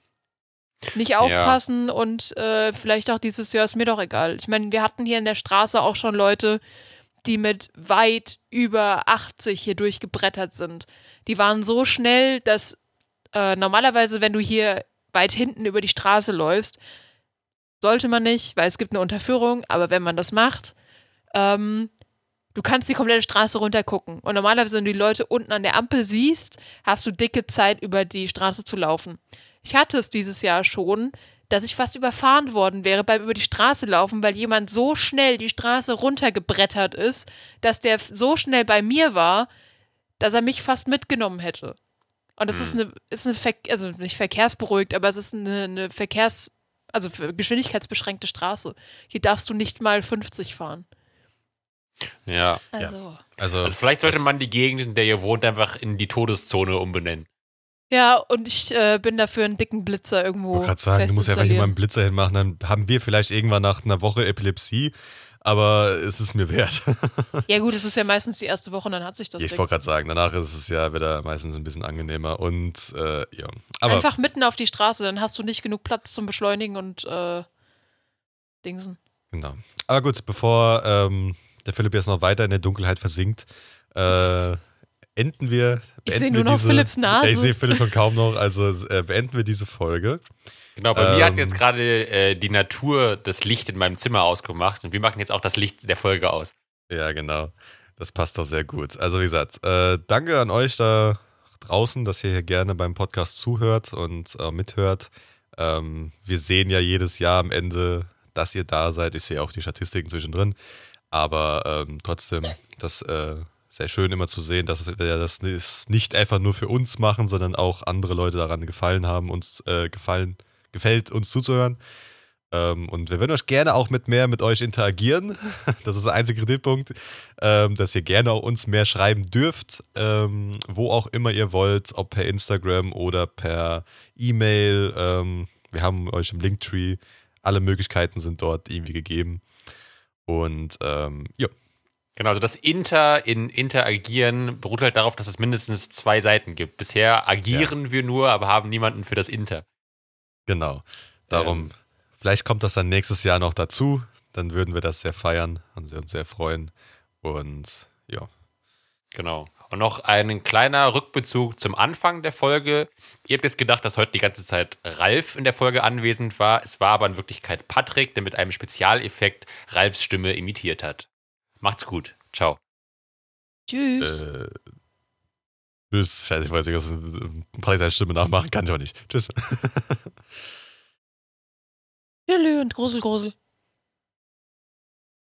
Nicht aufpassen und vielleicht auch dieses Jahr ist mir doch egal. Ich meine, wir hatten hier in der Straße auch schon Leute, die mit weit über 80 hier durchgebrettert sind. Die waren so schnell, dass normalerweise, wenn du hier weit hinten über die Straße läufst, Sollte man nicht, weil es gibt eine Unterführung, aber wenn man das macht, du kannst die komplette Straße runtergucken. Und normalerweise, wenn du die Leute unten an der Ampel siehst, hast du dicke Zeit, über die Straße zu laufen. Ich hatte es dieses Jahr schon, dass ich fast überfahren worden wäre beim über die Straße laufen, weil jemand so schnell die Straße runtergebrettert ist, dass der so schnell bei mir war, dass er mich fast mitgenommen hätte. Und das ist eine also nicht verkehrsberuhigt, aber es ist eine also geschwindigkeitsbeschränkte Straße. Hier darfst du nicht mal 50 fahren. Ja. Also vielleicht sollte man die Gegend, in der ihr wohnt, einfach in die Todeszone umbenennen. Ja, und ich bin dafür einen dicken Blitzer irgendwo. Ich wollte gerade sagen, du musst ja einfach hier mal einen Blitzer hinmachen, dann haben wir vielleicht irgendwann nach einer Woche Epilepsie, aber es ist mir wert. Ja gut, es ist ja meistens die erste Woche und dann hat sich das Ich wollte gerade sagen, danach ist es ja wieder meistens ein bisschen angenehmer und ja. Aber einfach mitten auf die Straße, dann hast du nicht genug Platz zum Beschleunigen und Dingsen. Genau. Aber gut, bevor der Philipp jetzt noch weiter in der Dunkelheit versinkt, ich sehe nur noch Philipps Nase. Ich sehe Philipp schon kaum noch, also beenden wir diese Folge. Genau, bei mir hat jetzt gerade die Natur das Licht in meinem Zimmer ausgemacht und wir machen jetzt auch das Licht der Folge aus. Ja, genau. Das passt doch sehr gut. Also wie gesagt, danke an euch da draußen, dass ihr hier gerne beim Podcast zuhört und mithört. Wir sehen ja jedes Jahr am Ende, dass ihr da seid. Ich sehe auch die Statistiken zwischendrin. Aber trotzdem, das sehr schön immer zu sehen, dass wir das nicht einfach nur für uns machen, sondern auch andere Leute daran gefällt, uns zuzuhören. Und wir würden euch gerne auch mit euch interagieren. Das ist der einzige Kritikpunkt, dass ihr gerne auch uns mehr schreiben dürft, wo auch immer ihr wollt, ob per Instagram oder per E-Mail. Wir haben euch im Linktree, alle Möglichkeiten sind dort irgendwie gegeben. Und ja. Genau, also das Interagieren beruht halt darauf, dass es mindestens 2 Seiten gibt. Bisher agieren wir nur, aber haben niemanden für das Inter. Genau. Darum, vielleicht kommt das dann nächstes Jahr noch dazu. Dann würden wir das sehr feiern und uns sehr freuen. Und ja. Genau. Und noch ein kleiner Rückbezug zum Anfang der Folge. Ihr habt jetzt gedacht, dass heute die ganze Zeit Ralf in der Folge anwesend war. Es war aber in Wirklichkeit Patrick, der mit einem Spezialeffekt Ralfs Stimme imitiert hat. Macht's gut. Ciao. Tschüss. Tschüss. Scheiße, ich weiß nicht, was Patrick seine Stimme nachmachen kann, ich auch nicht. Tschüss. Tschüss und Grusel.